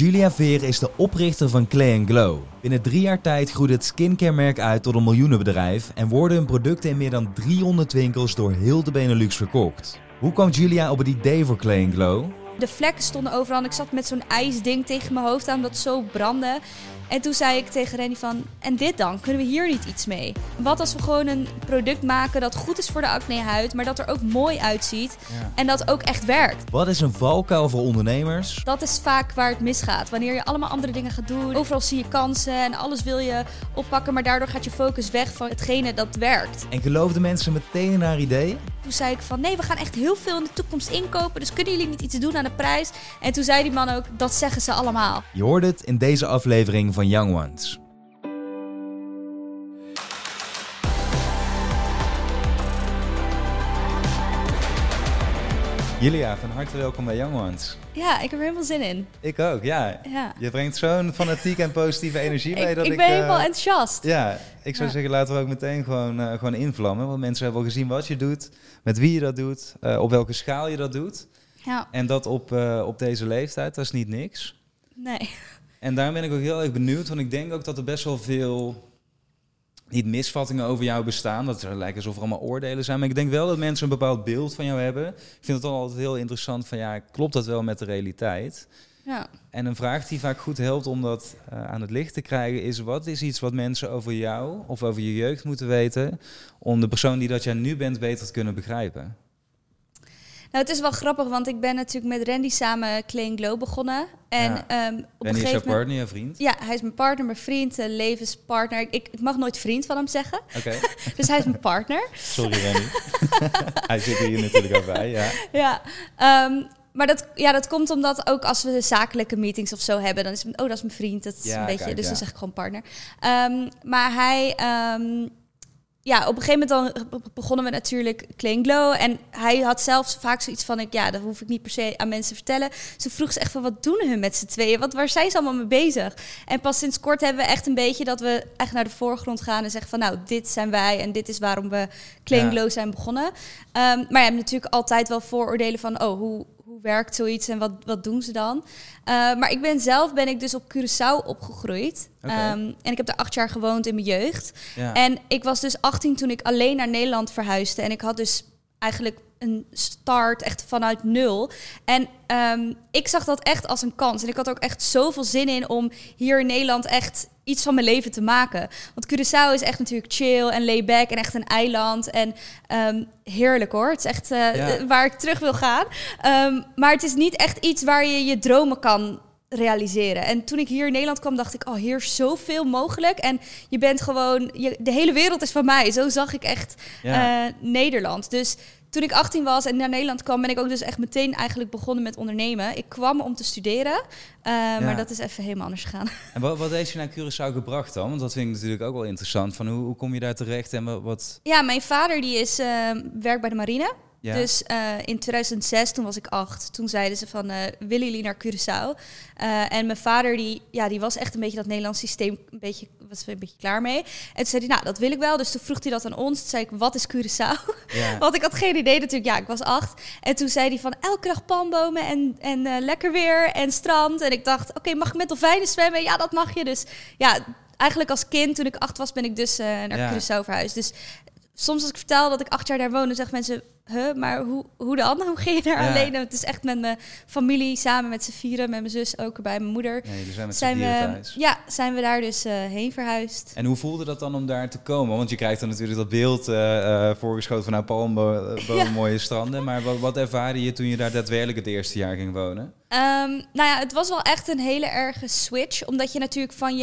Julia Veer is de oprichter van Clay & Glow. Binnen 3 jaar tijd groeide het skincare-merk uit tot een miljoenenbedrijf en worden hun producten in meer dan 300 winkels door heel de Benelux verkocht. Hoe kwam Julia op het idee voor Clay & Glow? De vlekken stonden overal en ik zat met zo'n ijsding tegen mijn hoofd aan omdat het zo brandde. En toen zei ik tegen Randy van, en dit dan? Kunnen we hier niet iets mee? Wat als we gewoon een product maken dat goed is voor de acnehuid, maar dat er ook mooi uitziet en dat ook echt werkt? Wat is een valkuil voor ondernemers? Dat is vaak waar het misgaat. Wanneer je allemaal andere dingen gaat doen, overal zie je kansen en alles wil je oppakken, maar daardoor gaat je focus weg van hetgene dat werkt. En geloofden mensen meteen in haar idee? Toen zei ik van, nee, we gaan echt heel veel in de toekomst inkopen, dus kunnen jullie niet iets doen aan de prijs? En toen zei die man ook, dat zeggen ze allemaal. Je hoort het in deze aflevering van Young Ones. Julia, van harte welkom bij Young Ones. Ja, ik heb er helemaal zin in. Ik ook, ja. Ja. Je brengt zo'n fanatieke en positieve energie mee. Ik ben helemaal enthousiast. Ja, ik zou zeggen, laten we ook meteen gewoon invlammen. Want mensen hebben al gezien wat je doet, met wie je dat doet, op welke schaal je dat doet. Ja. En dat op deze leeftijd, dat is niet niks. Nee. En daarom ben ik ook heel erg benieuwd, want ik denk ook dat er best wel veel, niet misvattingen over jou bestaan. Dat het lijkt alsof er allemaal oordelen zijn. Maar ik denk wel dat mensen een bepaald beeld van jou hebben. Ik vind het dan altijd heel interessant van, ja, klopt dat wel met de realiteit? Ja. En een vraag die vaak goed helpt om dat aan het licht te krijgen is, wat is iets wat mensen over jou of over je jeugd moeten weten om de persoon die dat jij nu bent beter te kunnen begrijpen? Nou, het is wel grappig, want ik ben natuurlijk met Randy samen Clay & Glow begonnen. En op een Randy is gegeven jouw moment... partner, je vriend? Ja, hij is mijn partner, mijn vriend, levenspartner. Ik mag nooit vriend van hem zeggen. Oké. Dus hij is mijn partner. Sorry Randy. Hij zit hier natuurlijk ook bij, ja. Ja, maar dat komt omdat ook als we zakelijke meetings of zo hebben, dan is het, oh, dat is mijn vriend. Dat is Ja, een beetje, kijk, dus ja. dan zeg ik gewoon partner. Maar hij... ja, op een gegeven moment dan begonnen we natuurlijk Clay & Glow. En hij had zelfs vaak zoiets van, dat hoef ik niet per se aan mensen te vertellen. Ze vroeg ze echt van, wat doen hun met z'n tweeën? Waar zijn ze allemaal mee bezig? En pas sinds kort hebben we echt een beetje dat we echt naar de voorgrond gaan en zeggen van, nou, dit zijn wij en dit is waarom we Clay & Glow zijn begonnen. Maar je hebt natuurlijk altijd wel vooroordelen van, hoe werkt zoiets en wat doen ze dan? Maar ik ben ik dus op Curaçao opgegroeid. Okay. En ik heb daar 8 jaar gewoond in mijn jeugd. Ja. En ik was dus 18 toen ik alleen naar Nederland verhuisde. En ik had dus eigenlijk een start echt vanuit 0. En ik zag dat echt als een kans. En ik had ook echt zoveel zin in om hier in Nederland echt iets van mijn leven te maken. Want Curaçao is echt natuurlijk chill en laid back en echt een eiland. En heerlijk hoor. Het is echt waar ik terug wil gaan. Maar het is niet echt iets waar je je dromen kan realiseren. En toen ik hier in Nederland kwam, dacht ik, hier is zoveel mogelijk. En je bent gewoon, de hele wereld is van mij. Zo zag ik echt Nederland. Dus toen ik 18 was en naar Nederland kwam, ben ik ook dus echt meteen eigenlijk begonnen met ondernemen. Ik kwam om te studeren, maar dat is even helemaal anders gegaan. En wat heeft je naar Curaçao gebracht dan? Want dat vind ik natuurlijk ook wel interessant. Van hoe kom je daar terecht en wat? Ja, mijn vader die is werkt bij de marine. Ja. Dus in 2006, toen was ik 8, toen zeiden ze van, willen jullie naar Curaçao? En mijn vader, die was echt een beetje dat Nederlands systeem, was een beetje klaar mee. En toen zei hij, nou, dat wil ik wel. Dus toen vroeg hij dat aan ons. Toen zei ik, wat is Curaçao? Ja. Want ik had geen idee natuurlijk. Ja, ik was 8. En toen zei hij van, elke dag palmbomen en lekker weer en strand. En ik dacht, oké, mag ik met dolfijnen zwemmen? Ja, dat mag je. Dus ja, eigenlijk als kind, toen ik 8 was, ben ik dus naar Curaçao verhuisd. Dus soms als ik vertel dat ik 8 jaar daar woon, dan zeggen mensen, maar hoe dan? Hoe ging je daar alleen? Het is echt met mijn familie, samen met z'n vieren, met mijn zus ook erbij, mijn moeder. Ja, jullie zijn met z'n vieren thuis. Ja, zijn we daar dus heen verhuisd. En hoe voelde dat dan om daar te komen? Want je krijgt dan natuurlijk dat beeld voorgeschoten van palmbomen, mooie stranden. Maar wat ervaarde je toen je daar daadwerkelijk het eerste jaar ging wonen? Het was wel echt een hele erge switch. Omdat je natuurlijk van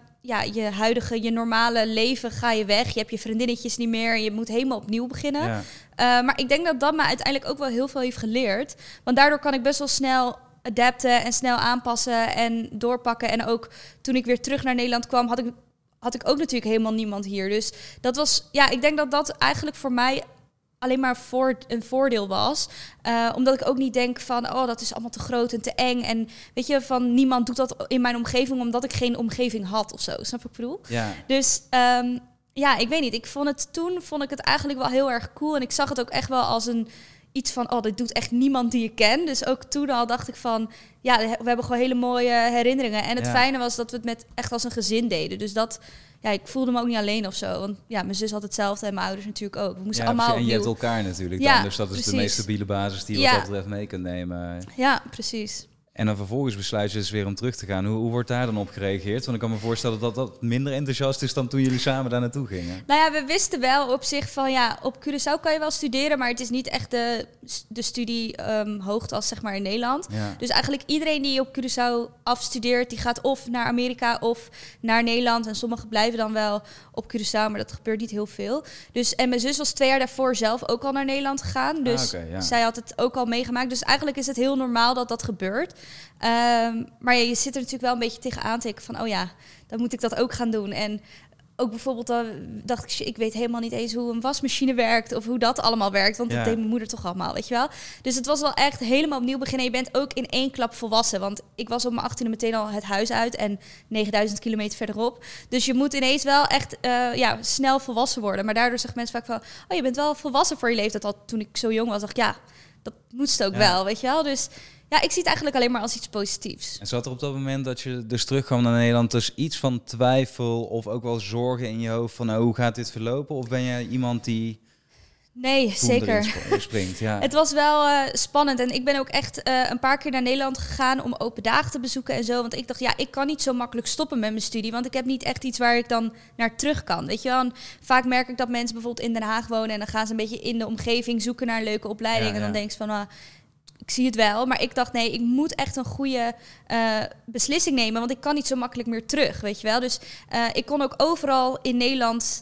je huidige, je normale leven ga je weg. Je hebt je vriendinnetjes niet meer. Je moet helemaal opnieuw beginnen. Ja. Maar ik denk dat dat me uiteindelijk ook wel heel veel heeft geleerd. Want daardoor kan ik best wel snel adapten en snel aanpassen en doorpakken. En ook toen ik weer terug naar Nederland kwam, had ik ook natuurlijk helemaal niemand hier. Dus dat was, ik denk dat dat eigenlijk voor mij alleen maar een voordeel was. Omdat ik ook niet denk van, dat is allemaal te groot en te eng. En weet je, van niemand doet dat in mijn omgeving omdat ik geen omgeving had of zo. Snap je wat ik bedoel? Ja. Dus ik weet niet. Toen vond ik het eigenlijk wel heel erg cool. En ik zag het ook echt wel als iets van, dit doet echt niemand die ik ken. Dus ook toen al dacht ik van, ja, we hebben gewoon hele mooie herinneringen. En het fijne was dat we het met echt als een gezin deden. Dus dat, ja, ik voelde me ook niet alleen of zo. Want ja, mijn zus had hetzelfde en mijn ouders natuurlijk ook. We moesten allemaal en je hebt elkaar natuurlijk dan. Dus dat is de meest stabiele basis die je wat dat betreft mee kunt nemen. Ja, precies. En dan vervolgens besluit je dus weer om terug te gaan. Hoe wordt daar dan op gereageerd? Want ik kan me voorstellen dat dat minder enthousiast is dan toen jullie samen daar naartoe gingen. Nou ja, we wisten wel op zich van op Curaçao kan je wel studeren, maar het is niet echt de studie hoogte als zeg maar in Nederland. Ja. Dus eigenlijk iedereen die op Curaçao afstudeert, die gaat of naar Amerika of naar Nederland. En sommigen blijven dan wel op Curaçao, maar dat gebeurt niet heel veel. Dus, en mijn zus was 2 jaar daarvoor zelf ook al naar Nederland gegaan. Dus zij had het ook al meegemaakt. Dus eigenlijk is het heel normaal dat dat gebeurt. Maar je zit er natuurlijk wel een beetje tegenaan te kijken van, dan moet ik dat ook gaan doen. En ook bijvoorbeeld dan dacht ik weet helemaal niet eens hoe een wasmachine werkt of hoe dat allemaal werkt, want dat deed mijn moeder toch allemaal, weet je wel. Dus het was wel echt helemaal opnieuw beginnen. Je bent ook in 1 klap volwassen, want ik was op mijn 18e meteen al het huis uit en 9000 kilometer verderop. Dus je moet ineens wel echt snel volwassen worden. Maar daardoor zeggen mensen vaak van, je bent wel volwassen voor je leeftijd. Al toen ik zo jong was, dacht ik, dat moest ook wel, weet je wel. Dus ja, ik zie het eigenlijk alleen maar als iets positiefs. En zat er op dat moment dat je dus terugkwam naar Nederland dus iets van twijfel of ook wel zorgen in je hoofd van hoe gaat dit verlopen? Of ben jij iemand die... Nee, zeker. Springt, ja. Het was wel spannend. En ik ben ook echt een paar keer naar Nederland gegaan om open dagen te bezoeken en zo. Want ik dacht, ik kan niet zo makkelijk stoppen met mijn studie. Want ik heb niet echt iets waar ik dan naar terug kan. Weet je wel? En vaak merk ik dat mensen bijvoorbeeld in Den Haag wonen en dan gaan ze een beetje in de omgeving zoeken naar een leuke opleiding. En dan denk je van, ik zie het wel, maar ik dacht, nee, ik moet echt een goede beslissing nemen, want ik kan niet zo makkelijk meer terug, weet je wel. Dus ik kon ook overal in Nederland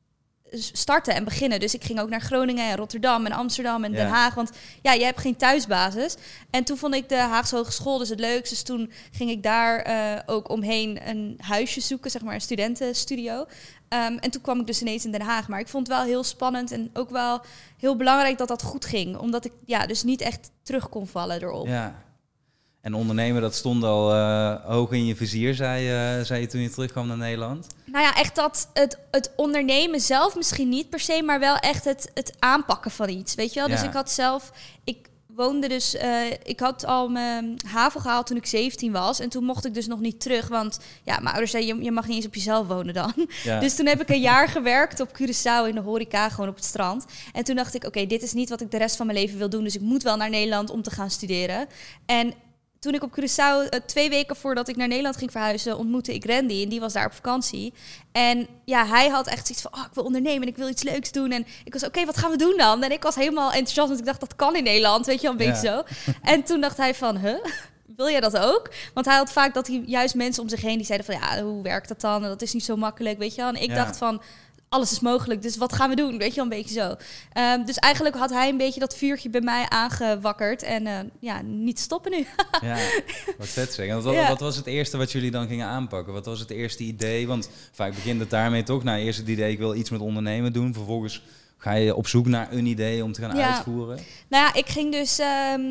starten en beginnen. Dus ik ging ook naar Groningen en Rotterdam en Amsterdam en Den Haag, want je hebt geen thuisbasis. En toen vond ik de Haagse Hogeschool dus het leukste. Dus toen ging ik daar ook omheen een huisje zoeken, zeg maar een studentenstudio. En toen kwam ik dus ineens in Den Haag. Maar ik vond het wel heel spannend en ook wel heel belangrijk dat dat goed ging. Omdat ik dus niet echt terug kon vallen erop. Ja. En ondernemen, dat stond al hoog in je vizier, zei je toen je terugkwam naar Nederland? Nou ja, echt het ondernemen zelf misschien niet per se, maar wel echt het aanpakken van iets, weet je wel? Ja. Dus ik had zelf... woonde dus, ik had al mijn HAVO gehaald toen ik 17 was. En toen mocht ik dus nog niet terug. Want mijn ouders zeiden, je mag niet eens op jezelf wonen dan. Ja. Dus toen heb ik een jaar gewerkt op Curaçao in de horeca, gewoon op het strand. En toen dacht ik, oké, dit is niet wat ik de rest van mijn leven wil doen. Dus ik moet wel naar Nederland om te gaan studeren. En toen ik op Curaçao 2 weken voordat ik naar Nederland ging verhuizen, ontmoette ik Randy. En die was daar op vakantie. En hij had echt zoiets van, ik wil ondernemen en ik wil iets leuks doen. En ik was, oké, wat gaan we doen dan? En ik was helemaal enthousiast, want ik dacht, dat kan in Nederland, weet je wel, een beetje zo. En toen dacht hij van, wil jij dat ook? Want hij had vaak dat hij juist mensen om zich heen die zeiden van, hoe werkt dat dan? En dat is niet zo makkelijk, weet je wel. En ik dacht van, alles is mogelijk, dus wat gaan we doen? Weet je wel, een beetje zo. Dus eigenlijk had hij een beetje dat vuurtje bij mij aangewakkerd. En niet stoppen nu. Ja, wat vet zeg. En wat was het eerste wat jullie dan gingen aanpakken? Wat was het eerste idee? Want vaak begint het daarmee toch. Eerst het idee, ik wil iets met ondernemen doen. Vervolgens ga je op zoek naar een idee om te gaan uitvoeren. Nou ja, ik ging dus...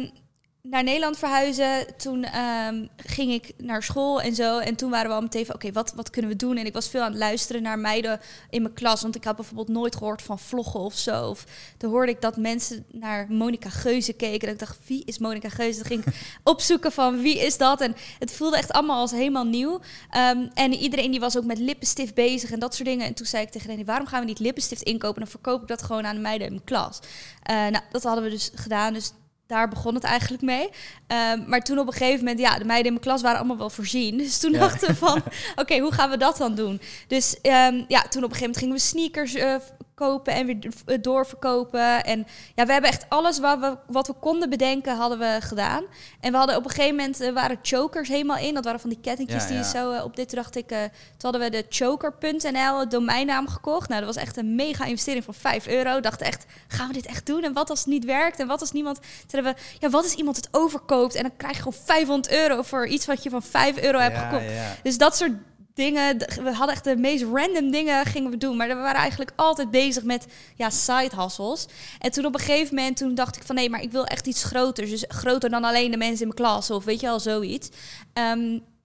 naar Nederland verhuizen. Toen ging ik naar school en zo. En toen waren we al meteen van, oké, wat kunnen we doen? En ik was veel aan het luisteren naar meiden in mijn klas. Want ik had bijvoorbeeld nooit gehoord van vloggen of zo. Of toen hoorde ik dat mensen naar Monica Geuze keken. En ik dacht, wie is Monica Geuze? Toen ging ik opzoeken van, wie is dat? En het voelde echt allemaal als helemaal nieuw. En iedereen die was ook met lippenstift bezig en dat soort dingen. En toen zei ik tegen hen, waarom gaan we niet lippenstift inkopen? Dan verkoop ik dat gewoon aan de meiden in mijn klas. Dat hadden we dus gedaan. Dus daar begon het eigenlijk mee. Maar toen op een gegeven moment, de meiden in mijn klas waren allemaal wel voorzien. Dus toen dachten we van, oké, hoe gaan we dat dan doen? Dus toen op een gegeven moment gingen we sneakers kopen en weer doorverkopen. En we hebben echt alles wat we konden bedenken, hadden we gedaan. En we hadden op een gegeven moment, waren chokers helemaal in. Dat waren van die kettingjes die je zo op dit, dacht ik. Toen hadden we de choker.nl domeinnaam gekocht. Nou, dat was echt een mega investering van €5. Dacht echt, gaan we dit echt doen? En wat als het niet werkt? En wat als niemand... Toen hebben we, wat als iemand het overkoopt? En dan krijg je gewoon €500 voor iets wat je van €5 hebt gekocht. Ja. Dus dat soort dingen, we hadden echt de meest random dingen gingen we doen, maar we waren eigenlijk altijd bezig met side hustles. En toen op een gegeven moment dacht ik van nee, maar ik wil echt iets groters, dus groter dan alleen de mensen in mijn klas of weet je wel, zoiets.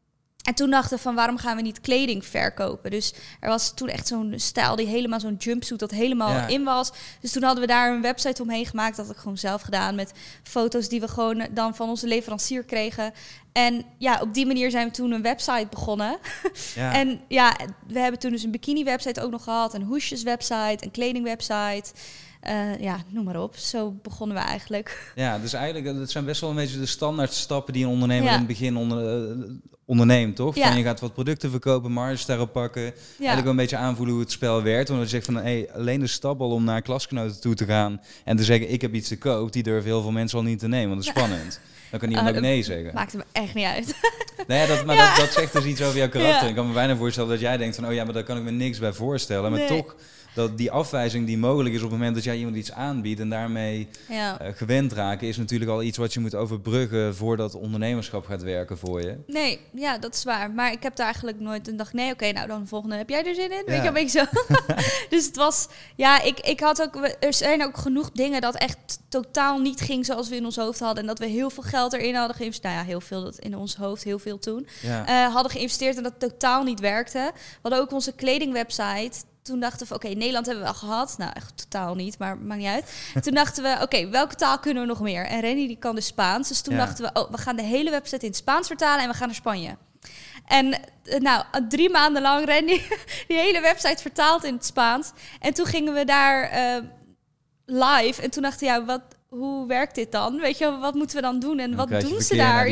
En toen dachten we van, waarom gaan we niet kleding verkopen? Dus er was toen echt zo'n stijl die helemaal zo'n jumpsuit dat helemaal in was. Dus toen hadden we daar een website omheen gemaakt. Dat had ik gewoon zelf gedaan met foto's die we gewoon dan van onze leverancier kregen. En ja, op die manier zijn we toen een website begonnen. Ja. En ja, we hebben toen dus een bikini-website ook nog gehad. Een hoesjes-website, een kleding-website. Noem maar op. Zo begonnen we eigenlijk. Ja, dus eigenlijk, dat zijn best wel een beetje de standaard stappen die een ondernemer in het begin onderneemt, toch? Ja. Van je gaat wat producten verkopen, marges daarop pakken. Eigenlijk wel een beetje aanvoelen hoe het spel werkt. Want je zegt van, alleen de stap al om naar klasgenoten toe te gaan en te zeggen, ik heb iets te koop, die durven heel veel mensen al niet te nemen, want dat is spannend. Dan kan niemand ook nee zeggen. Maakt me echt niet uit. Nee, dat zegt dus iets over jouw karakter. Ja. Ik kan me bijna voorstellen dat jij denkt van, maar daar kan ik me niks bij voorstellen. Maar toch, dat die afwijzing die mogelijk is op het moment dat jij iemand iets aanbiedt en daarmee gewend raken, is natuurlijk al iets wat je moet overbruggen voordat ondernemerschap gaat werken voor je. Nee, ja, dat is waar. Maar ik heb daar eigenlijk nooit een dag, oké, nou dan de volgende, heb jij er zin in? Weet je, een beetje zo. Dus het was, ik had ook, er zijn ook genoeg dingen dat echt totaal niet ging zoals we in ons hoofd hadden. En dat we heel veel geld erin hadden geïnvesteerd. Nou ja, heel veel, dat in ons hoofd, heel veel toen. Ja. Hadden geïnvesteerd en dat totaal niet werkte. We hadden ook onze kledingwebsite. Toen dachten we, oké, Nederland hebben we al gehad. Nou, echt totaal niet, maar maakt niet uit. Toen dachten we, oké, welke taal kunnen we nog meer? En Renny, die kan dus Spaans. Dus toen dachten we, we gaan de hele website in het Spaans vertalen en we gaan naar Spanje. En 3 maanden lang Renny die hele website vertaald in het Spaans. En toen gingen we daar live. En toen dachten we, hoe werkt dit dan? Weet je, wat moeten we dan doen? En wat doen ze daar?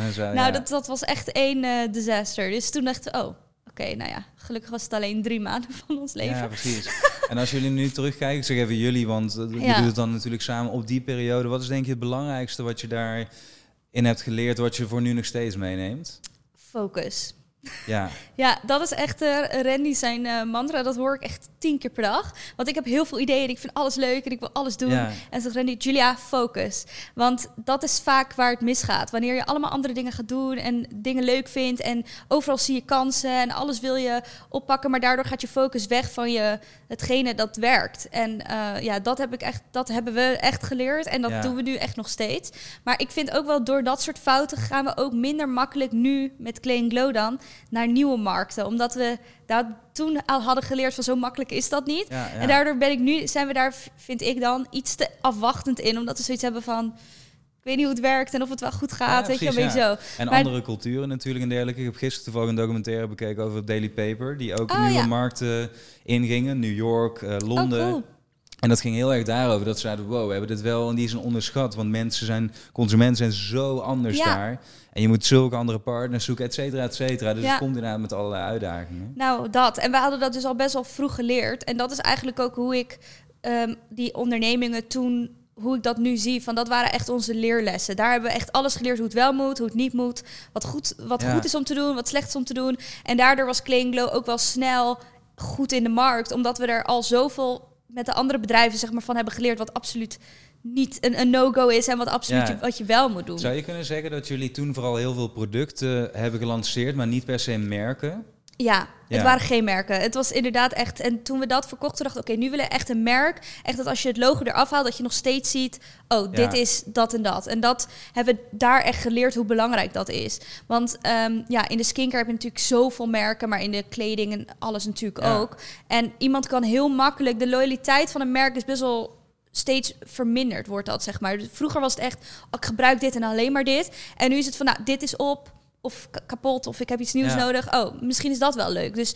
Dat was echt één disaster. Dus toen dachten we, oké, gelukkig was het alleen 3 maanden van ons leven. Ja, precies. En als jullie nu terugkijken, ik zeg even jullie, want je doet het dan natuurlijk samen op die periode. Wat is denk je het belangrijkste wat je daarin hebt geleerd, wat je voor nu nog steeds meeneemt? Focus. Ja. Ja, dat is echt Randy zijn mantra. Dat hoor ik echt 10 keer per dag. Want ik heb heel veel ideeën en ik vind alles leuk en ik wil alles doen. Ja. En zegt Randy, Julia, focus. Want dat is vaak waar het misgaat. Wanneer je allemaal andere dingen gaat doen en dingen leuk vindt en overal zie je kansen en alles wil je oppakken, maar daardoor gaat je focus weg van hetgene dat werkt. En dat hebben we echt geleerd en dat doen we nu echt nog steeds. Maar ik vind ook wel door dat soort fouten gaan we ook minder makkelijk nu met Clean Glow dan naar nieuwe markten. Omdat we dat toen al hadden geleerd van zo makkelijk is dat niet. Ja, ja. En daardoor zijn we daar, vind ik dan, iets te afwachtend in. Omdat we zoiets hebben van, ik weet niet hoe het werkt en of het wel goed gaat. Ja, precies, weet je, zo. En andere culturen natuurlijk en dergelijke. Ik heb gisteren toevallig een documentaire bekeken over het Daily Paper. Die ook nieuwe markten ingingen. New York, Londen. Cool. En dat ging heel erg daarover dat ze zeiden, we hebben dit wel in die zin onderschat. Want consumenten zijn zo anders daar. En je moet zulke andere partners zoeken, et cetera, et cetera. Dus het komt inderdaad met allerlei uitdagingen. Nou, dat. En we hadden dat dus al best wel vroeg geleerd. En dat is eigenlijk ook hoe ik die ondernemingen toen, hoe ik dat nu zie. Van dat waren echt onze leerlessen. Daar hebben we echt alles geleerd, hoe het wel moet, hoe het niet moet. Wat goed is om te doen, wat slecht is om te doen. En daardoor was Clean Glow ook wel snel goed in de markt. Omdat we er al zoveel met de andere bedrijven zeg maar van hebben geleerd wat absoluut niet een no-go is en wat absoluut wat je wel moet doen. Zou je kunnen zeggen dat jullie toen vooral heel veel producten hebben gelanceerd, maar niet per se merken? Ja, het waren geen merken. Het was inderdaad echt... En toen we dat verkochten, dachten we, oké, nu willen we echt een merk. Echt dat als je het logo eraf haalt, dat je nog steeds ziet, dit is dat en dat. En dat hebben we daar echt geleerd hoe belangrijk dat is. Want in de skincare heb je natuurlijk zoveel merken, maar in de kleding en alles natuurlijk ook. En iemand kan heel makkelijk... De loyaliteit van een merk is best wel steeds verminderd, wordt dat, zeg maar. Vroeger was het echt, ik gebruik dit en alleen maar dit. En nu is het van, dit is op... of kapot, of ik heb iets nieuws nodig. Misschien is dat wel leuk. Dus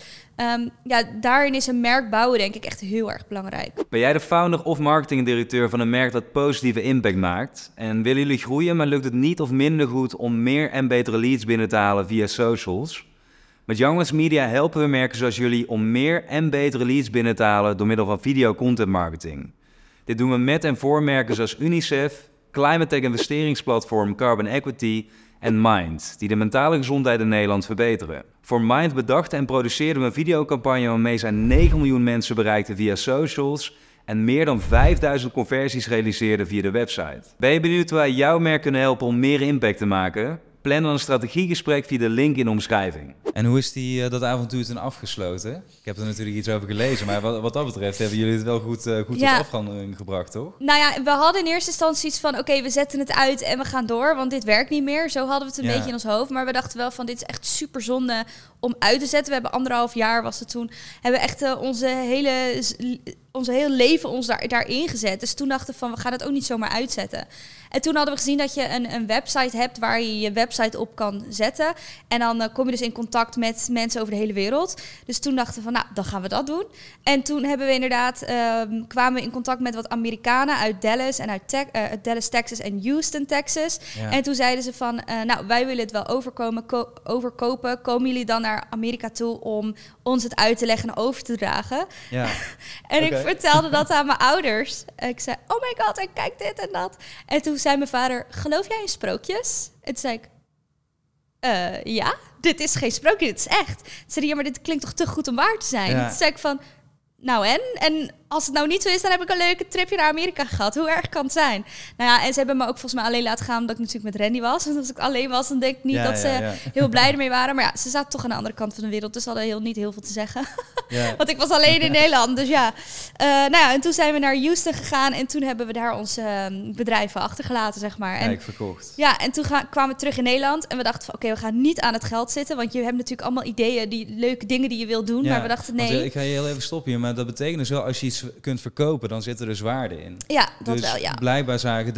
daarin is een merk bouwen denk ik echt heel erg belangrijk. Ben jij de founder of marketingdirecteur van een merk dat positieve impact maakt? En willen jullie groeien, maar lukt het niet of minder goed om meer en betere leads binnen te halen via socials? Met Young Ones Media helpen we merken zoals jullie om meer en betere leads binnen te halen door middel van video content marketing. Dit doen we met en voor merken zoals UNICEF, climate tech investeringsplatform Carbon Equity en Mind, die de mentale gezondheid in Nederland verbeteren. Voor Mind bedachten en produceerden we een videocampagne waarmee zij 9 miljoen mensen bereikten via socials en meer dan 5000 conversies realiseerden via de website. Ben je benieuwd hoe wij jouw merk kunnen helpen om meer impact te maken? Plan dan een strategiegesprek via de link in de omschrijving. En hoe is dat avontuur toen afgesloten? Ik heb er natuurlijk iets over gelezen, maar wat dat betreft hebben jullie het wel goed tot afhandeling gebracht, toch? Nou ja, we hadden in eerste instantie iets van, oké, we zetten het uit en we gaan door, want dit werkt niet meer. Zo hadden we het een beetje in ons hoofd. Maar we dachten wel van, dit is echt super zonde om uit te zetten. We hebben 1,5 jaar, was het toen, hebben echt onze hele leven daarin gezet. Dus toen dachten we van, we gaan het ook niet zomaar uitzetten. En toen hadden we gezien dat je een website hebt waar je je website op kan zetten. En dan kom je dus in contact met mensen over de hele wereld. Dus toen dachten we van, nou, dan gaan we dat doen. En toen hebben we inderdaad, kwamen we in contact met wat Amerikanen uit Dallas en uit Dallas, Texas en Houston, Texas. Ja. En toen zeiden ze van, nou, wij willen het wel overkopen. Komen jullie dan naar Amerika toe om ons het uit te leggen en over te dragen? Ja. En ik vertelde dat aan mijn ouders. Ik zei, oh my god, en kijk dit en dat. En toen zei mijn vader, geloof jij in sprookjes? En toen zei ik, ja, dit is geen sprookje, dit is echt. Toen zei hij, ja, maar dit klinkt toch te goed om waar te zijn? Ja. Toen zei ik van, nou en als het nou niet zo is, dan heb ik een leuke tripje naar Amerika gehad. Hoe erg kan het zijn? Nou ja, en ze hebben me ook volgens mij alleen laten gaan omdat ik natuurlijk met Randy was. Want als ik alleen was, dan denk ik niet dat ze heel blij ermee waren. Maar ja, ze zaten toch aan de andere kant van de wereld, dus ze hadden niet heel veel te zeggen. Ja. Want ik was alleen in Nederland, dus ja. Nou ja, en toen zijn we naar Houston gegaan en toen hebben we daar onze bedrijven achtergelaten, zeg maar. En, verkocht. Ja, en toen kwamen we terug in Nederland en we dachten van, oké, we gaan niet aan het geld zitten, want je hebt natuurlijk allemaal ideeën, die leuke dingen die je wil doen. Ja, maar we dachten, nee. Want, ik ga je heel even stoppen hier, maar dat betekent dus wel, als je iets kunt verkopen, dan zit er dus waarde in. Ja, dat dus wel, ja. Blijkbaar zagen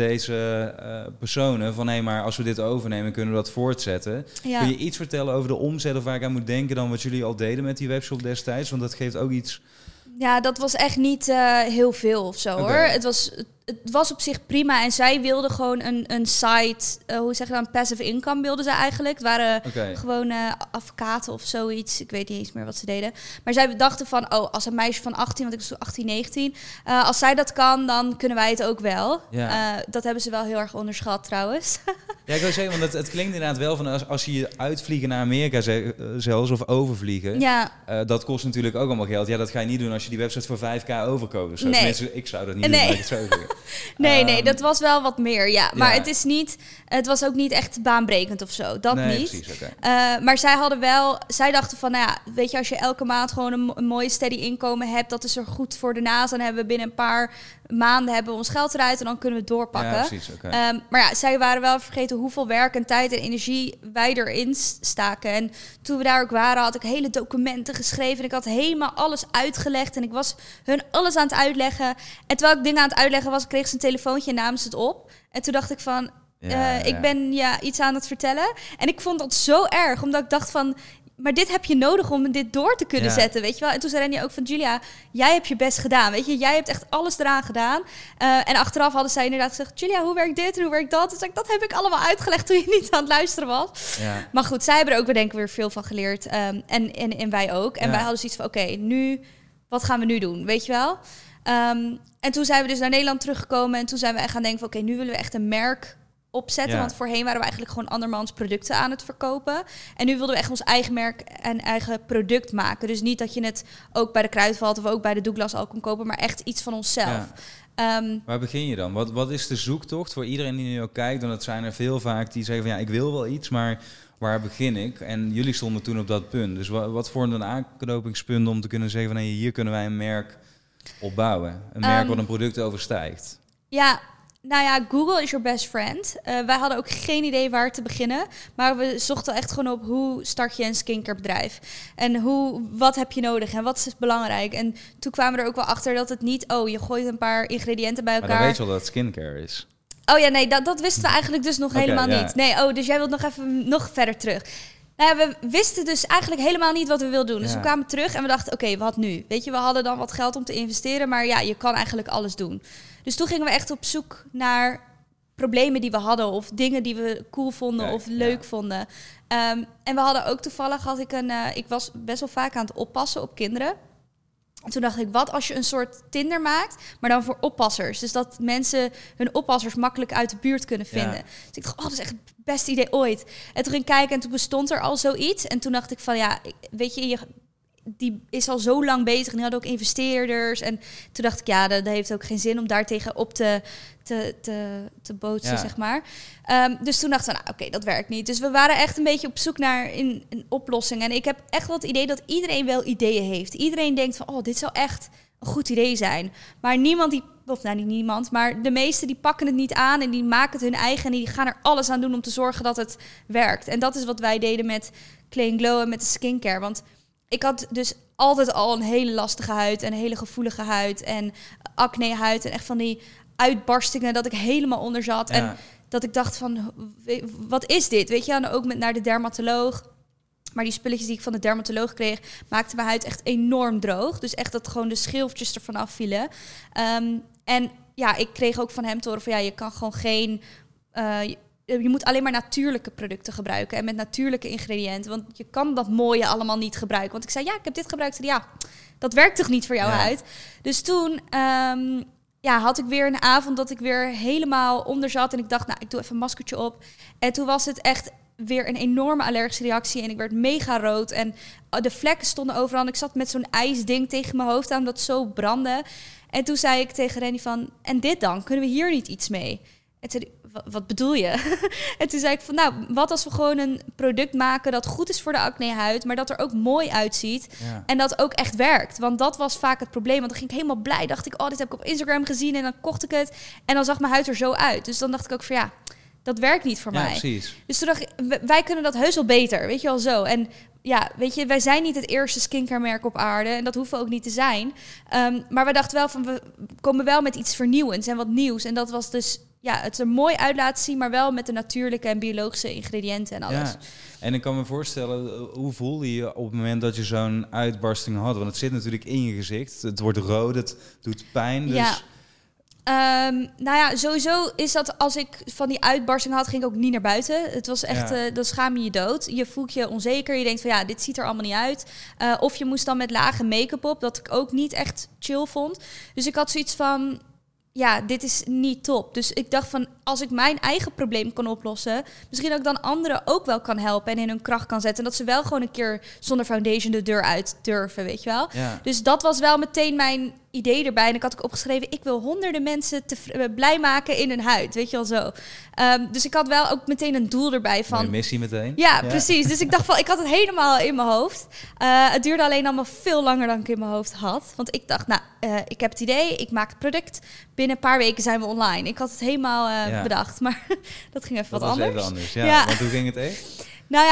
deze personen van, hé, maar als we dit overnemen, kunnen we dat voortzetten. Ja. Kun je iets vertellen over de omzet of waar ik aan moet denken dan wat jullie al deden met die webshop destijds? Want dat geeft ook iets... Ja, dat was echt niet heel veel of zo, hoor. Het was op zich prima en zij wilden gewoon een site, hoe zeg je dan, passive income wilden ze eigenlijk. Het waren gewoon advocaten of zoiets, ik weet niet eens meer wat ze deden. Maar zij dachten van, oh, als een meisje van 18, want ik was toen 18, 19, als zij dat kan, dan kunnen wij het ook wel. Ja. Dat hebben ze wel heel erg onderschat trouwens. Ja, ik wil zeggen, want het klinkt inderdaad wel van als je uitvliegen naar Amerika zelfs of overvliegen, dat kost natuurlijk ook allemaal geld. Ja, dat ga je niet doen als je die website voor 5.000 overkoopt. Dus tenminste, ik zou dat niet doen, maar ik het zo zeggen. Nee, dat was wel wat meer, ja. Maar het was ook niet echt baanbrekend of zo. Dat niet. Precies, maar zij dachten van, nou ja, weet je, als je elke maand gewoon een mooie steady inkomen hebt, dat is er goed voor de naast. Dan hebben we binnen een paar maanden hebben we ons geld eruit en dan kunnen we het doorpakken. Ja, precies, maar ja, zij waren wel vergeten hoeveel werk en tijd en energie wij erin staken. En toen we daar ook waren, had ik hele documenten geschreven en ik had helemaal alles uitgelegd en ik was hun alles aan het uitleggen. En terwijl ik dingen aan het uitleggen was, kreeg ze een telefoontje en namen ze het op. En toen dacht ik van, ik ben iets aan het vertellen. En ik vond dat zo erg, omdat ik dacht van, maar dit heb je nodig om dit door te kunnen zetten, weet je wel. En toen zei Rennie ook van, Julia, jij hebt je best gedaan, weet je. Jij hebt echt alles eraan gedaan. En achteraf hadden zij inderdaad gezegd, Julia, hoe werkt dit en hoe werkt dat? Dus dat heb ik allemaal uitgelegd toen je niet aan het luisteren was. Ja. Maar goed, zij hebben er ook weer, denk ik, weer veel van geleerd. En wij ook. En wij hadden zoiets van, oké, nu, wat gaan we nu doen, weet je wel? En toen zijn we dus naar Nederland teruggekomen en toen zijn we echt gaan denken van, oké, nu willen we echt een merk opzetten. Want voorheen waren we eigenlijk gewoon andermans producten aan het verkopen. En nu wilden we echt ons eigen merk en eigen product maken. Dus niet dat je het ook bij de Kruidvat of ook bij de Douglas al kon kopen, maar echt iets van onszelf. Ja. Waar begin je dan? Wat is de zoektocht voor iedereen die nu ook kijkt? Want het zijn er veel vaak die zeggen van, ja, ik wil wel iets, maar waar begin ik? En jullie stonden toen op dat punt. Dus wat vormde een aanknopingspunt om te kunnen zeggen van, hier kunnen wij een merk opbouwen? Een merk wat een product overstijgt. Ja, nou ja, Google is your best friend. Wij hadden ook geen idee waar te beginnen. Maar we zochten echt gewoon op hoe start je een skincarebedrijf. En wat heb je nodig en wat is belangrijk. En toen kwamen we er ook wel achter dat het niet, je gooit een paar ingrediënten bij elkaar. Maar dan weet je wel dat het skincare is. Oh ja, nee, dat wisten we eigenlijk dus nog helemaal niet. Nee, dus jij wilt nog even verder terug. Nou ja, we wisten dus eigenlijk helemaal niet wat we wilden doen. Dus we kwamen terug en we dachten, oké, wat nu? Weet je, we hadden dan wat geld om te investeren, maar ja, je kan eigenlijk alles doen. Dus toen gingen we echt op zoek naar problemen die we hadden of dingen die we cool vonden of leuk vonden. En we hadden ook toevallig, ik was best wel vaak aan het oppassen op kinderen. En toen dacht ik, wat als je een soort Tinder maakt, maar dan voor oppassers. Dus dat mensen hun oppassers makkelijk uit de buurt kunnen vinden. Ja. Dus ik dacht, dat is echt het beste idee ooit. En toen ging ik kijken en toen bestond er al zoiets. En toen dacht ik van, ja, weet je, die is al zo lang bezig. En die hadden ook investeerders. En toen dacht ik, ja, dat heeft ook geen zin om daar tegenop te bootsen, zeg maar. Dus toen dachten we, nou, oké, dat werkt niet. Dus we waren echt een beetje op zoek naar een oplossing. En ik heb echt wel het idee dat iedereen wel ideeën heeft. Iedereen denkt van, oh, dit zou echt een goed idee zijn. Maar niemand die... Of nou, niet niemand, maar de meesten die pakken het niet aan en die maken het hun eigen en die gaan er alles aan doen om te zorgen dat het werkt. En dat is wat wij deden met Clean Glow en met de skincare. Want ik had dus altijd al een hele lastige huid en een hele gevoelige huid en acne huid en echt van die uitbarstingen dat ik helemaal onder zat. Ja. En dat ik dacht van, wat is dit? Weet je, en ook naar de dermatoloog. Maar die spulletjes die ik van de dermatoloog kreeg, maakten mijn huid echt enorm droog. Dus echt dat gewoon de schilfjes ervan afvielen. En ja, ik kreeg ook van hem te horen van, ja, je kan gewoon geen... je moet alleen maar natuurlijke producten gebruiken en met natuurlijke ingrediënten. Want je kan dat mooie allemaal niet gebruiken. Want ik zei, ja, ik heb dit gebruikt. Ja, dat werkt toch niet voor jouw huid? Dus toen... had ik weer een avond dat ik weer helemaal onder zat. En ik dacht, nou, ik doe even een maskertje op. En toen was het echt weer een enorme allergische reactie. En ik werd mega rood. En de vlekken stonden overal. En ik zat met zo'n ijsding tegen mijn hoofd aan, dat zo brandde. En toen zei ik tegen Renny van, en dit dan? Kunnen we hier niet iets mee? En toen, wat bedoel je? En toen zei ik van, nou, wat als we gewoon een product maken dat goed is voor de acnehuid, maar dat er ook mooi uitziet en dat ook echt werkt. Want dat was vaak het probleem. Want dan ging ik helemaal blij. Dacht ik, oh, dit heb ik op Instagram gezien en dan kocht ik het. En dan zag mijn huid er zo uit. Dus dan dacht ik ook van, ja, dat werkt niet voor mij. Precies. Dus toen dacht ik, wij kunnen dat heus wel beter, weet je wel zo. En ja, weet je, wij zijn niet het eerste skincare merk op aarde en dat hoeven we ook niet te zijn. Maar we dachten wel van, we komen wel met iets vernieuwends en wat nieuws. En dat was dus, ja, het er mooi uit laten zien, maar wel met de natuurlijke en biologische ingrediënten en alles. Ja. En ik kan me voorstellen, hoe voelde je op het moment dat je zo'n uitbarsting had? Want het zit natuurlijk in je gezicht. Het wordt rood, het doet pijn. Dus... Ja. Nou ja, sowieso is dat als ik van die uitbarsting had, ging ik ook niet naar buiten. Het was echt, dan schaam je je dood. Je voelt je onzeker. Je denkt van, ja, dit ziet er allemaal niet uit. Of je moest dan met lage make-up op, dat ik ook niet echt chill vond. Dus ik had zoiets van, ja, dit is niet top. Dus ik dacht van, als ik mijn eigen probleem kan oplossen, misschien dat ik dan anderen ook wel kan helpen en in hun kracht kan zetten. En dat ze wel gewoon een keer zonder foundation de deur uit durven, weet je wel. Ja. Dus dat was wel meteen mijn idee erbij. En ik had ook opgeschreven, ik wil honderden mensen blij maken in hun huid, weet je wel zo. Dus ik had wel ook meteen een doel erbij van... Een missie meteen. Ja, precies. Dus ik dacht van, ik had het helemaal in mijn hoofd. Het duurde alleen allemaal veel langer dan ik in mijn hoofd had. Want ik dacht, nou, ik heb het idee, ik maak het product. Binnen een paar weken zijn we online. Ik had het helemaal bedacht, maar dat ging even wat anders. Even anders, ja. Want hoe ging het echt?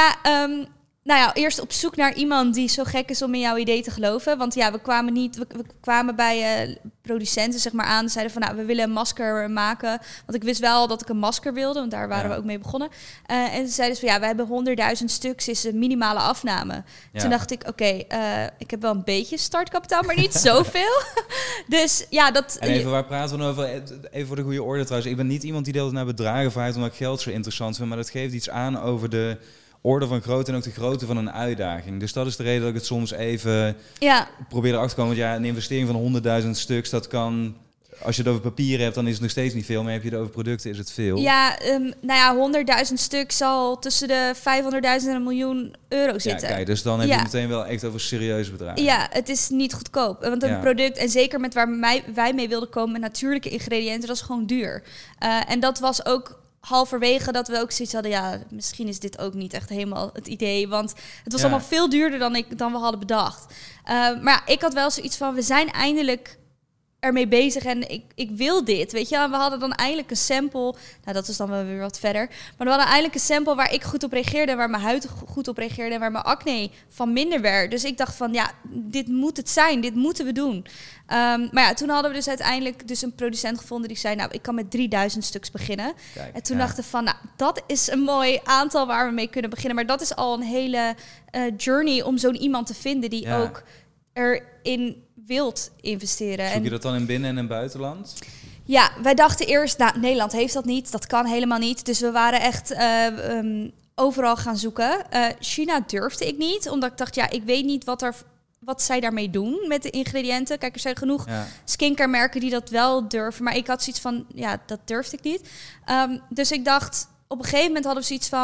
Nou ja, eerst op zoek naar iemand die zo gek is om in jouw idee te geloven. Want ja, we kwamen bij producenten zeg maar aan. Ze zeiden van, nou, we willen een masker maken. Want ik wist wel dat ik een masker wilde, want daar waren we ook mee begonnen. En ze zeiden van, ja, we hebben 100.000 stuks, is een minimale afname. Ja. Toen dacht ik, oké, ik heb wel een beetje startkapitaal, maar niet zoveel. Dus ja, dat... En even, waar praten we over? Even voor de goede orde trouwens. Ik ben niet iemand die deelt naar bedragen vraagt, omdat ik geld zo interessant vind. Maar dat geeft iets aan over de orde van grootte en ook de grootte van een uitdaging. Dus dat is de reden dat ik het soms even probeer erachter te komen. Want ja, een investering van 100.000 stuks, dat kan... Als je het over papier hebt, dan is het nog steeds niet veel. Maar heb je het over producten, is het veel. Ja, 100.000 stuk zal tussen de 500.000 en €1 miljoen zitten. Ja, kijk, dus dan heb je meteen wel echt over serieuze bedragen. Ja, het is niet goedkoop. Want een product, en zeker met waar wij mee wilden komen, met natuurlijke ingrediënten, dat is gewoon duur. En dat was ook halverwege dat we ook zoiets hadden, ja, misschien is dit ook niet echt helemaal het idee. Want het was allemaal veel duurder dan we hadden bedacht. Maar ja, ik had wel zoiets van, we zijn eindelijk ermee bezig en ik wil dit, weet je. En we hadden dan eindelijk een sample, nou dat is dan wel weer wat verder, maar we hadden eindelijk een sample waar ik goed op reageerde, waar mijn huid goed op reageerde en waar mijn acne van minder werd. Dus ik dacht van, ja, dit moet het zijn, dit moeten we doen. Maar ja, toen hadden we dus uiteindelijk dus een producent gevonden die zei, nou, ik kan met 3000 stuks beginnen. Kijk, en toen dachten we van, nou, dat is een mooi aantal waar we mee kunnen beginnen. Maar dat is al een hele journey om zo'n iemand te vinden die ook erin wilt investeren. Zoek je dat dan in binnen- en in buitenland? Ja, wij dachten eerst, nou, Nederland heeft dat niet. Dat kan helemaal niet. Dus we waren echt overal gaan zoeken. China durfde ik niet, omdat ik dacht, ja, ik weet niet wat zij daarmee doen met de ingrediënten. Kijk, er zijn genoeg skincare merken die dat wel durven. Maar ik had zoiets van, ja, dat durfde ik niet. Dus ik dacht, op een gegeven moment hadden we zoiets van,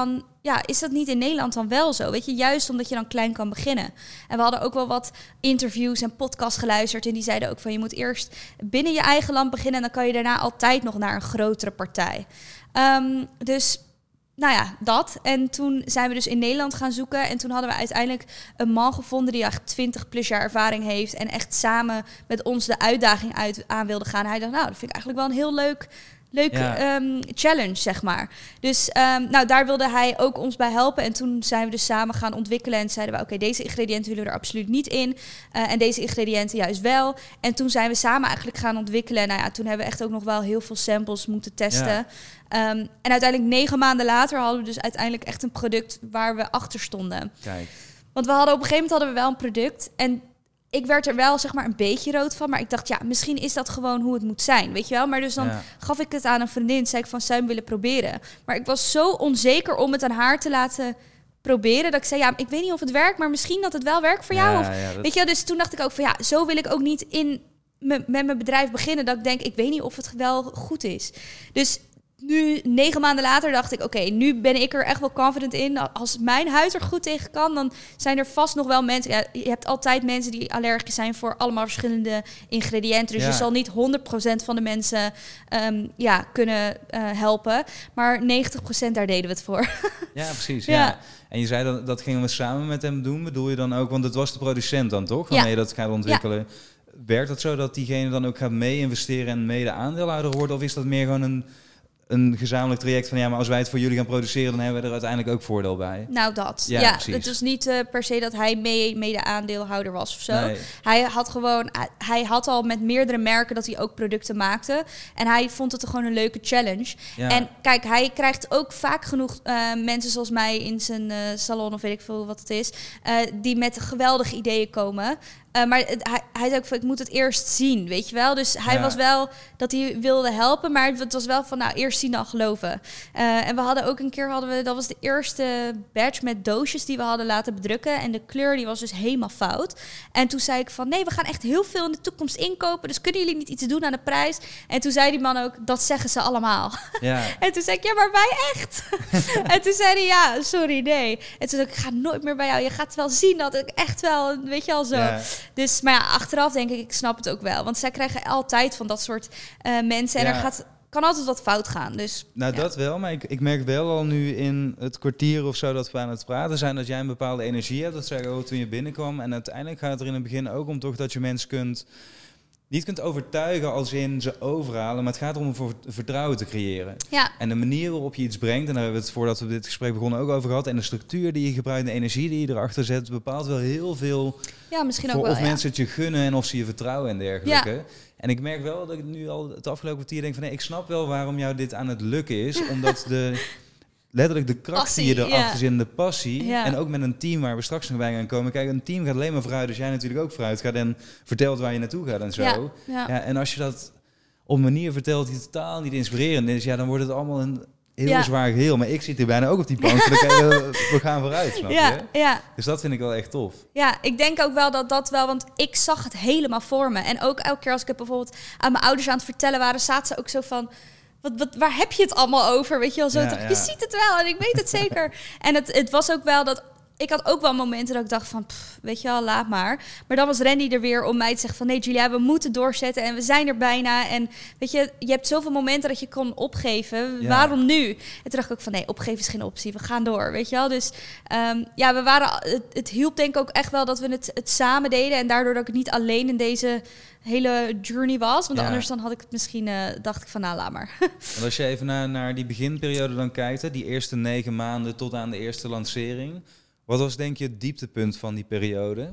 is dat niet in Nederland dan wel zo? Weet je, juist omdat je dan klein kan beginnen. En we hadden ook wel wat interviews en podcasts geluisterd. En die zeiden ook van, je moet eerst binnen je eigen land beginnen. En dan kan je daarna altijd nog naar een grotere partij. Dus, nou ja, dat. En toen zijn we dus in Nederland gaan zoeken. En toen hadden we uiteindelijk een man gevonden die echt 20 plus jaar ervaring heeft. En echt samen met ons de uitdaging aan wilde gaan. Hij dacht, nou, dat vind ik eigenlijk wel een heel leuk challenge, zeg maar. Dus daar wilde hij ook ons bij helpen. En toen zijn we dus samen gaan ontwikkelen. En zeiden we, oké, deze ingrediënten willen we er absoluut niet in. En deze ingrediënten juist wel. En toen zijn we samen eigenlijk gaan ontwikkelen. En nou ja, toen hebben we echt ook nog wel heel veel samples moeten testen. Ja. En uiteindelijk 9 maanden later hadden we dus uiteindelijk echt een product waar we achter stonden. Kijk. Want we hadden op een gegeven moment hadden we wel een product. En ik werd er wel, zeg maar, een beetje rood van. Maar ik dacht, ja, misschien is dat gewoon hoe het moet zijn, weet je wel. Maar dus dan gaf ik het aan een vriendin. Zei ik van, zou je hem willen proberen? Maar ik was zo onzeker om het aan haar te laten proberen. Dat ik zei, ja, ik weet niet of het werkt. Maar misschien dat het wel werkt voor jou. Weet je, dus toen dacht ik ook van, ja, zo wil ik ook niet met mijn bedrijf beginnen. Dat ik denk, ik weet niet of het wel goed is. Dus nu, 9 maanden later, dacht ik, oké, nu ben ik er echt wel confident in. Als mijn huid er goed tegen kan, dan zijn er vast nog wel mensen. Ja, je hebt altijd mensen die allergisch zijn voor allemaal verschillende ingrediënten. Dus je zal niet 100% van de mensen kunnen helpen. Maar 90% daar deden we het voor. Ja, precies. Ja. En je zei dat gingen we samen met hem doen. Bedoel je dan ook, want het was de producent dan toch? Waarmee je dat gaat ontwikkelen. Ja. Werkt dat zo dat diegene dan ook gaat mee investeren en mede aandeelhouder wordt? Of is dat meer gewoon een gezamenlijk traject van, ja, maar als wij het voor jullie gaan produceren, dan hebben we er uiteindelijk ook voordeel bij? Nou, dat. Ja, het was niet per se dat hij mede aandeelhouder was of zo. Nee. Hij had al met meerdere merken dat hij ook producten maakte. En hij vond het gewoon een leuke challenge. Ja. En kijk, hij krijgt ook vaak genoeg mensen zoals mij in zijn salon, of weet ik veel wat het is, die met geweldige ideeën komen. Maar hij zei ook van, ik moet het eerst zien, weet je wel. Dus hij was wel dat hij wilde helpen, maar het was wel van, nou, eerst zien dan geloven. En we hadden ook een keer, dat was de eerste batch met doosjes die we hadden laten bedrukken. En de kleur die was dus helemaal fout. En toen zei ik van, nee, we gaan echt heel veel in de toekomst inkopen. Dus kunnen jullie niet iets doen aan de prijs? En toen zei die man ook, dat zeggen ze allemaal. Ja. En toen zei ik, ja, maar wij echt? En toen zei hij, ja, sorry, nee. En toen zei ik ga nooit meer bij jou. Je gaat wel zien dat ik echt wel, weet je al zo. Ja. Dus, maar ja, achteraf denk ik snap het ook wel. Want zij krijgen altijd van dat soort mensen. En kan altijd wat fout gaan. Dus, nou, dat wel. Maar ik merk wel al nu in het kwartier of zo dat we aan het praten zijn, dat jij een bepaalde energie hebt. Dat zei ik ook toen je binnenkwam. En uiteindelijk gaat het er in het begin ook om toch dat je mensen niet kunt overtuigen als in ze overhalen, maar het gaat erom vertrouwen te creëren. Ja. En de manier waarop je iets brengt, en daar hebben we het voordat we dit gesprek begonnen ook over gehad, en de structuur die je gebruikt, de energie die je erachter zet, bepaalt wel heel veel. Ja, misschien ook wel. Of mensen het je gunnen en of ze je vertrouwen en dergelijke. Ja. En ik merk wel dat ik nu al het afgelopen kwartier denk van, nee, ik snap wel waarom jou dit aan het lukken is, omdat letterlijk de kracht passie, die je erachter zit, de passie. Ja. En ook met een team waar we straks nog bij gaan komen. Kijk, een team gaat alleen maar vooruit, dus jij natuurlijk ook vooruit gaat en vertelt waar je naartoe gaat en zo. Ja. Ja, en als je dat op een manier vertelt die totaal niet inspirerend is, dan wordt het allemaal een heel zwaar geheel. Maar ik zit hier bijna ook op die bank. We gaan vooruit, snap je? Ja. Dus dat vind ik wel echt tof. Ja, ik denk ook wel dat wel, want ik zag het helemaal voor me. En ook elke keer als ik het bijvoorbeeld aan mijn ouders aan het vertellen waren, zaten ze ook zo van, waar heb je het allemaal over? Weet je wel, zo. Je ziet het wel en ik weet het zeker. En het was ook wel dat ik had ook wel momenten dat ik dacht van, weet je wel, laat maar. Maar dan was Randy er weer om mij te zeggen van, nee Julia, we moeten doorzetten en we zijn er bijna. En weet je hebt zoveel momenten dat je kon opgeven. Ja. Waarom nu? En toen dacht ik ook van, nee, opgeven is geen optie. We gaan door, weet je wel. Dus we waren, het hielp denk ik ook echt wel dat we het samen deden. En daardoor dat ik het niet alleen in deze hele journey was. Want anders dan had ik het misschien, dacht ik van, nou, laat maar. En als je even naar die beginperiode dan kijkt, hè, die eerste 9 maanden tot aan de eerste lancering. Wat was denk je het dieptepunt van die periode?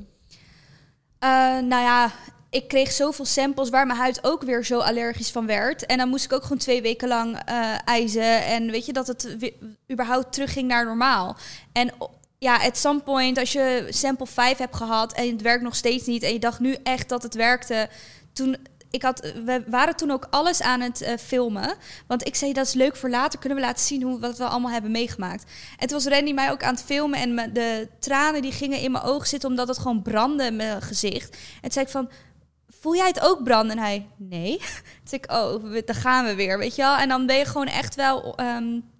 Ik kreeg zoveel samples waar mijn huid ook weer zo allergisch van werd. En dan moest ik ook gewoon 2 weken lang ijzen. En weet je, dat het überhaupt terugging naar normaal. En at some point, als je sample 5 hebt gehad en het werkt nog steeds niet, en je dacht nu echt dat het werkte, we waren toen ook alles aan het filmen. Want ik zei, dat is leuk voor later. Kunnen we laten zien wat we allemaal hebben meegemaakt. En toen was Randy mij ook aan het filmen. En de tranen die gingen in mijn ogen zitten, omdat het gewoon brandde in mijn gezicht. En toen zei ik van, voel jij het ook branden? En hij, nee. Toen zei ik, daar gaan we weer, weet je wel. En dan ben je gewoon echt wel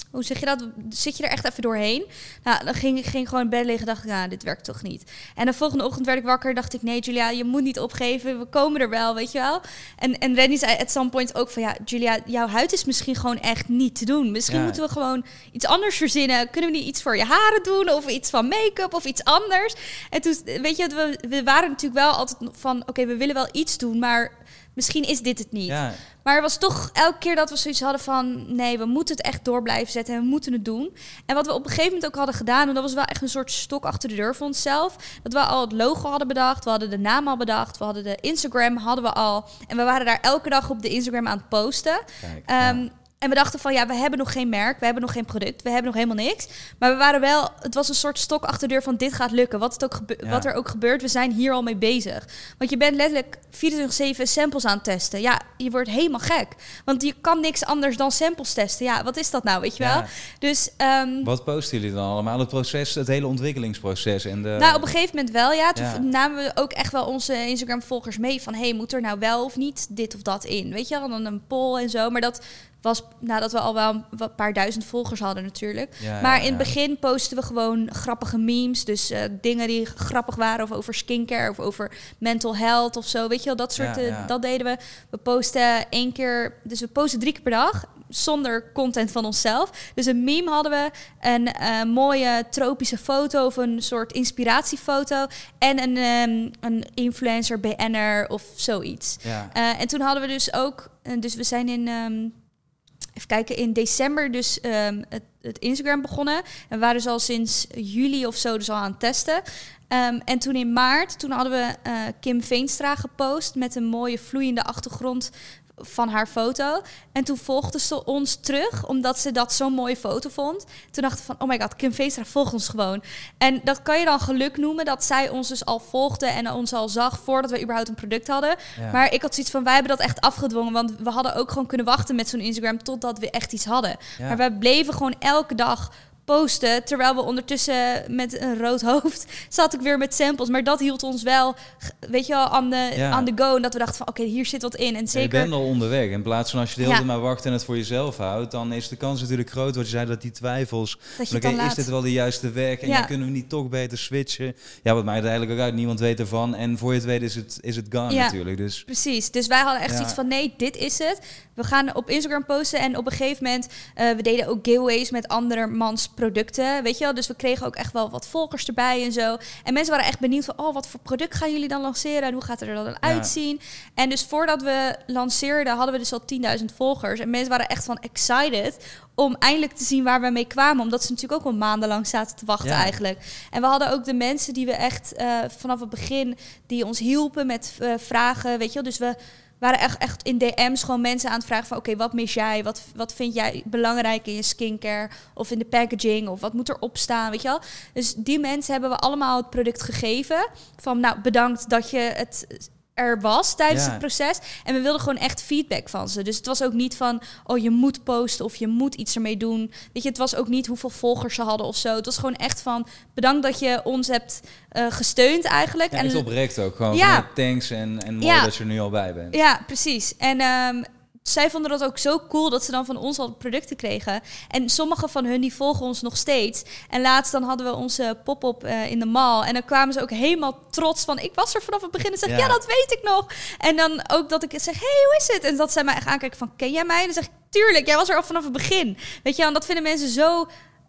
hoe zeg je dat? Zit je er echt even doorheen? Nou, dan ging gewoon in bed liggen en dacht ik, nou, dit werkt toch niet. En de volgende ochtend werd ik wakker, dacht ik, nee, Julia, je moet niet opgeven. We komen er wel, weet je wel. En Rennie zei at some point ook van, ja, Julia, jouw huid is misschien gewoon echt niet te doen. Misschien moeten we gewoon iets anders verzinnen. Kunnen we niet iets voor je haren doen? Of iets van make-up of iets anders? En toen, weet je, we waren natuurlijk wel altijd van, oké, we willen wel iets doen, maar misschien is dit het niet. Ja. Maar er was toch elke keer dat we zoiets hadden van, nee, we moeten het echt door blijven zetten en we moeten het doen. En wat we op een gegeven moment ook hadden gedaan, en dat was wel echt een soort stok achter de deur voor onszelf, dat we al het logo hadden bedacht, we hadden de naam al bedacht, we hadden de Instagram hadden we al. En we waren daar elke dag op de Instagram aan het posten. Kijk, En we dachten van, ja, we hebben nog geen merk, we hebben nog geen product, we hebben nog helemaal niks. Maar we waren wel, het was een soort stok achter de deur van, dit gaat lukken. Wat er ook gebeurt, we zijn hier al mee bezig. Want je bent letterlijk 24/7 samples aan het testen. Ja, je wordt helemaal gek. Want je kan niks anders dan samples testen. Ja, wat is dat nou, weet je wel? Dus, wat posten jullie dan allemaal? Het proces, het hele ontwikkelingsproces? En Nou, op een gegeven moment wel, ja. Toen namen we ook echt wel onze Instagram-volgers mee van, hey, moet er nou wel of niet dit of dat in? Weet je wel, dan een poll en zo. Maar dat was nadat we al wel een paar duizend volgers hadden natuurlijk. Maar in het begin posten we gewoon grappige memes. Dus dingen die grappig waren of over skincare of over mental health of zo. Weet je wel, dat soort, dat deden we. We posten 1 keer, dus we posten 3 keer per dag zonder content van onszelf. Dus een meme hadden we, een mooie tropische foto of een soort inspiratiefoto en een influencer, BN'er of zoiets. En toen hadden we dus ook, dus we zijn even kijken, in december dus het Instagram begonnen. En we waren dus al sinds juli of zo dus al aan het testen. En toen in maart, toen hadden we Kim Veenstra gepost met een mooie vloeiende achtergrond van haar foto. En toen volgde ze ons terug, omdat ze dat zo'n mooie foto vond. Toen dacht ik van, oh my god, Kim Veenstra volgt ons gewoon. En dat kan je dan geluk noemen, dat zij ons dus al volgde en ons al zag voordat we überhaupt een product hadden. Ja. Maar ik had zoiets van, wij hebben dat echt afgedwongen, want we hadden ook gewoon kunnen wachten met zo'n Instagram totdat we echt iets hadden. Ja. Maar wij bleven gewoon elke dag posten, terwijl we ondertussen met een rood hoofd zat ik weer met samples. Maar dat hield ons wel, weet je wel, aan de go. En dat we dachten van, oké, hier zit wat in. En zeker, je bent al onderweg. In plaats van als je de hele tijd maar wacht en het voor jezelf houdt, dan is de kans natuurlijk groot, wat je zei, dat die twijfels, is dit wel de juiste weg? En dan kunnen we niet toch beter switchen? Ja, wat maakt het eigenlijk ook uit? Niemand weet ervan. En voor je het weet is het gone natuurlijk. Dus. Precies. Dus wij hadden echt iets van, nee, dit is het. We gaan op Instagram posten en op een gegeven moment, we deden ook giveaways met andermans producten, weet je wel. Dus we kregen ook echt wel wat volgers erbij en zo. En mensen waren echt benieuwd van, oh, wat voor product gaan jullie dan lanceren? En hoe gaat het er dan uitzien? En dus voordat we lanceerden, hadden we dus al 10.000 volgers. En mensen waren echt van excited om eindelijk te zien waar we mee kwamen. Omdat ze natuurlijk ook al maandenlang zaten te wachten eigenlijk. En we hadden ook de mensen die we echt vanaf het begin, die ons hielpen met vragen, weet je wel. Dus we waren echt in DM's gewoon mensen aan het vragen van, oké, wat mis jij? Wat vind jij belangrijk in je skincare? Of in de packaging? Of wat moet erop staan? Weet je wel? Dus die mensen hebben we allemaal het product gegeven. Van, nou, bedankt dat je het er was tijdens het proces. En we wilden gewoon echt feedback van ze. Dus het was ook niet van, oh, je moet posten of je moet iets ermee doen. Weet je, het was ook niet hoeveel volgers ze hadden of zo. Het was gewoon echt van, bedankt dat je ons hebt gesteund eigenlijk. Ja, en echt oprecht ook. Gewoon van, thanks en mooi dat je er nu al bij bent. Ja, precies. En zij vonden dat ook zo cool dat ze dan van ons al producten kregen. En sommige van hun die volgen ons nog steeds. En laatst dan hadden we onze pop-up in de mall. En dan kwamen ze ook helemaal trots van, ik was er vanaf het begin. En zeg, ja, dat weet ik nog. En dan ook dat ik zeg, hey, hoe is het? En dat zij mij echt aankijken van, ken jij mij? En dan zeg ik, tuurlijk, jij was er al vanaf het begin. Weet je, en dat vinden mensen zo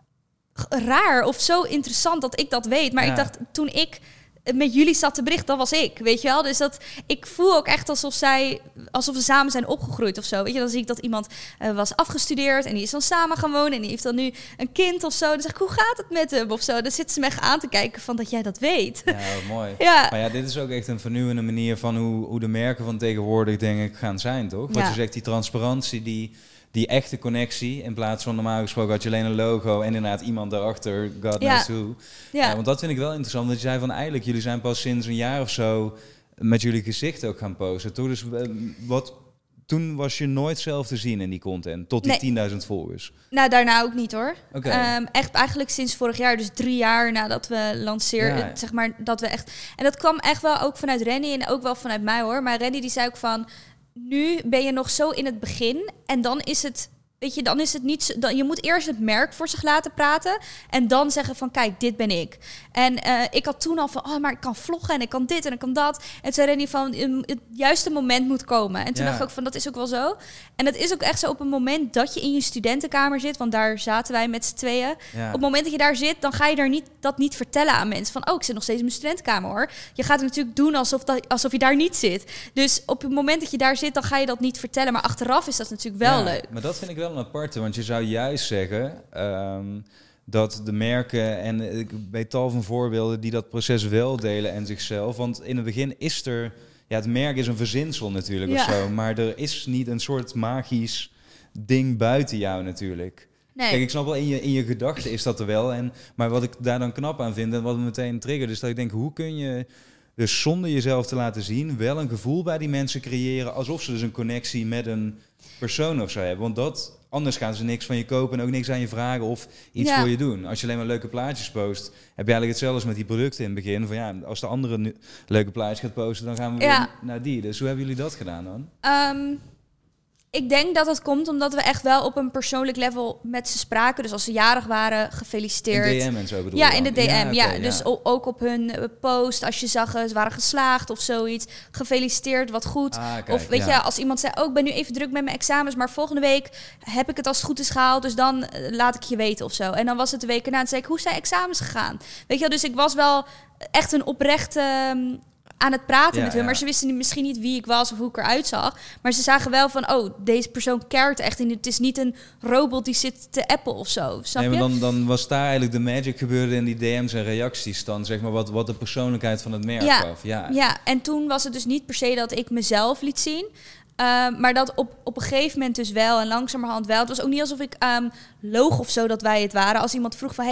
raar of zo interessant dat ik dat weet. Maar ik dacht, toen ik met jullie zat te bericht, dat was ik, weet je wel. Dus dat, ik voel ook echt alsof we samen zijn opgegroeid of zo. Weet je, dan zie ik dat iemand was afgestudeerd en die is dan samen gaan wonen en die heeft dan nu een kind of zo. Dan zeg ik, hoe gaat het met hem of zo? Dan zitten ze me echt aan te kijken van dat jij dat weet. Ja, mooi. Ja. Maar ja, dit is ook echt een vernieuwende manier van hoe de merken van tegenwoordig, denk ik, gaan zijn, toch? Wat je zegt, die transparantie, die echte connectie, in plaats van normaal gesproken had je alleen een logo en inderdaad iemand daarachter, God knows who. Ja, want dat vind ik wel interessant, dat je zei van eigenlijk, jullie zijn pas sinds een jaar of zo met jullie gezicht ook gaan posten. Toch? Dus toen was je nooit zelf te zien in die content, tot die 10.000 volgers? Nou, daarna ook niet hoor. Echt eigenlijk sinds vorig jaar, dus 3 jaar nadat we lanceerden, zeg maar, dat we echt. En dat kwam echt wel ook vanuit Rennie en ook wel vanuit mij hoor. Maar Rennie die zei ook van, nu ben je nog zo in het begin en dan is het weet je, dan is het niet... je moet eerst het merk voor zich laten praten en dan zeggen van, kijk, dit ben ik. En ik had toen al van, maar ik kan vloggen en ik kan dit en ik kan dat. En toen zei Rennie van, het juiste moment moet komen. En toen dacht ik ook van, dat is ook wel zo. En dat is ook echt zo op een moment dat je in je studentenkamer zit, want daar zaten wij met z'n tweeën. Ja. Op het moment dat je daar zit, dan ga je daar dat niet vertellen aan mensen. Van, ik zit nog steeds in mijn studentenkamer, hoor. Je gaat het natuurlijk doen alsof je daar niet zit. Dus op het moment dat je daar zit, dan ga je dat niet vertellen. Maar achteraf is dat natuurlijk wel leuk. Maar dat vind ik wel een aparte, want je zou juist zeggen dat de merken, en ik weet tal van voorbeelden die dat proces wel delen en zichzelf. Want in het begin is er, het merk is een verzinsel natuurlijk of zo, maar er is niet een soort magisch ding buiten jou natuurlijk. Nee. Kijk, ik snap wel, in je gedachten is dat er wel. Maar wat ik daar dan knap aan vind en wat me meteen triggert, is dat ik denk, hoe kun je dus zonder jezelf te laten zien wel een gevoel bij die mensen creëren alsof ze dus een connectie met een persoon of zo hebben. Want anders gaan ze niks van je kopen en ook niks aan je vragen of iets voor je doen. Als je alleen maar leuke plaatjes post, heb je eigenlijk hetzelfde als met die producten in het begin. Van als de andere nu leuke plaatjes gaat posten, dan gaan we weer naar die. Dus hoe hebben jullie dat gedaan dan? Ik denk dat het komt omdat we echt wel op een persoonlijk level met ze spraken. Dus als ze jarig waren, gefeliciteerd. In DM en zo bedoel je? Ja, in de DM. Dus ook op hun post, als je zag ze waren geslaagd of zoiets. Gefeliciteerd, wat goed. Kijk, of weet je, als iemand zei, ik ben nu even druk met mijn examens, maar volgende week heb ik het als het goed is gehaald. Dus dan laat ik je weten of zo. En dan was het de week erna en zei ik, hoe zijn examens gegaan? Weet je wel, dus ik was wel echt een oprechte... aan het praten met hun, maar ze wisten misschien niet wie ik was of hoe ik eruit zag. Maar ze zagen wel van, deze persoon cared echt. En het is niet een robot die zit te appen of zo. Snap je? Maar dan was daar eigenlijk de magic gebeurde in die DM's en reacties dan, zeg maar, wat de persoonlijkheid van het merk gaf. Ja, en toen was het dus niet per se dat ik mezelf liet zien. Maar dat op een gegeven moment dus wel en langzamerhand wel. Het was ook niet alsof ik loog of zo dat wij het waren. Als iemand vroeg van,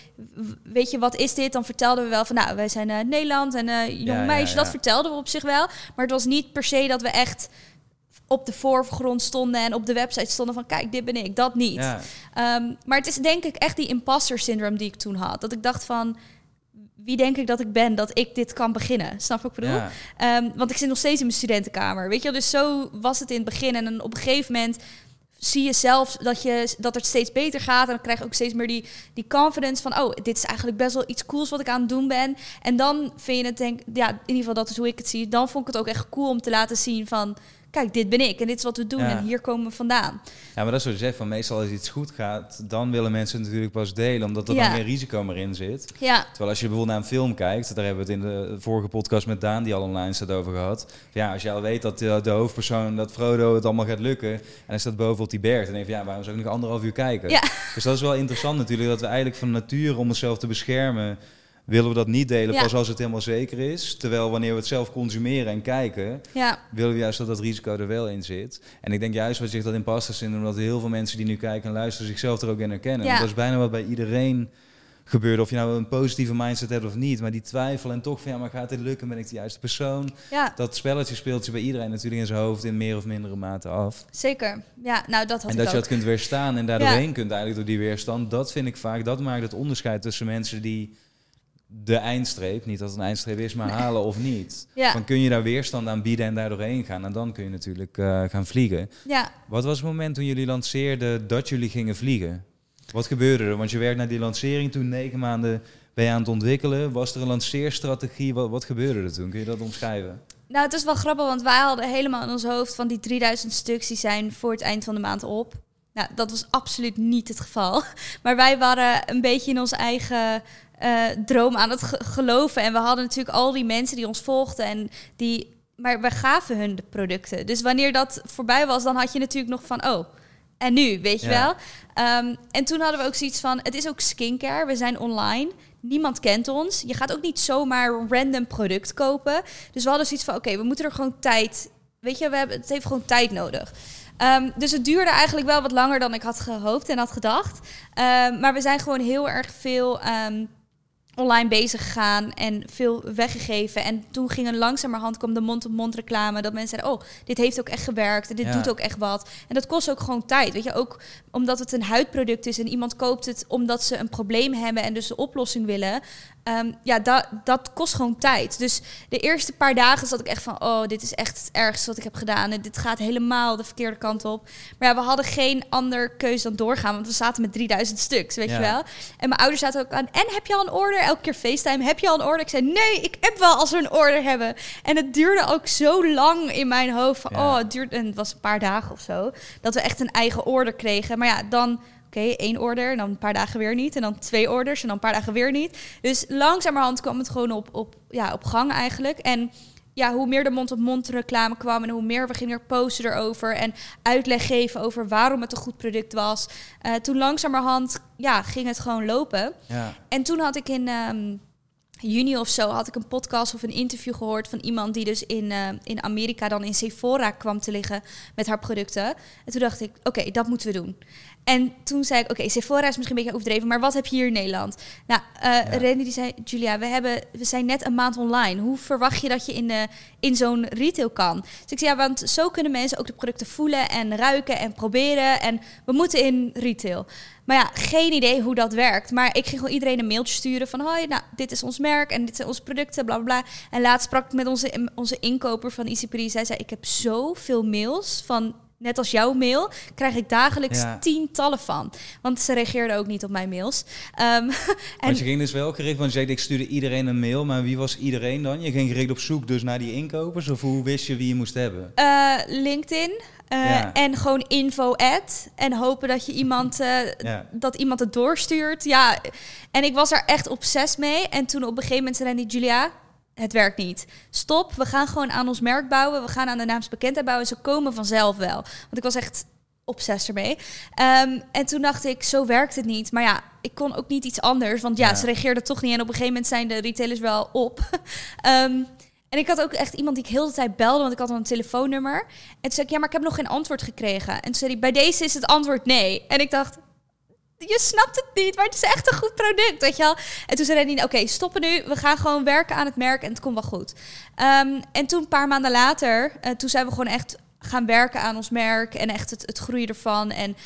weet je, wat is dit? Dan vertelden we wel van, wij zijn Nederland en jong meisje. Dat vertelden we op zich wel. Maar het was niet per se dat we echt op de voorgrond stonden en op de website stonden van, kijk, dit ben ik. Dat niet. Ja. Maar het is denk ik echt die imposter syndrome die ik toen had. Dat ik dacht van, wie denk ik dat ik ben, dat ik dit kan beginnen? Snap je wat ik bedoel? Ja. Want ik zit nog steeds in mijn studentenkamer. Weet je wel? Dus zo was het in het begin. En dan op een gegeven moment zie je zelf dat het steeds beter gaat. En dan krijg je ook steeds meer die confidence van, dit is eigenlijk best wel iets cools wat ik aan het doen ben. En dan vind je het, in ieder geval dat is hoe ik het zie. Dan vond ik het ook echt cool om te laten zien van, kijk, dit ben ik en dit is wat we doen en hier komen we vandaan. Ja, maar dat is wat je zegt, van meestal als iets goed gaat, dan willen mensen het natuurlijk pas delen, omdat er dan geen risico meer in zit. Ja. Terwijl als je bijvoorbeeld naar een film kijkt, daar hebben we het in de vorige podcast met Daan, die al online staat, over gehad. Ja, als je al weet dat de hoofdpersoon, dat Frodo het allemaal gaat lukken, en hij staat boven op die berg, dan denk je, waarom zou ik nog 1,5 uur kijken? Ja. Dus dat is wel interessant natuurlijk, dat we eigenlijk van nature, om onszelf te beschermen, willen we dat niet delen pas als het helemaal zeker is. Terwijl wanneer we het zelf consumeren en kijken, willen we juist dat risico er wel in zit. En ik denk juist wat je zegt, dat imposter syndroom, dat heel veel mensen die nu kijken en luisteren zichzelf er ook in herkennen. Want dat is bijna wat bij iedereen gebeurt. Of je nou een positieve mindset hebt of niet. Maar die twijfel en toch van, maar gaat dit lukken? Ben ik de juiste persoon? Ja. Dat spelletje speelt je bij iedereen natuurlijk in zijn hoofd in meer of mindere mate af. Zeker. Ja, nou dat had en ik dat je ook. dat kunt weerstaan en daardoorheen kunt eigenlijk door die weerstand. Dat vind ik vaak, dat maakt het onderscheid tussen mensen die de eindstreep, niet dat het een eindstreep is, maar halen of niet. Ja. Dan kun je daar weerstand aan bieden en daar doorheen gaan. En dan kun je natuurlijk gaan vliegen. Ja. Wat was het moment toen jullie lanceerden dat jullie gingen vliegen? Wat gebeurde er? Want je werkt naar die lancering toen 9 maanden ben je aan het ontwikkelen. Was er een lanceerstrategie? Wat gebeurde er toen? Kun je dat omschrijven? Nou, het is wel grappig, want wij hadden helemaal in ons hoofd van die 3000 stuks die zijn voor het eind van de maand op. Nou, dat was absoluut niet het geval. Maar wij waren een beetje in onze eigen droom aan het geloven. En we hadden natuurlijk al die mensen die ons volgden. Maar we gaven hun de producten. Dus wanneer dat voorbij was, dan had je natuurlijk nog van, en nu, weet je wel? En toen hadden we ook zoiets van, het is ook skincare. We zijn online. Niemand kent ons. Je gaat ook niet zomaar een random product kopen. Dus we hadden zoiets van, oké, we moeten er gewoon tijd... Weet je, het heeft gewoon tijd nodig. Dus het duurde eigenlijk wel wat langer dan ik had gehoopt en had gedacht. Maar we zijn gewoon heel erg veel online bezig gegaan en veel weggegeven. En toen langzamerhand kwam de mond-op-mond reclame. Dat mensen zeiden, dit heeft ook echt gewerkt. En dit doet ook echt wat. En dat kost ook gewoon tijd. Weet je, ook omdat het een huidproduct is en iemand koopt het omdat ze een probleem hebben en dus de oplossing willen. Dat kost gewoon tijd. Dus de eerste paar dagen zat ik echt van... oh, dit is echt het ergste wat ik heb gedaan. En dit gaat helemaal de verkeerde kant op. Maar ja, we hadden geen ander keus dan doorgaan. Want we zaten met 3000 stuks, weet je wel. En mijn ouders zaten ook aan... en heb je al een order? Elke keer FaceTime, heb je al een order? Ik zei, nee, ik heb wel als we een order hebben. En het duurde ook zo lang in mijn hoofd. Van, en het was een paar dagen of zo. Dat we echt een eigen order kregen. Maar ja, dan... Oké, 1 order en dan een paar dagen weer niet. En dan 2 orders en dan een paar dagen weer niet. Dus langzamerhand kwam het gewoon op gang eigenlijk. En ja, hoe meer de mond-op-mond reclame kwam... en hoe meer we gingen posten erover... en uitleg geven over waarom het een goed product was. Toen langzamerhand ging het gewoon lopen. Ja. En toen had ik in... juni of zo had ik een podcast of een interview gehoord van iemand die dus in Amerika dan in Sephora kwam te liggen met haar producten. En toen dacht ik, oké, dat moeten we doen. En toen zei ik, oké, Sephora is misschien een beetje overdreven, maar wat heb je hier in Nederland? Nou, Randy die zei, Julia, we zijn net een maand online. Hoe verwacht je dat je in zo'n retail kan? Dus ik zei, want zo kunnen mensen ook de producten voelen en ruiken en proberen. En we moeten in retail. Maar ja, geen idee hoe dat werkt. Maar ik ging gewoon iedereen een mailtje sturen van... hoi, nou, dit is ons merk en dit zijn onze producten, bla, bla, bla. En laatst sprak ik met onze inkoper van Easy Paris. Zij zei, ik heb zoveel mails van... net als jouw mail, krijg ik dagelijks tientallen van. Want ze reageerde ook niet op mijn mails. Want je ging dus wel gericht, want je zei, ik stuurde iedereen een mail. Maar wie was iedereen dan? Je ging gericht op zoek dus naar die inkopers? Of hoe wist je wie je moest hebben? LinkedIn. En gewoon info-ad. En hopen dat je dat iemand het doorstuurt. Ja, en ik was er echt obsessief mee. En toen op een gegeven moment zei die Julia... het werkt niet. Stop, we gaan gewoon aan ons merk bouwen. We gaan aan de naamsbekendheid bouwen. Ze komen vanzelf wel. Want ik was echt obsessief ermee. En toen dacht ik, zo werkt het niet. Maar ja, ik kon ook niet iets anders. Want ze reageerden toch niet. En op een gegeven moment zijn de retailers wel op. En ik had ook echt iemand die ik heel de tijd belde, want ik had al een telefoonnummer. En toen zei ik, maar ik heb nog geen antwoord gekregen. En toen zei hij, bij deze is het antwoord nee. En ik dacht, je snapt het niet, maar het is echt een goed product, weet je wel. En toen zei hij, oké, stoppen nu. We gaan gewoon werken aan het merk en het komt wel goed. En toen een paar maanden later, toen zijn we gewoon echt gaan werken aan ons merk. En echt het groeien ervan en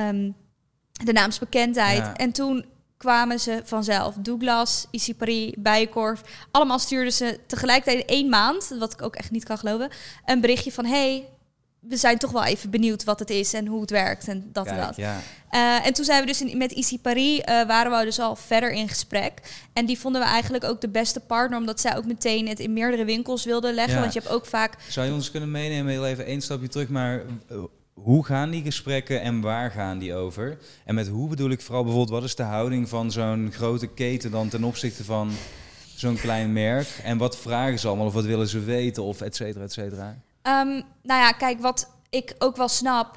de naamsbekendheid. Ja. En toen kwamen ze vanzelf. Douglas, Easy Paris, Bijenkorf. Allemaal stuurden ze tegelijkertijd in 1 maand, wat ik ook echt niet kan geloven, een berichtje van, hey, we zijn toch wel even benieuwd wat het is en hoe het werkt en dat en dat. Ja. En toen zijn we dus met Easy Paris, waren we dus al verder in gesprek. En die vonden we eigenlijk ook de beste partner, omdat zij ook meteen het in meerdere winkels wilden leggen. Ja. Want je hebt ook vaak... Zou je ons kunnen meenemen, heel even 1 stapje terug, maar hoe gaan die gesprekken en waar gaan die over? En met hoe bedoel ik vooral bijvoorbeeld, wat is de houding van zo'n grote keten dan ten opzichte van zo'n klein merk? En wat vragen ze allemaal of wat willen ze weten of et cetera, et cetera? Nou ja, kijk, wat ik ook wel snap...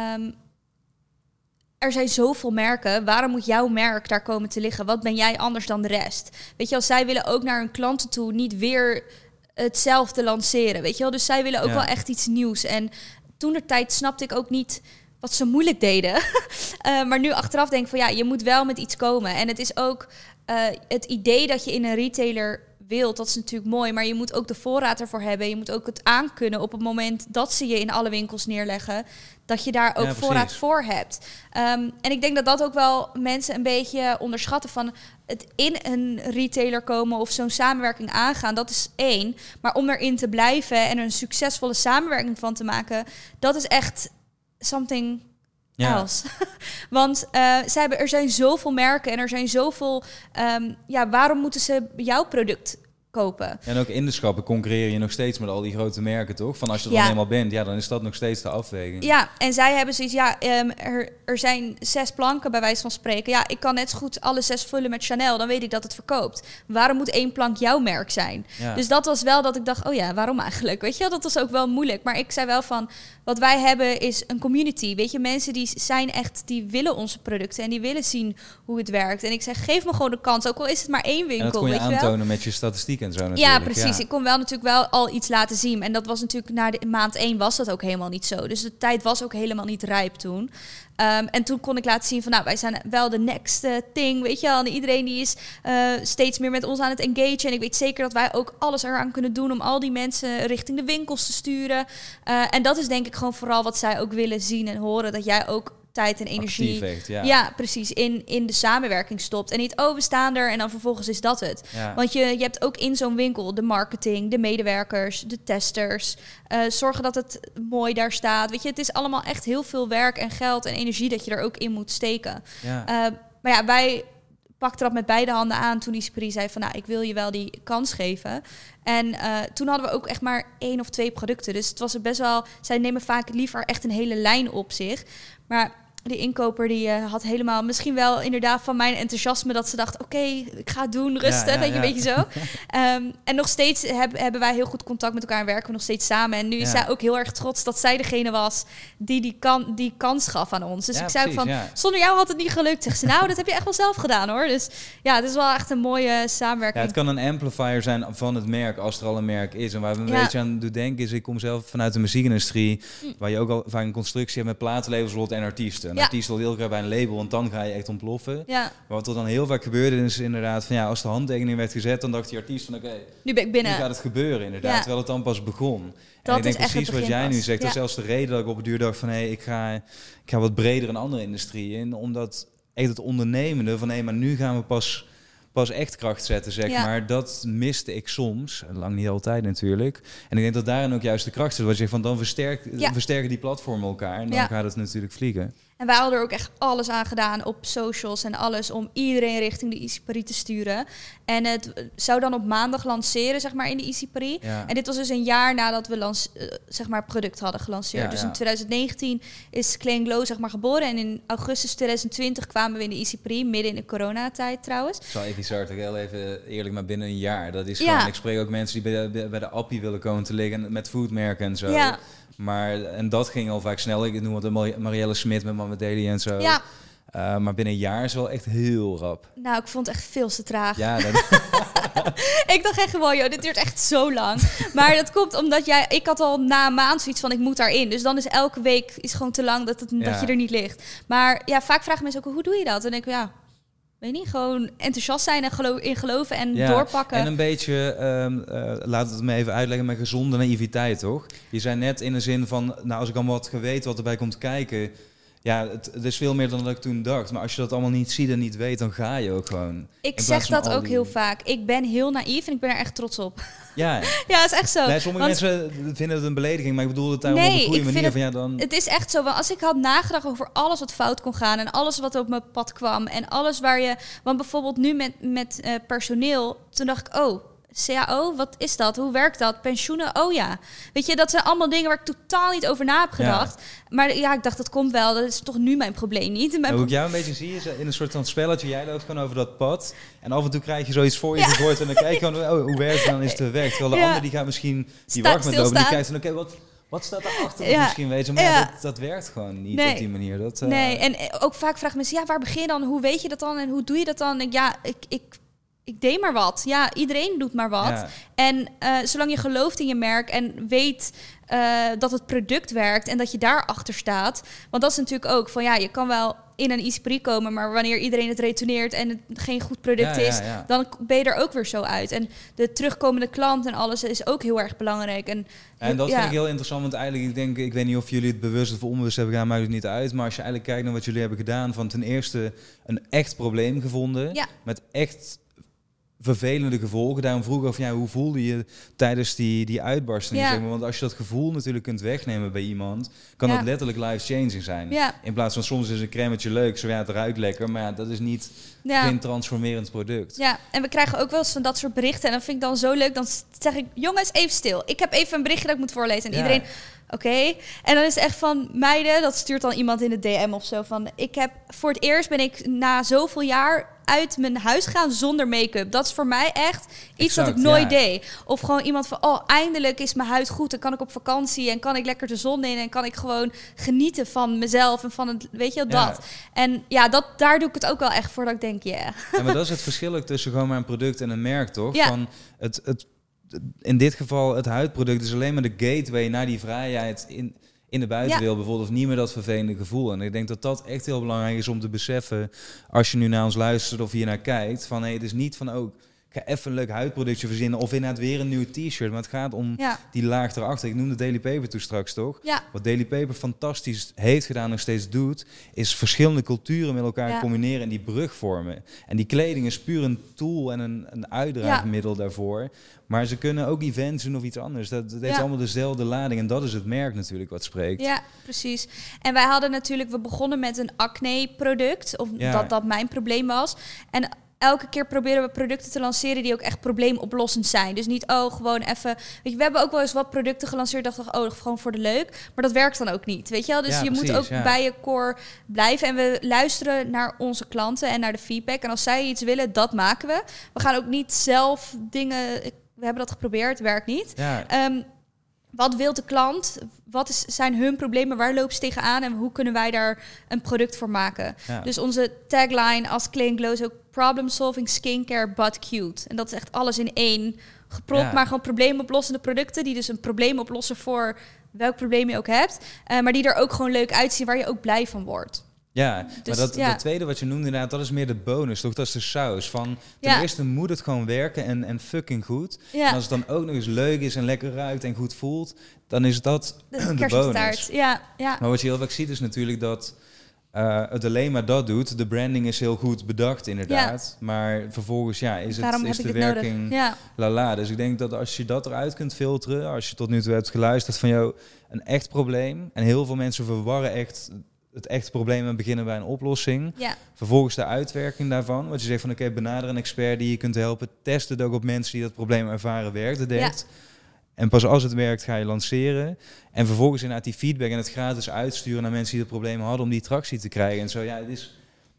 er zijn zoveel merken. Waarom moet jouw merk daar komen te liggen? Wat ben jij anders dan de rest? Weet je wel, zij willen ook naar hun klanten toe niet weer hetzelfde lanceren. Weet je wel, dus zij willen ook wel echt iets nieuws. En toentertijd snapte ik ook niet wat ze moeilijk deden. Maar nu achteraf denk ik van je moet wel met iets komen. En het is ook het idee dat je in een retailer wilt, dat is natuurlijk mooi, maar je moet ook de voorraad ervoor hebben. Je moet ook het aankunnen op het moment dat ze je in alle winkels neerleggen, dat je daar ook voorraad voor hebt. En ik denk dat dat ook wel mensen een beetje onderschatten van het in een retailer komen of zo'n samenwerking aangaan. Dat is 1. Maar om erin te blijven en er een succesvolle samenwerking van te maken, dat is echt something else. Want er zijn zoveel merken en er zijn zoveel... waarom moeten ze jouw product kopen? En ook in de schappen concurreer je nog steeds met al die grote merken, toch? Van als je er dan eenmaal bent, dan is dat nog steeds de afweging. Ja, en zij hebben zoiets, er zijn 6 planken bij wijze van spreken. Ja, ik kan net zo goed alle 6 vullen met Chanel, dan weet ik dat het verkoopt. Waarom moet 1 plank jouw merk zijn? Ja. Dus dat was wel dat ik dacht, waarom eigenlijk? Weet je, dat was ook wel moeilijk. Maar ik zei wel van, wat wij hebben is een community. Weet je, mensen die willen onze producten en die willen zien hoe het werkt. En ik zeg, geef me gewoon de kans, ook al is het maar 1 winkel. En dat kon je aantonen met je statistieken. Ja, precies. Ja. Ik kon wel natuurlijk wel al iets laten zien. En dat was natuurlijk na de maand 1 was dat ook helemaal niet zo. Dus de tijd was ook helemaal niet rijp toen. En toen kon ik laten zien van, wij zijn wel de next thing, weet je wel. En iedereen die is steeds meer met ons aan het engagen. En ik weet zeker dat wij ook alles eraan kunnen doen om al die mensen richting de winkels te sturen. En dat is denk ik gewoon vooral wat zij ook willen zien en horen. Dat jij ook tijd en energie... Actief heeft, Ja, precies. In de samenwerking stopt. En niet, we staan er en dan vervolgens is dat het. Ja. Want je hebt ook in zo'n winkel de marketing, de medewerkers, de testers. Zorgen dat het mooi daar staat. Weet je, het is allemaal echt heel veel werk en geld en energie dat je er ook in moet steken. Ja. Maar ja, wij pakten dat met beide handen aan toen Easyparis zei van... ik wil je wel die kans geven. En toen hadden we ook echt maar 1 of 2 producten. Dus het was best wel... Zij nemen vaak liever echt een hele lijn op zich. Maar die inkoper die had helemaal... Misschien wel inderdaad van mijn enthousiasme... dat ze dacht, oké, ik ga het doen, rustig, weet je zo. En nog steeds hebben wij heel goed contact met elkaar... en werken we nog steeds samen. En nu is zij ook heel erg trots dat zij degene was... die kans gaf aan ons. Dus ik zei ook van, zonder jou had het niet gelukt. Zegt ze, nou, dat heb je echt wel zelf gedaan, hoor. Dus ja, het is wel echt een mooie samenwerking. Ja, het kan een amplifier zijn van het merk, als er al een merk is. En waar we een beetje aan doen denken is... ik kom zelf vanuit de muziekindustrie... waar je ook al vaak een constructie hebt met platenlabels en artiesten. Een artiest wil heel graag bij een label, want dan ga je echt ontploffen. Ja. Maar wat er dan heel vaak gebeurde is inderdaad... van als de handtekening werd gezet, dan dacht die artiest van... oké, nu ben ik binnen. Nu gaat het gebeuren, inderdaad. Ja. Terwijl het dan pas begon. Dat en ik denk is precies wat jij nu zegt. Dat is zelfs de reden dat ik op het duur dacht van... ik ga wat breder een andere industrie in. Omdat echt het ondernemende van... maar nu gaan we pas echt kracht zetten, zeg maar. Dat miste ik soms. Lang niet altijd natuurlijk. En ik denk dat daarin ook juist de kracht zit. Wat je zegt van dan versterken die platformen elkaar. En dan gaat het natuurlijk vliegen. En wij hadden er ook echt alles aan gedaan op socials en alles... om iedereen richting de Easyparis te sturen. En het zou dan op maandag lanceren, zeg maar, in de Easyparis. Ja. En dit was dus een jaar nadat we zeg maar, het product hadden gelanceerd. Ja, dus in 2019 is Clean Glow, zeg maar, geboren. En in augustus 2020 kwamen we in de Easyparis, midden in de coronatijd trouwens. Het is wel even bizar, toch heel even eerlijk, maar binnen een jaar. Dat is gewoon, ik spreek ook mensen die bij de appie willen komen te liggen met foodmerken en zo. Ja. Maar, en dat ging al vaak snel. Ik noem het Marielle Smit met Mama Daily en zo. Ja. Maar binnen een jaar is wel echt heel rap. Nou, ik vond het echt veel te traag. Ja, ik dacht echt gewoon, joh, dit duurt echt zo lang. Maar dat komt omdat ik had al na een maand zoiets van, ik moet daarin. Dus dan is elke week is gewoon te lang dat je er niet ligt. Maar ja, vaak vragen mensen ook, hoe doe je dat? En ik weet niet, gewoon enthousiast zijn en in geloven en doorpakken. En een beetje, laat het me even uitleggen, met gezonde naïviteit, toch? Je zei net in de zin van, als ik dan wat geweten wat erbij komt kijken... Ja, het is veel meer dan dat ik toen dacht. Maar als je dat allemaal niet ziet en niet weet, dan ga je ook gewoon. Ik zeg dat ook heel vaak. Ik ben heel naïef en ik ben er echt trots op. Ja, ja, dat is echt zo. Nee, sommige mensen vinden het een belediging, maar ik bedoel het daar op een goede manier. Het is echt zo, want als ik had nagedacht over alles wat fout kon gaan... en alles wat op mijn pad kwam en alles waar je... Want bijvoorbeeld nu met personeel, toen dacht ik... CAO, wat is dat? Hoe werkt dat? Pensioenen? Oh ja. Weet je, dat zijn allemaal dingen waar ik totaal niet over na heb gedacht. Ja. Maar ik dacht, dat komt wel. Dat is toch nu mijn probleem niet. Hoe ik jou een beetje zie, is in een soort van spelletje. Jij loopt gewoon over dat pad. En af en toe krijg je zoiets voor je gegooid. En dan kijk je gewoon, hoe werkt het? Dan is het weg. Terwijl de ander die gaat misschien, die wacht met lopen. Die kijkt van, wat staat daarachter? Misschien weet je, maar dat werkt gewoon niet op die manier. Nee, en ook vaak vragen mensen, waar begin je dan? Hoe weet je dat dan? En hoe doe je dat dan? En ik deed maar wat. Ja, iedereen doet maar wat. Ja. En zolang je gelooft in je merk en weet dat het product werkt en dat je daarachter staat. Want dat is natuurlijk ook van, je kan wel in een Easyparis komen, maar wanneer iedereen het retourneert en het geen goed product is, dan ben je er ook weer zo uit. En de terugkomende klant en alles is ook heel erg belangrijk. En dat vind ik heel interessant, want eigenlijk, ik weet niet of jullie het bewust of onbewust hebben gedaan, maakt het niet uit. Maar als je eigenlijk kijkt naar wat jullie hebben gedaan, van ten eerste een echt probleem gevonden, met echt vervelende gevolgen. Daarom vroeg ik af, hoe voelde je tijdens die uitbarsting? Zeg maar? Want als je dat gevoel natuurlijk kunt wegnemen bij iemand, kan dat letterlijk life-changing zijn. Ja. In plaats van soms is een crèmetje leuk, zo het ruikt lekker, maar dat is niet geen transformerend product. Ja, en we krijgen ook wel eens van dat soort berichten en dat vind ik dan zo leuk. Dan zeg ik, jongens, even stil. Ik heb even een berichtje dat ik moet voorlezen. En iedereen, oké. En dan is het echt van, meiden, dat stuurt dan iemand in de DM of zo van, voor het eerst ben ik na zoveel jaar uit mijn huis gaan zonder make-up. Dat is voor mij echt iets wat ik nooit deed. Of gewoon iemand van, eindelijk is mijn huid goed en kan ik op vakantie en kan ik lekker de zon in en kan ik gewoon genieten van mezelf en van het, weet je, dat. En daar doe ik het ook wel echt voor dat ik denk, Ja, maar dat is het verschil tussen gewoon maar een product en een merk, toch? Ja. Van in dit geval, het huidproduct is alleen maar de gateway naar die vrijheid in de buitenwereld bijvoorbeeld, of niet meer dat vervelende gevoel. En ik denk dat dat echt heel belangrijk is om te beseffen, als je nu naar ons luistert of hier naar kijkt, van het is niet van, ga even een leuk huidproductje verzinnen. Of inderdaad weer een nieuw t-shirt. Maar het gaat om die laag erachter. Ik noemde Daily Paper toen straks toch? Ja. Wat Daily Paper fantastisch heeft gedaan, nog steeds doet, is verschillende culturen met elkaar combineren en die brug vormen. En die kleding is puur een tool en een uitdraagmiddel daarvoor. Maar ze kunnen ook events doen of iets anders. Dat heeft allemaal dezelfde lading. En dat is het merk natuurlijk wat spreekt. Ja, precies. En wij hadden natuurlijk, we begonnen met een acne-product. Of dat mijn probleem was. En elke keer proberen we producten te lanceren die ook echt probleemoplossend zijn. Dus niet, gewoon even... Weet je, we hebben ook wel eens wat producten gelanceerd. Dacht ik, gewoon voor de leuk. Maar dat werkt dan ook niet, weet je wel? Dus je moet ook bij je core blijven. En we luisteren naar onze klanten en naar de feedback. En als zij iets willen, dat maken we. We gaan ook niet zelf dingen... We hebben dat geprobeerd, het werkt niet. Ja. Wat wil de klant? Wat zijn hun problemen? Waar lopen ze tegenaan? En hoe kunnen wij daar een product voor maken? Ja. Dus onze tagline als Clean Glow is ook problem solving skincare but cute. En dat is echt alles in één gepropt, maar gewoon probleemoplossende producten die dus een probleem oplossen voor welk probleem je ook hebt. Maar die er ook gewoon leuk uitzien, waar je ook blij van wordt. Ja, dus, maar dat tweede wat je noemde inderdaad, dat is meer de bonus, toch? Dat is de saus. Van ten eerste moet het gewoon werken en fucking goed. Ja. En als het dan ook nog eens leuk is en lekker ruikt en goed voelt, dan is dat de bonus. Ja. Maar wat je heel vaak ziet is natuurlijk dat het alleen maar dat doet. De branding is heel goed bedacht inderdaad. Ja. Maar vervolgens is de werking lala. Dus ik denk dat als je dat eruit kunt filteren, als je tot nu toe hebt geluisterd van een echt probleem. En heel veel mensen verwarren echt het echte probleem en beginnen bij een oplossing. Ja. Vervolgens de uitwerking daarvan. Wat je zegt van benader een expert die je kunt helpen. Test het ook op mensen die dat probleem ervaren. Werkt het echt? Ja. En pas als het werkt ga je lanceren. En vervolgens inderdaad die feedback en het gratis uitsturen naar mensen die het probleem hadden om die tractie te krijgen. En zo, het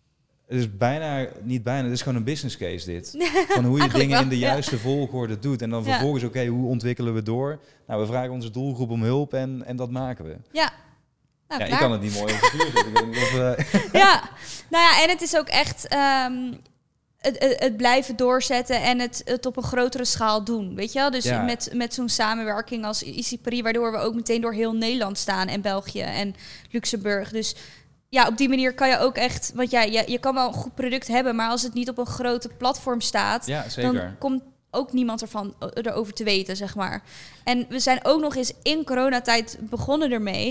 is bijna, niet bijna, het is gewoon een business case dit. Van hoe je dingen in de juiste volgorde doet. En dan vervolgens, hoe ontwikkelen we door? Nou, we vragen onze doelgroep om hulp en dat maken we. Ja. Nou, ik kan het niet mooi oversturen. En het is ook echt het blijven doorzetten en het op een grotere schaal doen, weet je wel? Dus met zo'n samenwerking als Easy Paris, waardoor we ook meteen door heel Nederland staan en België en Luxemburg. Dus op die manier kan je ook echt, want je kan wel een goed product hebben, maar als het niet op een grote platform staat, dan komt ook niemand erover te weten, zeg maar. En we zijn ook nog eens in coronatijd begonnen ermee.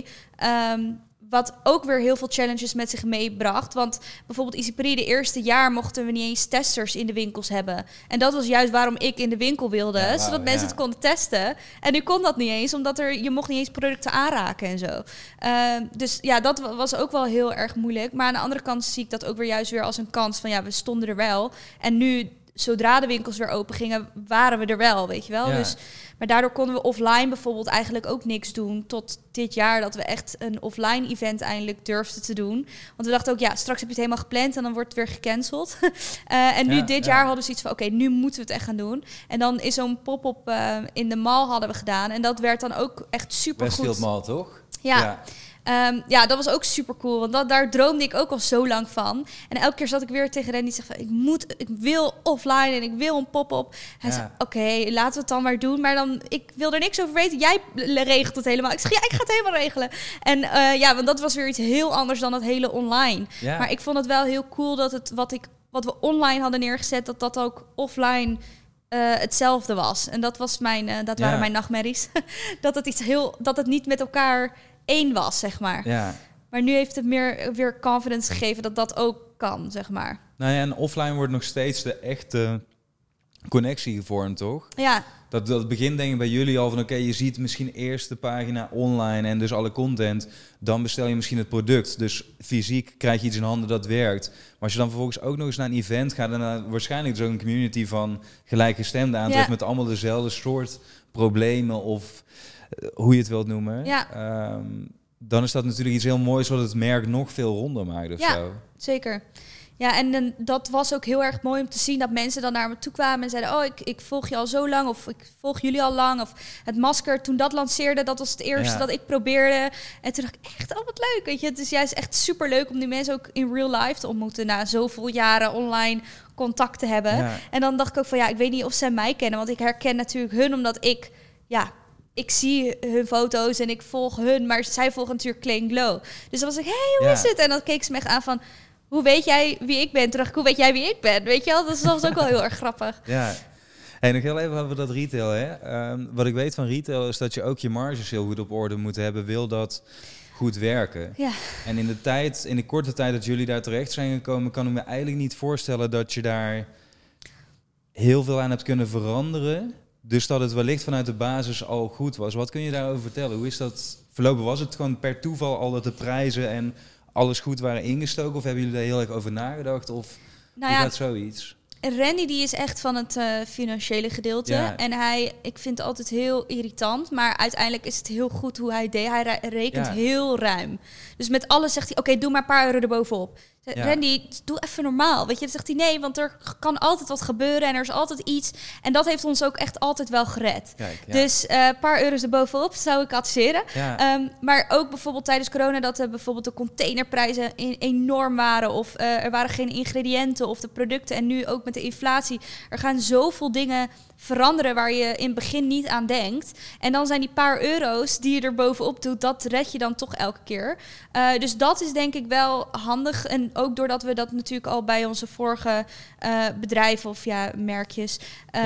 Wat ook weer heel veel challenges met zich meebracht. Want bijvoorbeeld Easy Paris, de eerste jaar mochten we niet eens testers in de winkels hebben. En dat was juist waarom ik in de winkel wilde. Zodat mensen het konden testen. En nu kon dat niet eens, omdat je mocht niet eens producten aanraken en zo. Dus dat was ook wel heel erg moeilijk. Maar aan de andere kant zie ik dat ook weer juist weer als een kans van we stonden er wel. En nu, zodra de winkels weer open gingen, waren we er wel, weet je wel. Ja. Dus, maar daardoor konden we offline bijvoorbeeld eigenlijk ook niks doen. Tot dit jaar dat we echt een offline event eindelijk durfden te doen. Want we dachten ook, straks heb je het helemaal gepland en dan wordt het weer gecanceld. En nu dit jaar hadden we zoiets van, nu moeten we het echt gaan doen. En dan is zo'n pop-up in de mall hadden we gedaan. En dat werd dan ook echt super goed. Westfield Mall, toch? Ja. Dat was ook super cool, want daar droomde ik ook al zo lang van. En elke keer zat ik weer tegen Randy die zegt van, ik wil offline en ik wil een pop-up. Hij zei, oké, laten we het dan maar doen. Maar dan, ik wil er niks over weten. Jij regelt het helemaal. Ik zeg, ik ga het helemaal regelen. En want dat was weer iets heel anders dan het hele online. Ja. Maar ik vond het wel heel cool dat het wat we online hadden neergezet, dat ook offline hetzelfde was. En dat was waren mijn nachtmerries. dat het niet met elkaar één was, zeg maar. Ja. Maar nu heeft het meer weer confidence gegeven dat ook kan, zeg maar. Nou ja, en offline wordt nog steeds de echte connectie gevormd, toch? Ja. Dat begint denk ik bij jullie al van je ziet misschien eerst de pagina online en dus alle content. Dan bestel je misschien het product. Dus fysiek krijg je iets in handen dat werkt. Maar als je dan vervolgens ook nog eens naar een event gaat en naar waarschijnlijk zo'n community van gelijkgestemden aantreft met allemaal dezelfde soort problemen of hoe je het wilt noemen. Ja. Dan is dat natuurlijk iets heel moois wat het merk nog veel ronder maakt of zo. Zeker. Ja, en dat was ook heel erg mooi om te zien dat mensen dan naar me toe kwamen en zeiden, ik volg je al zo lang, of ik volg jullie al lang, of het masker, toen dat lanceerde, dat was het eerste dat ik probeerde. En toen dacht ik echt, wat leuk, weet je. Het is juist echt super leuk om die mensen ook in real life te ontmoeten na zoveel jaren online contact te hebben. Ja. En dan dacht ik ook van, ik weet niet of zij mij kennen, want ik herken natuurlijk hun, omdat ik zie hun foto's en ik volg hun, maar zij volgen natuurlijk Clean Glow. Dus dan was ik, hoe is het? En dan keek ze me echt aan van, hoe weet jij wie ik ben? Terug, hoe weet jij wie ik ben? Weet je wel, dat is soms ook wel heel erg grappig. Ja. Hey, nog heel even over dat retail. Hè? Wat ik weet van retail is dat je ook je marges heel goed op orde moet hebben. Wil dat goed werken? Ja. En in de korte tijd dat jullie daar terecht zijn gekomen, kan ik me eigenlijk niet voorstellen dat je daar heel veel aan hebt kunnen veranderen. Dus dat het wellicht vanuit de basis al goed was. Wat kun je daarover vertellen? Hoe is dat verlopen? Was het gewoon per toeval al dat de prijzen en alles goed waren ingestoken? Of hebben jullie daar heel erg over nagedacht? Of hoe gaat zoiets? Randy die is echt van het financiële gedeelte. Ja. En ik vind het altijd heel irritant. Maar uiteindelijk is het heel goed hoe hij deed. Hij rekent heel ruim. Dus met alles zegt hij, oké, doe maar een paar euro erbovenop. Ja. Randy, doe even normaal. Weet je, dan zegt hij nee, want er kan altijd wat gebeuren en er is altijd iets. En dat heeft ons ook echt altijd wel gered. Kijk, ja. Dus een paar euro's erbovenop zou ik adviseren. Ja. Maar ook bijvoorbeeld tijdens corona dat bijvoorbeeld de containerprijzen enorm waren. Of er waren geen ingrediënten of de producten. En nu ook met de inflatie. Er gaan zoveel dingen veranderen waar je in het begin niet aan denkt. En dan zijn die paar euro's die je er bovenop doet, dat red je dan toch elke keer. Dus dat is denk ik wel handig. En ook doordat we dat natuurlijk al bij onze vorige bedrijven of merkjes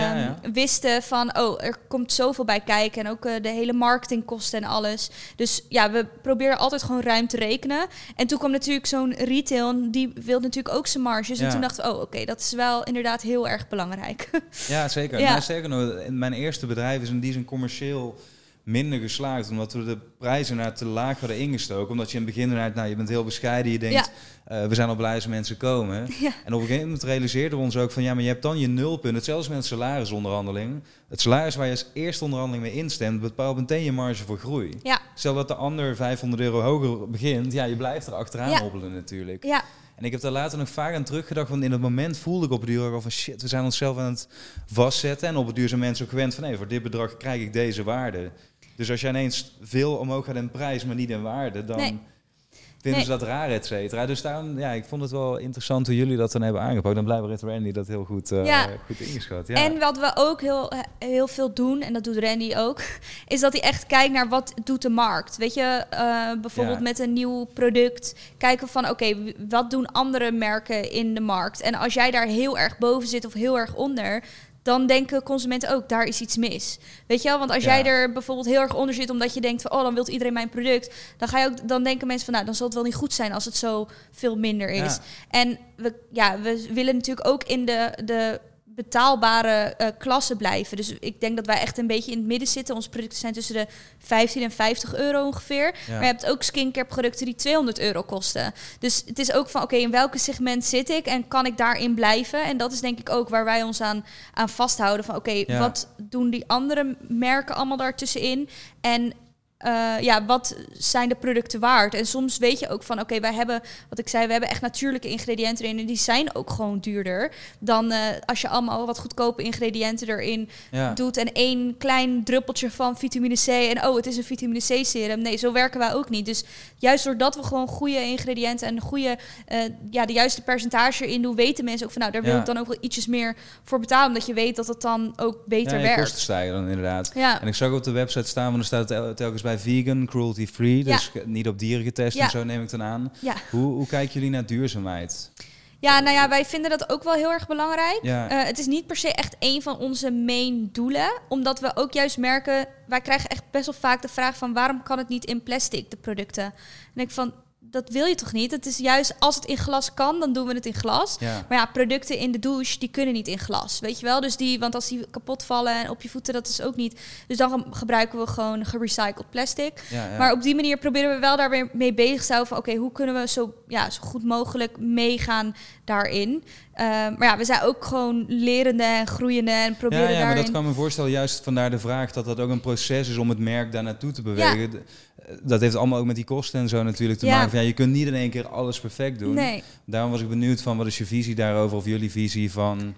wisten van, er komt zoveel bij kijken. En ook de hele marketingkosten en alles. Dus ja, we proberen altijd gewoon ruim te rekenen. En toen kwam natuurlijk zo'n retail, die wil natuurlijk ook zijn marges. En toen dachten we, oké, dat is wel inderdaad heel erg belangrijk. Ja, zeker. Ja. Nou, zeker nog, mijn eerste bedrijf is in die zin commercieel minder geslaagd, omdat we de prijzen te laag hadden ingestoken. Omdat je in het begin je bent heel bescheiden, je denkt, we zijn al blij als mensen komen. Ja. En op een gegeven moment realiseerden we ons ook van, maar je hebt dan je nulpunt. Hetzelfde met een salarisonderhandeling. Het salaris waar je als eerste onderhandeling mee instemt, bepaalt meteen je marge voor groei. Ja. Stel dat de ander €500 hoger begint, je blijft er achteraan hobbelen natuurlijk. Ja. En ik heb daar later nog vaak aan teruggedacht, want in het moment voelde ik op het duur al van shit, we zijn onszelf aan het vastzetten. En op het duur zijn mensen ook gewend van, voor dit bedrag krijg ik deze waarde. Dus als je ineens veel omhoog gaat in prijs, maar niet in waarde, dan vinden ze dat raar, et cetera. Dus daarom, ik vond het wel interessant hoe jullie dat dan hebben aangepakt. Dan blijkbaar heeft Randy dat heel goed ingeschat. Ja. En wat we ook heel veel doen, en dat doet Randy ook, is dat hij echt kijkt naar wat doet de markt. Weet je, bijvoorbeeld met een nieuw product, kijken van oké, wat doen andere merken in de markt? En als jij daar heel erg boven zit of heel erg onder, dan denken consumenten ook, daar is iets mis. Weet je wel? Want als jij er bijvoorbeeld heel erg onder zit, omdat je denkt van, dan wil iedereen mijn product, dan denken mensen van, dan zal het wel niet goed zijn als het zo veel minder is. Ja. En we willen natuurlijk ook in de betaalbare klasse blijven. Dus ik denk dat wij echt een beetje in het midden zitten. Onze producten zijn tussen de 15 en 50 euro ongeveer. Ja. Maar je hebt ook skincare producten die 200 euro kosten. Dus het is ook van, in welke segment zit ik en kan ik daarin blijven? En dat is denk ik ook waar wij ons aan vasthouden. Van wat doen die andere merken allemaal daartussenin? En wat zijn de producten waard? En soms weet je ook van, wij hebben, wat ik zei, we hebben echt natuurlijke ingrediënten erin en die zijn ook gewoon duurder dan als je allemaal wat goedkope ingrediënten erin doet en 1 klein druppeltje van vitamine C en het is een vitamine C serum. Nee, zo werken wij ook niet. Dus juist doordat we gewoon goede ingrediënten en goede, de juiste percentage erin doen, weten mensen ook van, daar wil ik dan ook wel ietsjes meer voor betalen, omdat je weet dat het dan ook beter werkt. Kosten stijgen dan inderdaad. Ja. En ik zag op de website staan, want er staat telkens bij vegan, cruelty-free, dus niet op dieren getest en zo neem ik dan aan. Ja. Hoe kijken jullie naar duurzaamheid? Ja, wij vinden dat ook wel heel erg belangrijk. Ja. Het is niet per se echt een van onze main doelen, omdat we ook juist merken, wij krijgen echt best wel vaak de vraag van, waarom kan het niet in plastic, de producten? En ik van, dat wil je toch niet? Het is juist, als het in glas kan, dan doen we het in glas. Ja. Maar producten in de douche, die kunnen niet in glas. Weet je wel? Dus want als die kapot vallen en op je voeten, dat is ook niet. Dus dan gebruiken we gewoon gerecycled plastic. Ja. Maar op die manier proberen we wel daar weer mee bezig te houden van, hoe kunnen we zo goed mogelijk meegaan daarin? Maar we zijn ook gewoon lerende en groeiende en proberen daarin. Maar dat kan me voorstellen, juist vandaar de vraag dat dat ook een proces is om het merk daar naartoe te bewegen. Ja. Dat heeft allemaal ook met die kosten en zo natuurlijk te maken. Van, je kunt niet in één keer alles perfect doen. Nee. Daarom was ik benieuwd van, wat is je visie daarover, of jullie visie van,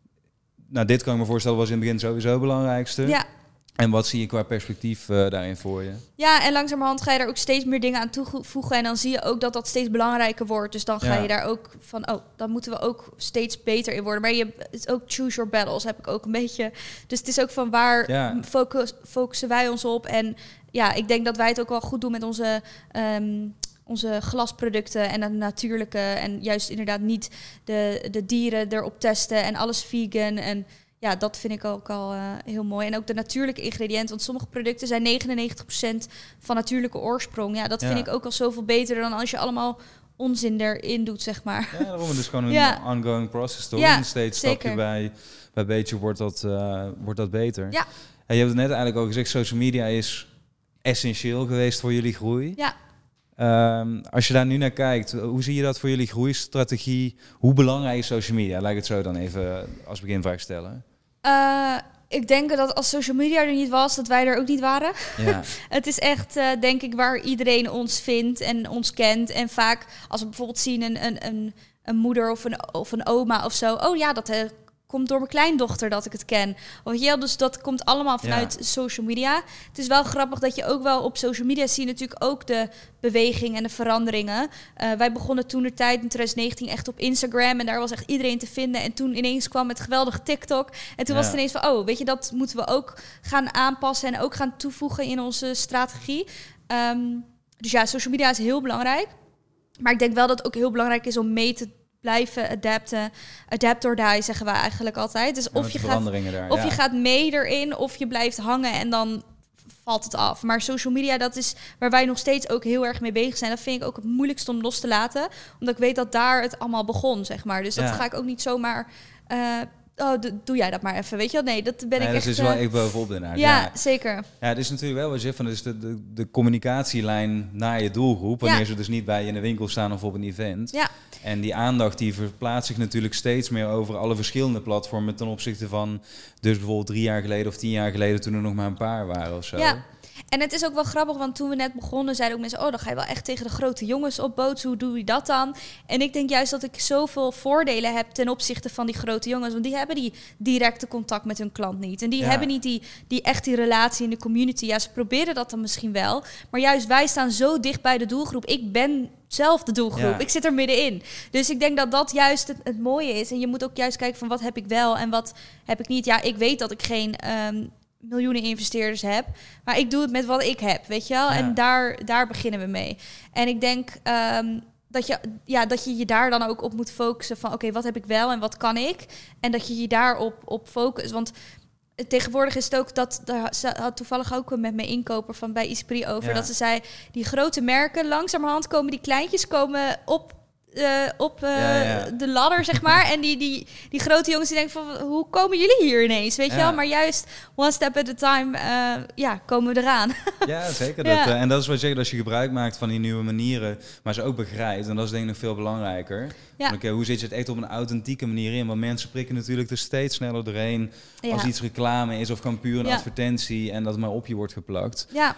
dit kan ik me voorstellen was in het begin sowieso het belangrijkste. Ja. En wat zie je qua perspectief daarin voor je? Ja, en langzamerhand ga je er ook steeds meer dingen aan toevoegen. En dan zie je ook dat dat steeds belangrijker wordt. Dus dan ga je daar ook van, dan moeten we ook steeds beter in worden. Maar het is ook choose your battles, heb ik ook een beetje. Dus het is ook van, waar focussen wij ons op? En ik denk dat wij het ook wel goed doen met onze glasproducten en het natuurlijke. En juist inderdaad niet de dieren erop testen en alles vegan. En ja, dat vind ik ook al heel mooi. En ook de natuurlijke ingrediënten. Want sommige producten zijn 99% van natuurlijke oorsprong. Ja, dat vind ik ook al zoveel beter dan als je allemaal onzin erin doet, zeg maar. Ja, daarom het is gewoon een ongoing process, toch? Ja, en steeds zeker. stapje bij beetje wordt dat beter. Ja. En je hebt het net eigenlijk ook gezegd, social media is essentieel geweest voor jullie groei. Ja. Als je daar nu naar kijkt, hoe zie je dat voor jullie groeistrategie? Hoe belangrijk is social media? Laat ik het zo dan even als beginvraag stellen. Ik denk dat als social media er niet was, dat wij er ook niet waren. Ja. Het is echt, denk ik, waar iedereen ons vindt en ons kent. En vaak, als we bijvoorbeeld zien een moeder of een oma of zo. Oh ja, dat komt door mijn kleindochter dat ik het ken. Dus dat komt allemaal vanuit social media. Het is wel grappig dat je ook wel op social media zie je natuurlijk ook de beweging en de veranderingen. Wij begonnen toentertijd in 2019 echt op Instagram en daar was echt iedereen te vinden. En toen ineens kwam het geweldige TikTok. En toen was het ineens van, oh, weet je, dat moeten we ook gaan aanpassen en ook gaan toevoegen in onze strategie. Dus ja, social media is heel belangrijk. Maar ik denk wel dat het ook heel belangrijk is om mee te blijven adapten. Adapt or die, zeggen wij eigenlijk altijd. Dus of je gaat mee erin, of je blijft hangen en dan valt het af. Maar social media, dat is waar wij nog steeds ook heel erg mee bezig zijn. Dat vind ik ook het moeilijkste om los te laten. Omdat ik weet dat daar het allemaal begon, zeg maar. Dus dat ga ik ook niet zomaar... doe jij dat maar even, weet je wel? Nee, dat ben ik echt... Dat is wel echt bovenop inderdaad. Ja, zeker. Ja, het is natuurlijk wel wat je zegt, van dus de communicatielijn naar je doelgroep, wanneer ze dus niet bij je in de winkel staan of op een event. Ja. En die aandacht die verplaatst zich natuurlijk steeds meer over alle verschillende platformen ten opzichte van dus bijvoorbeeld 3 jaar geleden of 10 jaar geleden toen er nog maar een paar waren of zo. Ja. En het is ook wel grappig, want toen we net begonnen zeiden ook mensen... oh, dan ga je wel echt tegen de grote jongens opbootsen. Hoe doe je dat dan? En ik denk juist dat ik zoveel voordelen heb ten opzichte van die grote jongens. Want die hebben die directe contact met hun klant niet. En die hebben niet die relatie in de community. Ja, ze proberen dat dan misschien wel. Maar juist wij staan zo dicht bij de doelgroep. Ik ben zelf de doelgroep. Ik zit er middenin. Dus ik denk dat dat juist het mooie is. En je moet ook juist kijken van wat heb ik wel en wat heb ik niet. Ja, ik weet dat ik geen... miljoenen investeerders heb, maar ik doe het met wat ik heb, weet je wel? Ja. En daar beginnen we mee. En ik denk dat je daar dan ook op moet focussen van oké, wat heb ik wel en wat kan ik? En dat je daarop op focust, want tegenwoordig is het ook dat, daar had toevallig ook met mijn inkoper van bij Ispri over, dat ze zei, die grote merken, langzamerhand komen die kleintjes op de ladder, zeg maar. En die grote jongens die denken van, hoe komen jullie hier ineens? Weet je wel? Maar juist one step at a time, komen we eraan. Ja, zeker. En dat is wat je zegt, als je gebruik maakt van die nieuwe manieren, maar ze ook begrijpt. En dat is denk ik nog veel belangrijker. Ja. Hoe zit je het echt op een authentieke manier in? Want mensen prikken natuurlijk er steeds sneller doorheen. Ja. Als iets reclame is of kan puur een advertentie en dat maar op je wordt geplakt. Ja.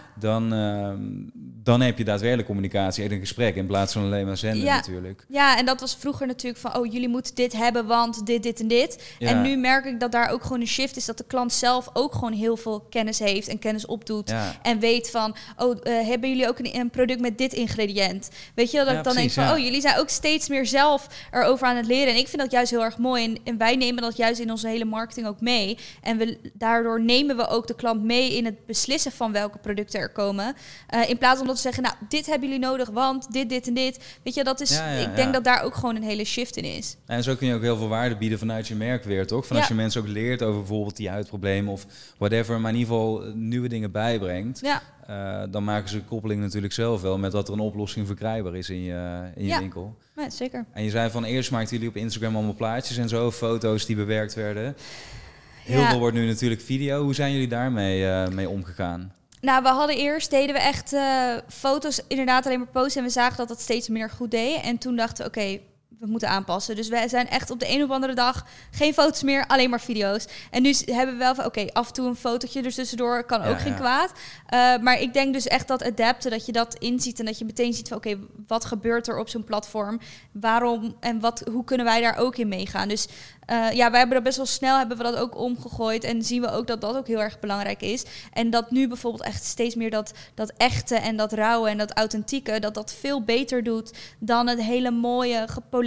Dan heb je daadwerkelijk communicatie, echt een gesprek in plaats van alleen maar zenden natuurlijk. Ja, en dat was vroeger natuurlijk van, oh, jullie moeten dit hebben, want dit en dit. Ja. En nu merk ik dat daar ook gewoon een shift is, dat de klant zelf ook gewoon heel veel kennis heeft en kennis opdoet. Ja. En weet van, hebben jullie ook een product met dit ingrediënt? Weet je, dat ik dan denk van, jullie zijn ook steeds meer zelf erover aan het leren. En ik vind dat juist heel erg mooi. En wij nemen dat juist in onze hele marketing ook mee. En daardoor nemen we ook de klant mee in het beslissen van welke producten er komen. In plaats van dat we zeggen, nou, dit hebben jullie nodig, want dit en dit. Weet je, dat is... Ik denk dat daar ook gewoon een hele shift in is. En zo kun je ook heel veel waarde bieden vanuit je merk weer, toch? Van als je mensen ook leert over bijvoorbeeld die huidproblemen of whatever, maar in ieder geval nieuwe dingen bijbrengt. Ja. Dan maken ze de koppeling natuurlijk zelf wel met dat er een oplossing verkrijgbaar is in je winkel. Ja, zeker. En je zei van eerst maakten jullie op Instagram allemaal plaatjes en zo, foto's die bewerkt werden. Heel veel wordt nu natuurlijk video. Hoe zijn jullie daarmee mee omgegaan? Nou, deden we echt foto's inderdaad alleen maar posten. En we zagen dat dat steeds minder goed deed. En toen dachten we, oké, we moeten aanpassen. Dus wij zijn echt op de een of andere dag geen foto's meer, alleen maar video's. En nu hebben we wel van, oké, af en toe een fotootje er tussendoor kan ook geen kwaad. Maar ik denk dus echt dat adapten, dat je dat inziet en dat je meteen ziet van, oké, wat gebeurt er op zo'n platform? Waarom en hoe kunnen wij daar ook in meegaan? Dus wij hebben dat best wel snel, hebben we dat ook omgegooid en zien we ook dat dat ook heel erg belangrijk is. En dat nu bijvoorbeeld echt steeds meer dat echte en dat rauwe en dat authentieke, dat veel beter doet dan het hele mooie, gepolijste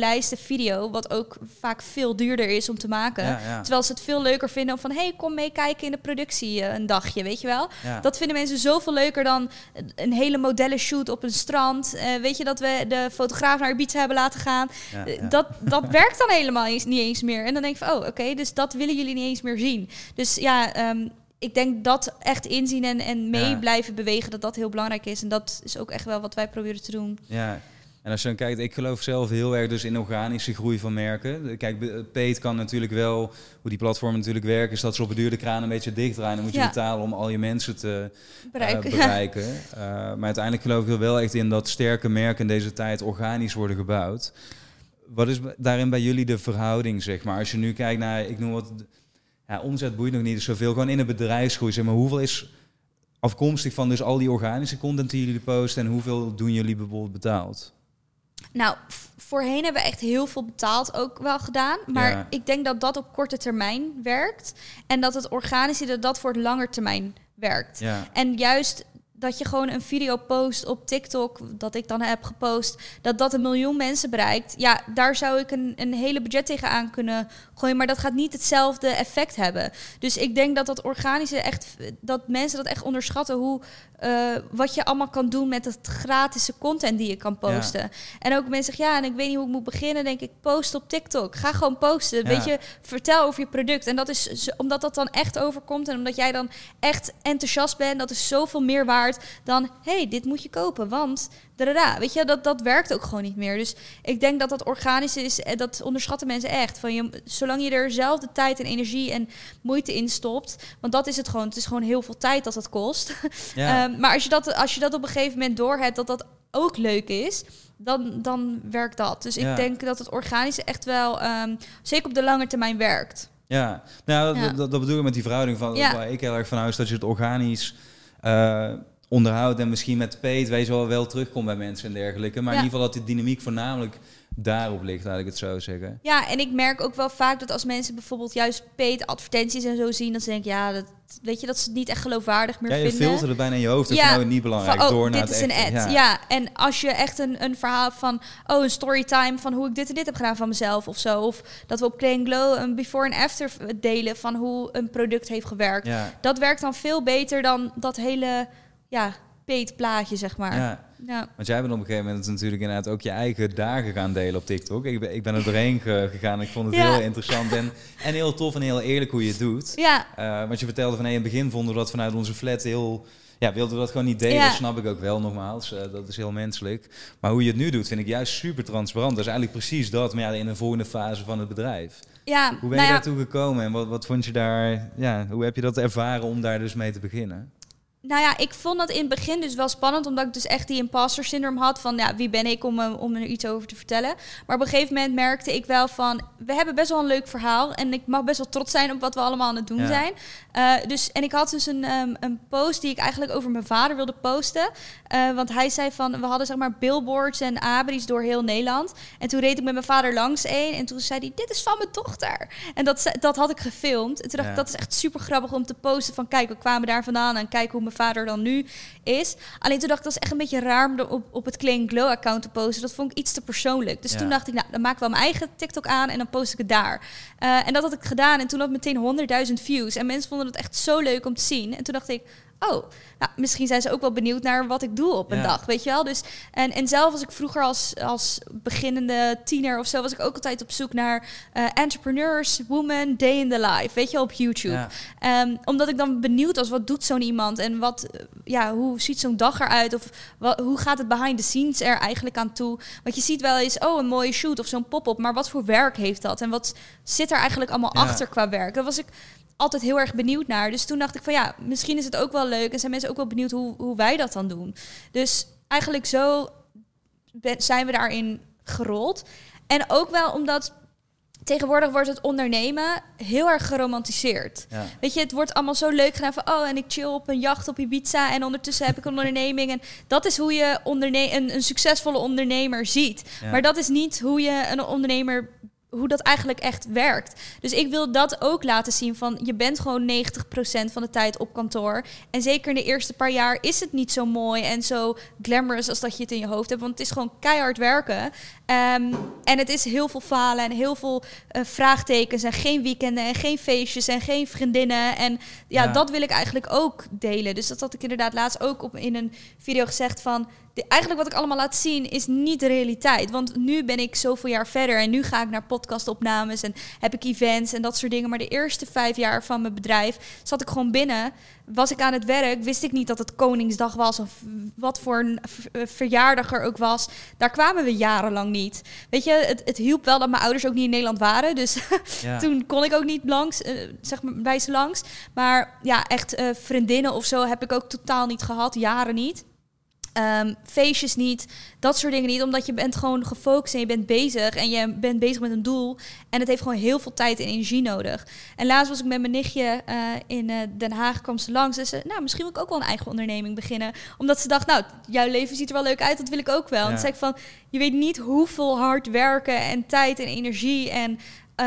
gepolijste video, wat ook vaak veel duurder is om te maken. Ja. Terwijl ze het veel leuker vinden om van, hey, kom meekijken in de productie een dagje, weet je wel? Ja. Dat vinden mensen zoveel leuker dan een hele modellenshoot op een strand. Weet je dat we de fotograaf naar Ibiza hebben laten gaan? Ja. Dat werkt dan helemaal niet eens meer. En dan denk ik van, oké, dus dat willen jullie niet eens meer zien. Dus ja, ik denk dat echt inzien en mee blijven bewegen, dat heel belangrijk is. En dat is ook echt wel wat wij proberen te doen. Ja. En als je dan kijkt, ik geloof zelf heel erg dus in organische groei van merken. Kijk, Paid kan natuurlijk wel, hoe die platformen natuurlijk werken, is dat ze op een duur de kraan een beetje dichtdraaien. Dan moet je betalen om al je mensen te bereiken. Maar uiteindelijk geloof ik er wel echt in dat sterke merken in deze tijd organisch worden gebouwd. Wat is daarin bij jullie de verhouding, zeg maar? Als je nu kijkt naar, ik noem wat, omzet boeit nog niet zoveel. Gewoon in de bedrijfsgroei, zeg maar, hoeveel is afkomstig van dus al die organische content die jullie posten en hoeveel doen jullie bijvoorbeeld betaald? Nou, voorheen hebben we echt heel veel betaald ook wel gedaan. Maar ik denk dat dat op korte termijn werkt. En dat het organische, dat voor het lange termijn werkt. Ja. En juist dat je gewoon een video post op TikTok, dat ik dan heb gepost, dat 1 miljoen mensen bereikt. Ja, daar zou ik een hele budget tegenaan kunnen gooien, maar dat gaat niet hetzelfde effect hebben. Dus ik denk dat organische echt, dat mensen dat echt onderschatten, hoe wat je allemaal kan doen met het gratis content die je kan posten. Ja. En ook mensen zeggen, en ik weet niet hoe ik moet beginnen, denk ik, post op TikTok. Ga gewoon posten. Weet je, vertel over je product. En dat is omdat dat dan echt overkomt en omdat jij dan echt enthousiast bent, dat is zoveel meer waard dan, hey, dit moet je kopen, want weet je, dat werkt ook gewoon niet meer. Dus ik denk dat organische is, dat onderschatten mensen echt. Van zolang je er zelf de tijd en energie en moeite in stopt, want dat is het gewoon. Het is gewoon heel veel tijd dat het kost. Ja. Maar als je dat op een gegeven moment doorhebt, dat ook leuk is, dan werkt dat. Dus ik denk dat het organische echt wel, zeker op de lange termijn, werkt. Ja, nou, dat bedoel ik met die verhouding van waar ik heel erg van hou, is dat je het organisch onderhoudt en misschien met Paid weet je wel terugkomt bij mensen en dergelijke. Maar in ieder geval dat de dynamiek voornamelijk daarop ligt, laat ik het zo zeggen. Ja, en ik merk ook wel vaak dat als mensen bijvoorbeeld juist Paid advertenties en zo zien, dat ze denken, weet je, dat ze het niet echt geloofwaardig meer vinden. Ja, je filtert het bijna in je hoofd. Dat is nou niet belangrijk. Van, door naar dit is een ad. Ja, en als je echt een verhaal van, een storytime van hoe ik dit en dit heb gedaan van mezelf of zo. Of dat we op Clean Glow een before en after delen van hoe een product heeft gewerkt. Ja. Dat werkt dan veel beter dan dat hele, Paid plaatje, zeg maar. Ja. Want jij bent op een gegeven moment natuurlijk inderdaad ook je eigen dagen gaan delen op TikTok. Ik ben er doorheen gegaan. Ik vond het heel interessant en heel tof en heel eerlijk hoe je het doet. Ja. Want je vertelde van in het begin vonden we dat vanuit onze flat heel... Ja, wilden we dat gewoon niet delen, snap ik ook wel nogmaals. Dat is heel menselijk. Maar hoe je het nu doet, vind ik juist super transparant. Dat is eigenlijk precies dat, maar in een volgende fase van het bedrijf. Ja, hoe ben je daartoe gekomen en wat vond je daar... Ja, hoe heb je dat ervaren om daar dus mee te beginnen? Nou ja, ik vond dat in het begin dus wel spannend, omdat ik dus echt die imposter syndroom had van, wie ben ik om er iets over te vertellen. Maar op een gegeven moment merkte ik wel van, we hebben best wel een leuk verhaal en ik mag best wel trots zijn op wat we allemaal aan het doen zijn. En ik had dus een post die ik eigenlijk over mijn vader wilde posten, want hij zei van, we hadden zeg maar billboards en abris door heel Nederland. En toen reed ik met mijn vader langs en toen zei hij, dit is van mijn dochter. En dat had ik gefilmd. En toen dacht ik, dat is echt super grappig om te posten van, kijk, we kwamen daar vandaan en kijk hoe mijn vader dan nu is. Alleen toen dacht ik, dat is echt een beetje raar om op het Clean Glow account te posten. Dat vond ik iets te persoonlijk. Dus toen dacht ik, dan maak ik wel mijn eigen TikTok aan en dan post ik het daar. En dat had ik gedaan en toen had ik meteen 100.000 views. En mensen vonden het echt zo leuk om te zien. En toen dacht ik, misschien zijn ze ook wel benieuwd naar wat ik doe op een dag, weet je wel. Dus, en zelf was ik vroeger als beginnende tiener of zo, was ik ook altijd op zoek naar entrepreneurs, woman, day in the life, weet je, op YouTube. Ja. Omdat ik dan benieuwd was, wat doet zo'n iemand en hoe ziet zo'n dag eruit of hoe gaat het behind the scenes er eigenlijk aan toe? Want je ziet wel eens, een mooie shoot of zo'n pop-up, maar wat voor werk heeft dat? En wat zit er eigenlijk allemaal achter qua werk? Dat was ik altijd heel erg benieuwd naar. Dus toen dacht ik van misschien is het ook wel leuk en zijn mensen ook wel benieuwd hoe wij dat dan doen. Dus eigenlijk zo zijn we daarin gerold. En ook wel omdat tegenwoordig wordt het ondernemen heel erg geromantiseerd. Ja. Weet je, het wordt allemaal zo leuk gedaan van en ik chill op een jacht op Ibiza en ondertussen heb ik een onderneming. En dat is hoe je een succesvolle ondernemer ziet. Ja. Maar dat is niet hoe je een ondernemer hoe dat eigenlijk echt werkt. Dus ik wil dat ook laten zien van... je bent gewoon 90% van de tijd op kantoor. En zeker in de eerste paar jaar is het niet zo mooi... en zo glamorous als dat je het in je hoofd hebt. Want het is gewoon keihard werken. En het is heel veel falen en heel veel vraagtekens... en geen weekenden en geen feestjes en geen vriendinnen. En dat wil ik eigenlijk ook delen. Dus dat had ik inderdaad laatst ook in een video gezegd van... eigenlijk wat ik allemaal laat zien is niet de realiteit. Want nu ben ik zoveel jaar verder en nu ga ik naar podcastopnames en heb ik events en dat soort dingen. Maar de eerste 5 jaar van mijn bedrijf zat ik gewoon binnen. Was ik aan het werk, wist ik niet dat het Koningsdag was of wat voor een verjaardag er ook was. Daar kwamen we jarenlang niet. Weet je, het hielp wel dat mijn ouders ook niet in Nederland waren. Dus toen kon ik ook niet langs, zeg maar bij ze langs. Maar ja, echt vriendinnen of zo heb ik ook totaal niet gehad, jaren niet. Feestjes niet, dat soort dingen niet. Omdat je bent gewoon gefocust en je bent bezig. En je bent bezig met een doel. En het heeft gewoon heel veel tijd en energie nodig. En laatst was ik met mijn nichtje in Den Haag, kwam ze langs. En ze misschien wil ik ook wel een eigen onderneming beginnen. Omdat ze dacht, jouw leven ziet er wel leuk uit. Dat wil ik ook wel. En toen zei ik van, je weet niet hoeveel hard werken en tijd en energie. En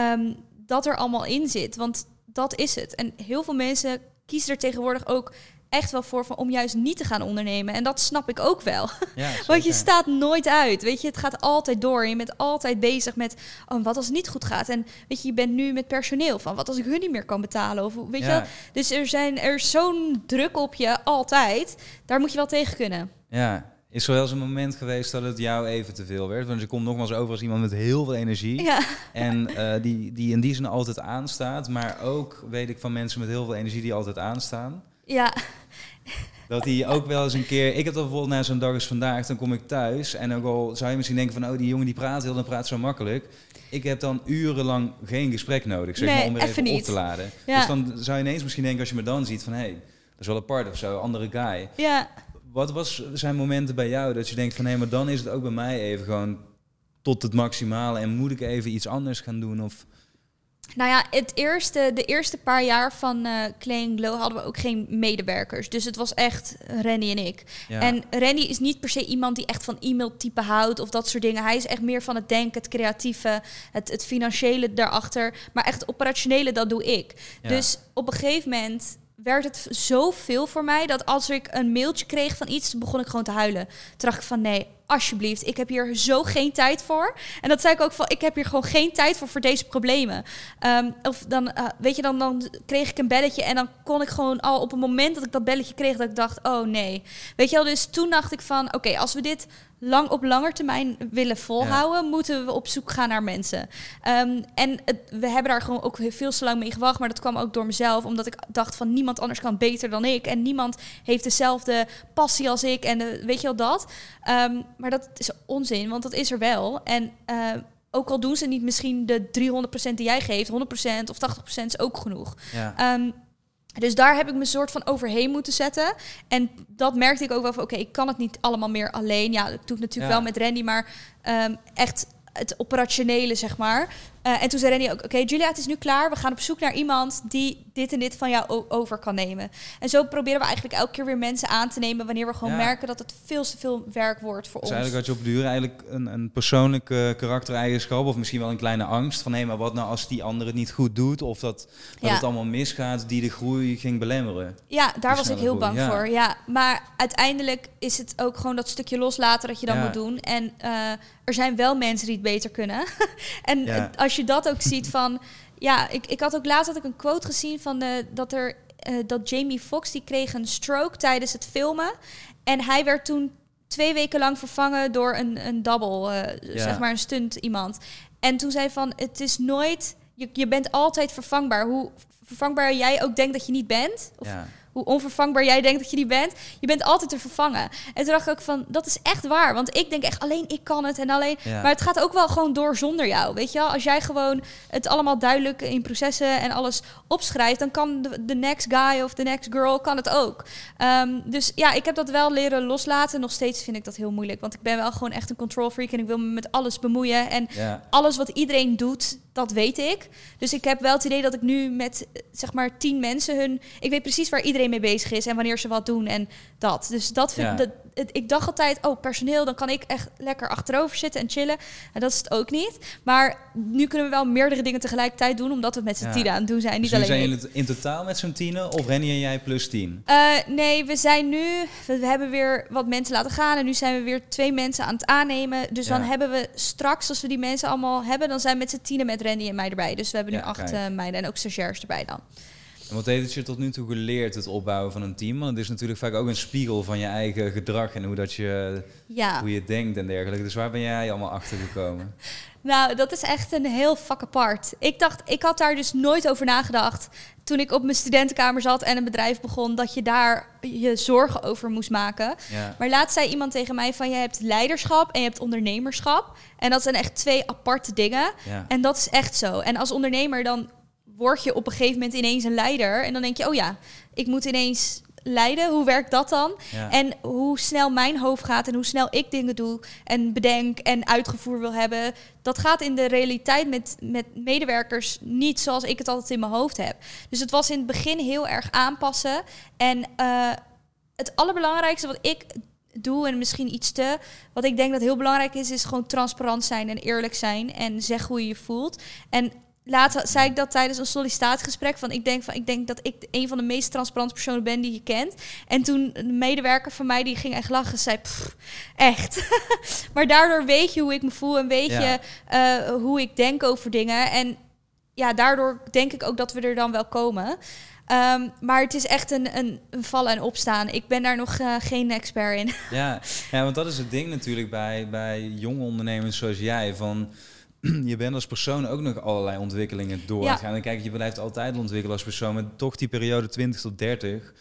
dat er allemaal in zit. Want dat is het. En heel veel mensen kiezen er tegenwoordig ook... echt wel voor om juist niet te gaan ondernemen. En dat snap ik ook wel. Ja, want je staat nooit uit. Weet je, het gaat altijd door. Je bent altijd bezig met... wat als het niet goed gaat? En weet je bent nu met personeel van... wat als ik hun niet meer kan betalen? Of weet je wel? Dus er is zo'n druk op je altijd. Daar moet je wel tegen kunnen. Ja. Is er wel eens een moment geweest dat het jou even te veel werd? Want je komt nogmaals over als iemand met heel veel energie. Ja. En die in die zin altijd aanstaat. Maar ook weet ik van mensen met heel veel energie die altijd aanstaan. Ja. Dat hij ook wel eens een keer... Ik heb dat bijvoorbeeld na zo'n dag als vandaag, dan kom ik thuis... en ook al zou je misschien denken van... die jongen die praat heel, dan praat zo makkelijk. Ik heb dan urenlang geen gesprek nodig, zeg maar, om er even op te laden. Ja. Dus dan zou je ineens misschien denken als je me dan ziet van... dat is wel apart of zo, andere guy. Ja. Wat zijn momenten bij jou dat je denkt van... maar dan is het ook bij mij even gewoon tot het maximale... en moet ik even iets anders gaan doen of... Nou ja, de eerste paar jaar van Clay & Glow hadden we ook geen medewerkers. Dus het was echt Randy en ik. Ja. En Randy is niet per se iemand die echt van e-mailtypen houdt of dat soort dingen. Hij is echt meer van het denken, het creatieve, het financiële daarachter. Maar echt het operationele, dat doe ik. Ja. Dus op een gegeven moment werd het zoveel voor mij... dat als ik een mailtje kreeg van iets, begon ik gewoon te huilen. Toen dacht ik van nee, alsjeblieft, ik heb hier zo geen tijd voor. En dat zei ik ook van, ik heb hier gewoon geen tijd voor deze problemen. Of dan, weet je, dan kreeg ik een belletje... en dan kon ik gewoon al op het moment dat ik dat belletje kreeg... dat ik dacht, oh nee. Weet je wel, dus toen dacht ik van... oké, als we dit op langer termijn willen volhouden... moeten we op zoek gaan naar mensen. We hebben daar gewoon ook veel te lang mee gewacht... maar dat kwam ook door mezelf... omdat ik dacht van niemand anders kan beter dan ik... en niemand heeft dezelfde passie als ik... en weet je wel dat... maar dat is onzin, want dat is er wel. En ook al doen ze niet misschien de 300% die jij geeft... 100% of 80% is ook genoeg. Ja. Dus daar heb ik me soort van overheen moeten zetten. En dat merkte ik ook wel van... oké, ik kan het niet allemaal meer alleen. Ja, dat doe ik natuurlijk wel met Randy... maar echt het operationele, zeg maar... en toen zei Randy ook, oké, Julia, het is nu klaar. We gaan op zoek naar iemand die dit en dit van jou over kan nemen. En zo proberen we eigenlijk elke keer weer mensen aan te nemen... wanneer we gewoon merken dat het veel te veel werk wordt voor ons. Dus eigenlijk had je op de duur eigenlijk een persoonlijke karaktereigenschap... of misschien wel een kleine angst van... maar wat nou als die ander het niet goed doet... of dat het allemaal misgaat, die de groei ging belemmeren. Ja, daar was ik heel bang voor. Ja, maar uiteindelijk is het ook gewoon dat stukje loslaten... dat je dan moet doen. En er zijn wel mensen die het beter kunnen. En als je dat ook ziet van... Ja, ik had ook laatst een quote gezien van dat Jamie Foxx... die kreeg een stroke tijdens het filmen. En hij werd toen 2 weken lang vervangen door een double, zeg maar een stunt iemand. En toen zei van, het is nooit... Je bent altijd vervangbaar. Hoe vervangbaar jij ook denkt dat je niet bent... Of, hoe onvervangbaar jij denkt dat je niet bent... je bent altijd te vervangen. En toen dacht ik ook van, dat is echt waar. Want ik denk echt, alleen ik kan het en alleen... Ja. Maar het gaat ook wel gewoon door zonder jou, weet je wel? Als jij gewoon het allemaal duidelijk in processen... en alles opschrijft... dan kan de next guy of de next girl kan het ook. Dus ja, ik heb dat wel leren loslaten. Nog steeds vind ik dat heel moeilijk. Want ik ben wel gewoon echt een control freak... en ik wil me met alles bemoeien. En alles wat iedereen doet... dat weet ik. Dus ik heb wel het idee dat ik nu met, zeg maar, 10 mensen ik weet precies waar iedereen iedereen mee bezig is en wanneer ze wat doen en dat. Dus dat vind ik dacht altijd, personeel, dan kan ik echt lekker achterover zitten en chillen. En dat is het ook niet. Maar nu kunnen we wel meerdere dingen tegelijkertijd doen, omdat we met z'n 10 aan het doen zijn. Niet dus alleen zijn jullie in totaal met zo'n 10 of Rennie en jij plus 10? Nee, we hebben weer wat mensen laten gaan en nu zijn we weer 2 mensen aan het aannemen. Dus dan hebben we straks, als we die mensen allemaal hebben, dan zijn we met z'n 10 met Rennie en mij erbij. Dus we hebben nu 8 meiden en ook stagiairs erbij dan. En wat heeft het je tot nu toe geleerd, het opbouwen van een team? Want het is natuurlijk vaak ook een spiegel van je eigen gedrag en hoe je denkt en dergelijke. Dus waar ben jij allemaal achter gekomen? Nou, dat is echt een heel vak apart. Ik had daar dus nooit over nagedacht toen ik op mijn studentenkamer zat en een bedrijf begon, dat je daar je zorgen over moest maken. Ja. Maar laatst zei iemand tegen mij van, je hebt leiderschap en je hebt ondernemerschap. En dat zijn echt 2 aparte dingen. Ja. En dat is echt zo. En als ondernemer dan word je op een gegeven moment ineens een leider. En dan denk je, ik moet ineens leiden. Hoe werkt dat dan? Ja. En hoe snel mijn hoofd gaat en hoe snel ik dingen doe en bedenk en uitgevoerd wil hebben. Dat gaat in de realiteit met medewerkers niet zoals ik het altijd in mijn hoofd heb. Dus het was in het begin heel erg aanpassen. En het allerbelangrijkste wat ik doe, en misschien wat ik denk dat heel belangrijk is gewoon transparant zijn en eerlijk zijn en zeggen hoe je je voelt. En later zei ik dat tijdens een sollicitatiegesprek. Ik denk dat ik een van de meest transparante personen ben die je kent. En toen een medewerker van mij, die ging echt lachen. Zei, echt. Maar daardoor weet je hoe ik me voel en weet je hoe ik denk over dingen. En ja, daardoor denk ik ook dat we er dan wel komen. Maar het is echt een vallen en opstaan. Ik ben daar nog geen expert in. Ja, want dat is het ding natuurlijk bij jonge ondernemers zoals jij. Je bent als persoon ook nog allerlei ontwikkelingen door te gaan. En kijk, je blijft altijd ontwikkelen als persoon. Maar toch die periode 20 tot 30.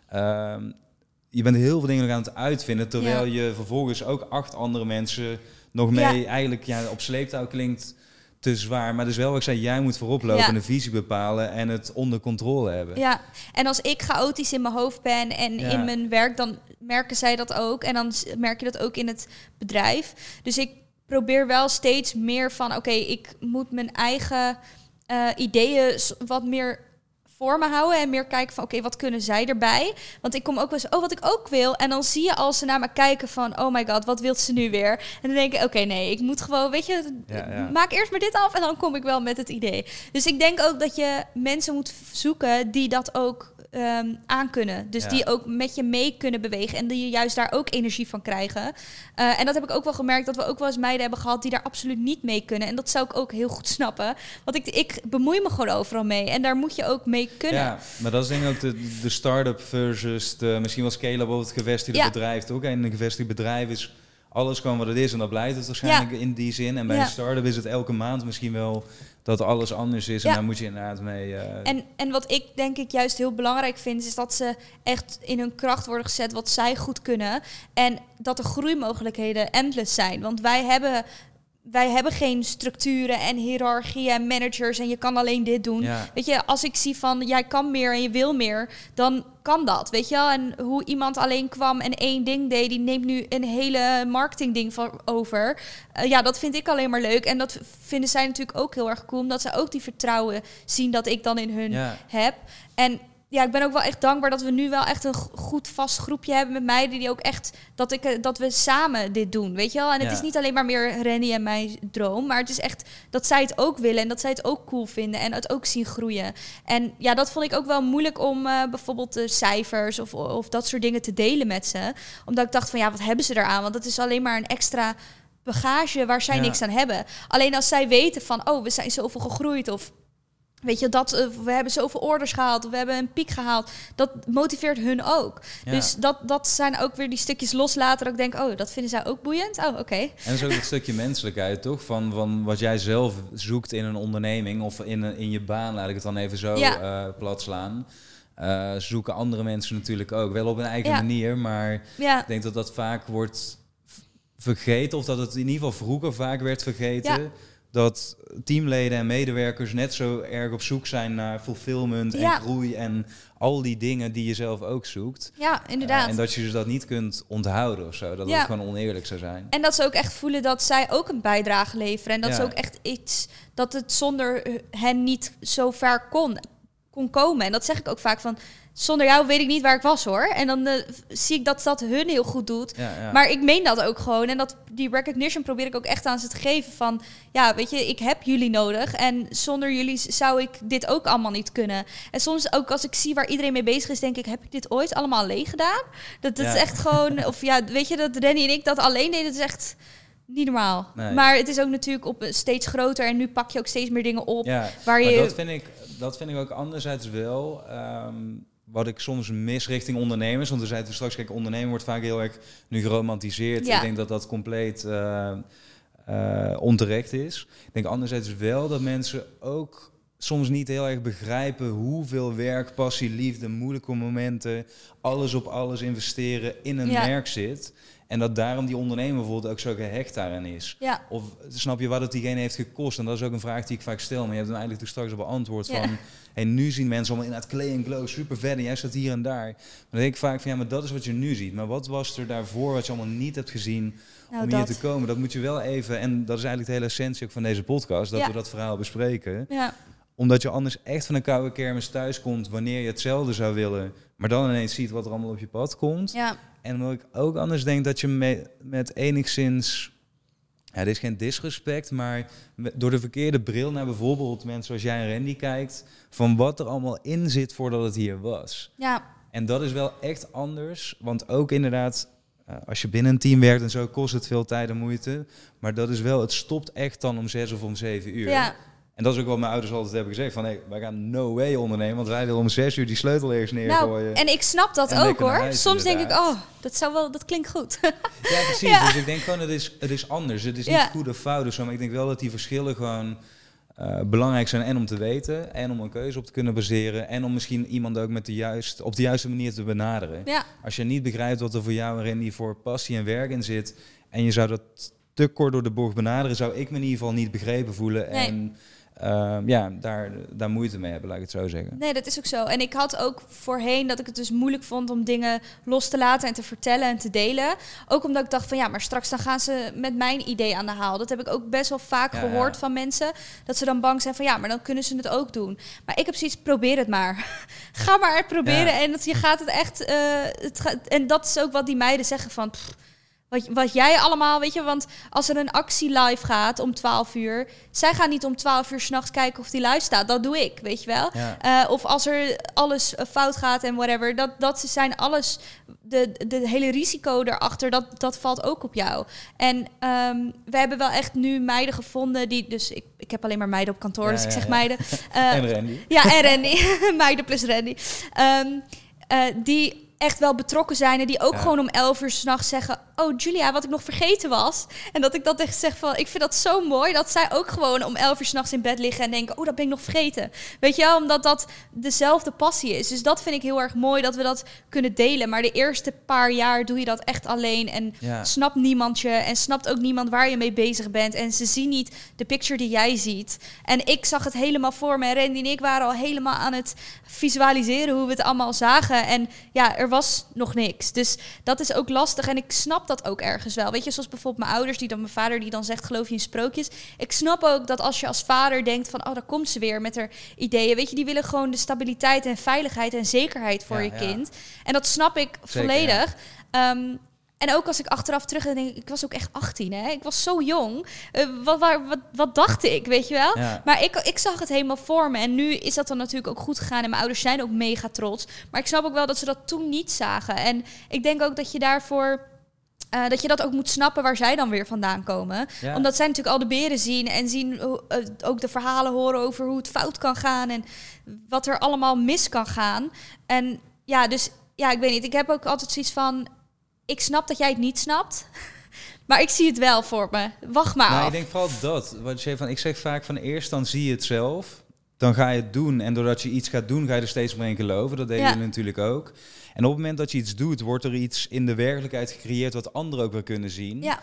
Je bent heel veel dingen nog aan het uitvinden. Terwijl je vervolgens ook 8 andere mensen nog mee eigenlijk op sleeptouw klinkt te zwaar. Maar dus wel, wat ik zei, jij moet voorop lopen en de visie bepalen en het onder controle hebben. Ja, en als ik chaotisch in mijn hoofd ben en in mijn werk, dan merken zij dat ook. En dan merk je dat ook in het bedrijf. Dus ik probeer wel steeds meer van, ik moet mijn eigen ideeën wat meer voor me houden en meer kijken van, wat kunnen zij erbij? Want ik kom ook wel eens, wat ik ook wil. En dan zie je als ze naar me kijken van, oh my god, wat wil ze nu weer? En dan denk ik, nee, ik moet gewoon, maak eerst maar dit af en dan kom ik wel met het idee. Dus ik denk ook dat je mensen moet zoeken die dat ook aankunnen. Dus die ook met je mee kunnen bewegen en die je juist daar ook energie van krijgen. En dat heb ik ook wel gemerkt, dat we ook wel eens meiden hebben gehad die daar absoluut niet mee kunnen. En dat zou ik ook heel goed snappen. Want ik bemoei me gewoon overal mee. En daar moet je ook mee kunnen. Ja, maar dat is denk ik ook de start-up versus misschien wel scale-up of het gevestigde bedrijf. Toch? En een gevestigd bedrijf is alles gewoon wat het is en dat blijft het waarschijnlijk in die zin. En bij een start-up is het elke maand misschien wel dat alles anders is en daar moet je inderdaad mee. En wat ik denk ik juist heel belangrijk vind, is dat ze echt in hun kracht worden gezet wat zij goed kunnen. En dat de groeimogelijkheden endless zijn. Want wij hebben geen structuren en hiërarchieën en managers en je kan alleen dit doen. Ja. Weet je, als ik zie van jij kan meer en je wil meer, dan kan dat, weet je wel. En hoe iemand alleen kwam en 1 ding deed, die neemt nu een hele marketingding over. Dat vind ik alleen maar leuk. En dat vinden zij natuurlijk ook heel erg cool, omdat zij ook die vertrouwen zien dat ik dan in hun heb. En ik ben ook wel echt dankbaar dat we nu wel echt een goed vast groepje hebben met meiden die ook echt dat we samen dit doen, weet je wel. En het is niet alleen maar meer Rennie en mijn droom, maar het is echt dat zij het ook willen en dat zij het ook cool vinden en het ook zien groeien. En dat vond ik ook wel moeilijk om bijvoorbeeld de cijfers of dat soort dingen te delen met ze, omdat ik dacht van wat hebben ze eraan? Want dat is alleen maar een extra bagage waar zij niks aan hebben. Alleen als zij weten van we zijn zoveel gegroeid of weet je, we hebben zoveel orders gehaald, of we hebben een piek gehaald. Dat motiveert hun ook. Ja. Dus dat zijn ook weer die stukjes loslaten. Dat ik denk, dat vinden zij ook boeiend. Oké. En dat is ook het stukje menselijkheid, toch? Van wat jij zelf zoekt in een onderneming of in je baan, laat ik het dan even zo plat slaan. Zoeken andere mensen natuurlijk ook. Wel op een eigen manier, maar ik denk dat dat vaak wordt vergeten. Of dat het in ieder geval vroeger vaak werd vergeten. Ja. Dat teamleden en medewerkers net zo erg op zoek zijn naar fulfillment en groei en al die dingen die je zelf ook zoekt. Ja, inderdaad. En dat je dat niet kunt onthouden of zo. Dat het gewoon oneerlijk zou zijn. En dat ze ook echt voelen dat zij ook een bijdrage leveren. En dat ze ook echt iets, dat het zonder hen niet zo ver kon komen. En dat zeg ik ook vaak van, zonder jou weet ik niet waar ik was, hoor. En dan zie ik dat hun heel goed doet. Ja. Maar ik meen dat ook gewoon. En die recognition probeer ik ook echt aan ze te geven van... Ja, weet je, ik heb jullie nodig. En zonder jullie zou ik dit ook allemaal niet kunnen. En soms ook als ik zie waar iedereen mee bezig is... denk ik, heb ik dit ooit allemaal alleen gedaan? Dat is echt gewoon... Of ja, weet je, dat Rennie en ik dat alleen deden, dat is echt... niet normaal. Nee. Maar het is ook natuurlijk op steeds groter... en nu pak je ook steeds meer dingen op. Ja, waar maar je... dat vind ik ook anderzijds wel... wat ik soms mis richting ondernemers. Want we zeiden straks, kijk, ondernemen wordt vaak heel erg nu geromantiseerd. Ja. Ik denk dat dat compleet onterecht is. Ik denk anderzijds wel dat mensen ook soms niet heel erg begrijpen hoeveel werk, passie, liefde, moeilijke momenten, alles op alles investeren in een merk zit. En dat daarom die ondernemer bijvoorbeeld ook zo gehecht daarin is. Ja. Of snap je wat het diegene heeft gekost? En dat is ook een vraag die ik vaak stel. Maar je hebt hem eigenlijk toen straks al beantwoord van... Hey, nu zien mensen allemaal inderdaad clay and glow, super vet. En jij staat hier en daar. Maar dan denk ik vaak van, ja, maar dat is wat je nu ziet. Maar wat was er daarvoor wat je allemaal niet hebt gezien om hier te komen? Dat moet je wel even... En dat is eigenlijk de hele essentie ook van deze podcast. Dat we dat verhaal bespreken. Ja. Omdat je anders echt van een koude kermis thuis komt... wanneer je hetzelfde zou willen... maar dan ineens ziet wat er allemaal op je pad komt... Ja. En omdat ik ook anders denk dat je met enigszins... Ja, dit is geen disrespect, maar door de verkeerde bril naar bijvoorbeeld mensen zoals jij en Randy kijkt... van wat er allemaal in zit voordat het hier was. Ja. En dat is wel echt anders, want ook inderdaad... als je binnen een team werkt en zo kost het veel tijd en moeite. Maar dat is wel, het stopt echt dan om 6 of om 7 uur. Ja. En dat is ook wat mijn ouders altijd hebben gezegd. Van, hey, wij gaan no way ondernemen. Want wij willen om 6 uur die sleutel eerst neergooien. Nou, en ik snap dat en ook, hoor. huis, Soms inderdaad. denk ik, dat klinkt goed. Ja, precies. Ja. Dus ik denk gewoon, het is anders. Het is niet goed of fout of zo. Maar ik denk wel dat die verschillen gewoon belangrijk zijn. En om te weten. En om een keuze op te kunnen baseren. En om misschien iemand ook op de juiste manier te benaderen. Ja. Als je niet begrijpt wat er voor jou en Randy voor passie en werk in zit. En je zou dat te kort door de bocht benaderen. Zou ik me in ieder geval niet begrepen voelen. Nee. En... daar moeite mee hebben, laat ik het zo zeggen. Nee, dat is ook zo. En ik had ook voorheen dat ik het dus moeilijk vond om dingen los te laten en te vertellen en te delen. Ook omdat ik dacht van ja, maar straks dan gaan ze met mijn idee aan de haal. Dat heb ik ook best wel vaak gehoord van mensen. Dat ze dan bang zijn van ja, maar dan kunnen ze het ook doen. Maar ik heb zoiets, probeer het maar. Ga maar het proberen en je gaat het echt... en dat is ook wat die meiden zeggen van... Wat jij allemaal, weet je, want als er een actie live gaat om 12 uur... zij gaan niet om 12 uur 's nachts kijken of die live staat. Dat doe ik, weet je wel. Ja. Of als er alles fout gaat en whatever. Dat zijn alles, de hele risico daarachter, dat valt ook op jou. En we hebben wel echt nu meiden gevonden die... Dus ik heb alleen maar meiden op kantoor, dus ik zeg meiden. En Randy. Ja, en Randy. Meiden plus Randy. Die... echt wel betrokken zijn en die ook gewoon om 11 uur 's nachts zeggen... oh, Julia, wat ik nog vergeten was. En dat ik dat echt zeg van... ik vind dat zo mooi dat zij ook gewoon om 11 uur 's nachts in bed liggen... en denken, oh, dat ben ik nog vergeten. Weet je wel, omdat dat dezelfde passie is. Dus dat vind ik heel erg mooi dat we dat kunnen delen. Maar de eerste paar jaar doe je dat echt alleen... en snapt niemand je en snapt ook niemand waar je mee bezig bent. En ze zien niet de picture die jij ziet. En ik zag het helemaal voor me. En Randy en ik waren al helemaal aan het visualiseren... hoe we het allemaal zagen. En ja, er was nog niks. Dus dat is ook lastig. En ik snap dat ook ergens wel. Weet je, zoals bijvoorbeeld mijn ouders, mijn vader die dan zegt, geloof je in sprookjes? Ik snap ook dat als je als vader denkt van, oh, daar komt ze weer met haar ideeën. Weet je, die willen gewoon de stabiliteit en veiligheid en zekerheid voor je kind. En dat snap ik volledig. En ook als ik achteraf terug denk, ik was ook echt 18, hè? Ik was zo jong. Wat dacht ik, weet je wel? Ja. Maar ik zag het helemaal voor me. En nu is dat dan natuurlijk ook goed gegaan. En mijn ouders zijn ook mega trots. Maar ik snap ook wel dat ze dat toen niet zagen. En ik denk ook dat je daarvoor... dat je dat ook moet snappen waar zij dan weer vandaan komen. Ja. Omdat zij natuurlijk al de beren zien... en zien ook de verhalen horen over hoe het fout kan gaan... en wat er allemaal mis kan gaan. En ja, dus ja, ik weet niet. Ik heb ook altijd zoiets van... ik snap dat jij het niet snapt... maar ik zie het wel voor me. Wacht maar af. Ik denk vooral dat. Wat je van, ik zeg vaak van eerst dan zie je het zelf... dan ga je het doen. En doordat je iets gaat doen, ga je er steeds meer in geloven. Dat deden jullie natuurlijk ook. En op het moment dat je iets doet, wordt er iets in de werkelijkheid gecreëerd... wat anderen ook weer kunnen zien. Ja.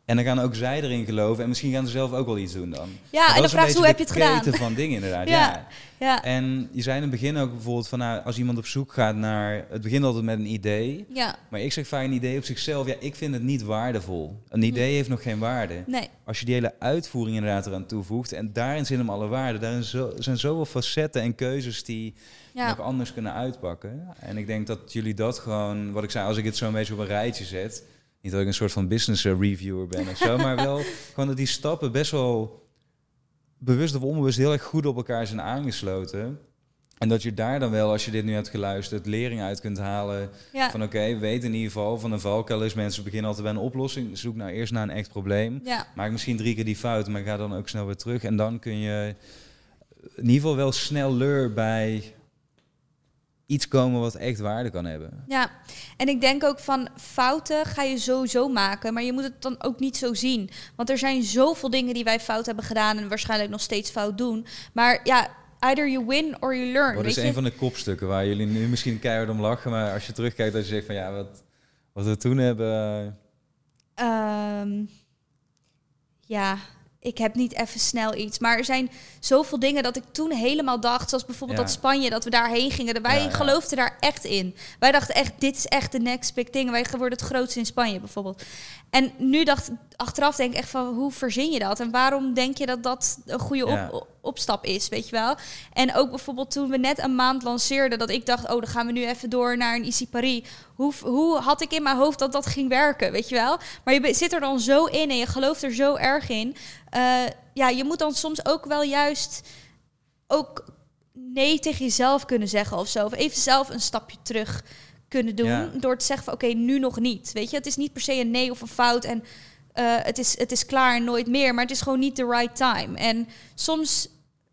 En dan gaan ook zij erin geloven. En misschien gaan ze zelf ook wel iets doen dan. Ja, en dan vraag je hoe heb je het gedaan? Dat is van dingen inderdaad, Ja. En je zei in het begin ook bijvoorbeeld van... Nou, als iemand op zoek gaat naar... Het begint altijd met een idee. Ja. Maar ik zeg vaak een idee op zichzelf... Ja, ik vind het niet waardevol. Een idee heeft nog geen waarde. Nee. Als je die hele uitvoering inderdaad eraan toevoegt... En daarin zit hem alle waarde. Daarin zijn zoveel facetten en keuzes die... nog anders kunnen uitpakken. En ik denk dat jullie dat gewoon... Wat ik zei, als ik het zo een beetje op een rijtje zet... Niet dat ik een soort van business reviewer ben of zo... maar wel gewoon dat die stappen best wel... bewust of onbewust heel erg goed op elkaar zijn aangesloten. En dat je daar dan wel, als je dit nu hebt geluisterd... lering uit kunt halen van oké, weet in ieder geval... van een valkuil is mensen beginnen altijd bij een oplossing. Zoek nou eerst naar een echt probleem. Ja. Maak misschien 3 keer die fout, maar ga dan ook snel weer terug. En dan kun je in ieder geval wel sneller bij... iets komen wat echt waarde kan hebben. Ja, en ik denk ook van fouten ga je sowieso maken, maar je moet het dan ook niet zo zien. Want er zijn zoveel dingen die wij fout hebben gedaan en waarschijnlijk nog steeds fout doen. Maar ja, either you win or you learn. Dat is een van de kopstukken waar jullie nu misschien keihard om lachen, maar als je terugkijkt dat je zegt van ja, wat we toen hebben... Ja... Ik heb niet even snel iets. Maar er zijn zoveel dingen dat ik toen helemaal dacht... zoals bijvoorbeeld dat Spanje, dat we daarheen gingen. Wij geloofden daar echt in. Wij dachten echt, dit is echt de next big thing. Wij worden het grootste in Spanje bijvoorbeeld. En nu achteraf denk ik echt van... hoe verzin je dat? En waarom denk je dat dat een goede opstap is, weet je wel? En ook bijvoorbeeld toen we net een maand lanceerden... dat ik dacht, oh, dan gaan we nu even door naar een Easy Paris. Hoe had ik in mijn hoofd dat dat ging werken, weet je wel? Maar je zit er dan zo in en je gelooft er zo erg in... je moet dan soms ook wel juist ook nee tegen jezelf kunnen zeggen of zo. Of even zelf een stapje terug kunnen doen. Ja. Door te zeggen van oké, nu nog niet. Weet je, het is niet per se een nee of een fout. En het is klaar en nooit meer. Maar het is gewoon niet the right time. En soms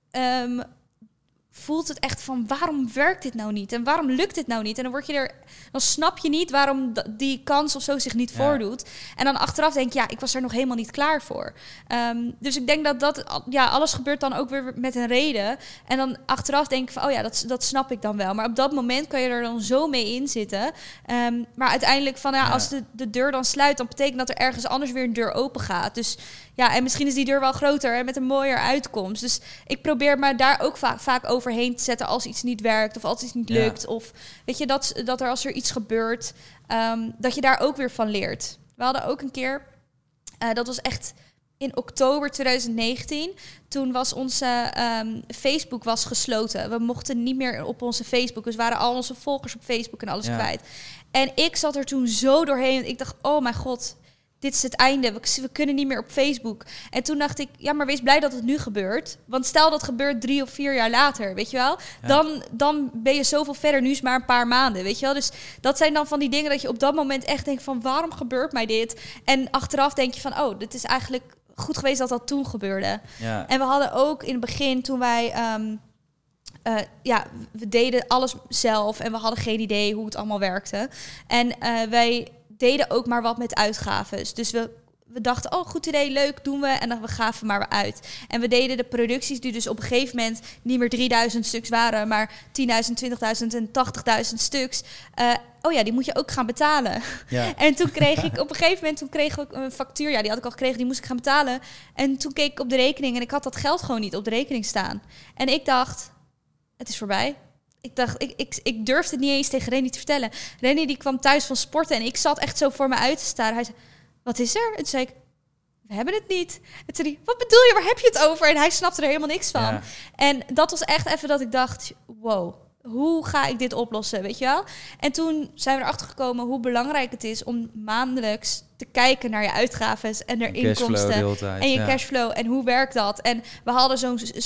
voelt het echt van waarom werkt dit nou niet? En waarom lukt dit nou niet? En dan snap je niet waarom die kans of zo zich niet voordoet. En dan achteraf denk je, ik was er nog helemaal niet klaar voor. Dus ik denk dat alles gebeurt dan ook weer met een reden. En dan achteraf denk ik van, dat snap ik dan wel. Maar op dat moment kan je er dan zo mee in zitten. Maar uiteindelijk als de deur dan sluit, dan betekent dat er ergens anders weer een deur open gaat. Dus ja, en misschien is die deur wel groter en met een mooier uitkomst. Dus ik probeer me daar ook vaak overheen te zetten als iets niet werkt of als iets niet lukt. Of weet je, dat er als er iets gebeurt, dat je daar ook weer van leert. We hadden ook een keer, dat was echt in oktober 2019. Toen was onze Facebook gesloten. We mochten niet meer op onze Facebook. Dus waren al onze volgers op Facebook en alles kwijt. En ik zat er toen zo doorheen. Ik dacht, oh mijn god, dit is het einde. We kunnen niet meer op Facebook. En toen dacht ik, maar wees blij dat het nu gebeurt. Want stel dat gebeurt 3 of 4 jaar later, weet je wel? Ja. Dan ben je zoveel verder. Nu is het maar een paar maanden, weet je wel? Dus dat zijn dan van die dingen dat je op dat moment echt denkt van... waarom gebeurt mij dit? En achteraf denk je van, dit is eigenlijk goed geweest dat dat toen gebeurde. Ja. En we hadden ook in het begin, toen wij... we deden alles zelf en we hadden geen idee hoe het allemaal werkte. En wij deden ook maar wat met uitgaves. Dus we dachten, goed idee, leuk, doen we. En dan we gaven maar weer uit. En we deden de producties die dus op een gegeven moment niet meer 3000 stuks waren, maar 10.000, 20.000 en 80.000 stuks. Die moet je ook gaan betalen. Ja. En toen kreeg ik op een gegeven moment een factuur. Ja, die had ik al gekregen, die moest ik gaan betalen. En toen keek ik op de rekening en ik had dat geld gewoon niet op de rekening staan. En ik dacht, het is voorbij. Ik dacht, ik durfde het niet eens tegen Rennie te vertellen. Rennie die kwam thuis van sporten en ik zat echt zo voor me uit te staren. Hij zei, wat is er? En toen zei ik, we hebben het niet. En toen zei hij, wat bedoel je, waar heb je het over? En hij snapte er helemaal niks van. Ja. En dat was echt even dat ik dacht, wow, hoe ga ik dit oplossen, weet je wel? En toen zijn we erachter gekomen hoe belangrijk het is om maandelijks te kijken naar je uitgaven en naar inkomsten. En je cashflow en hoe werkt dat? En we hadden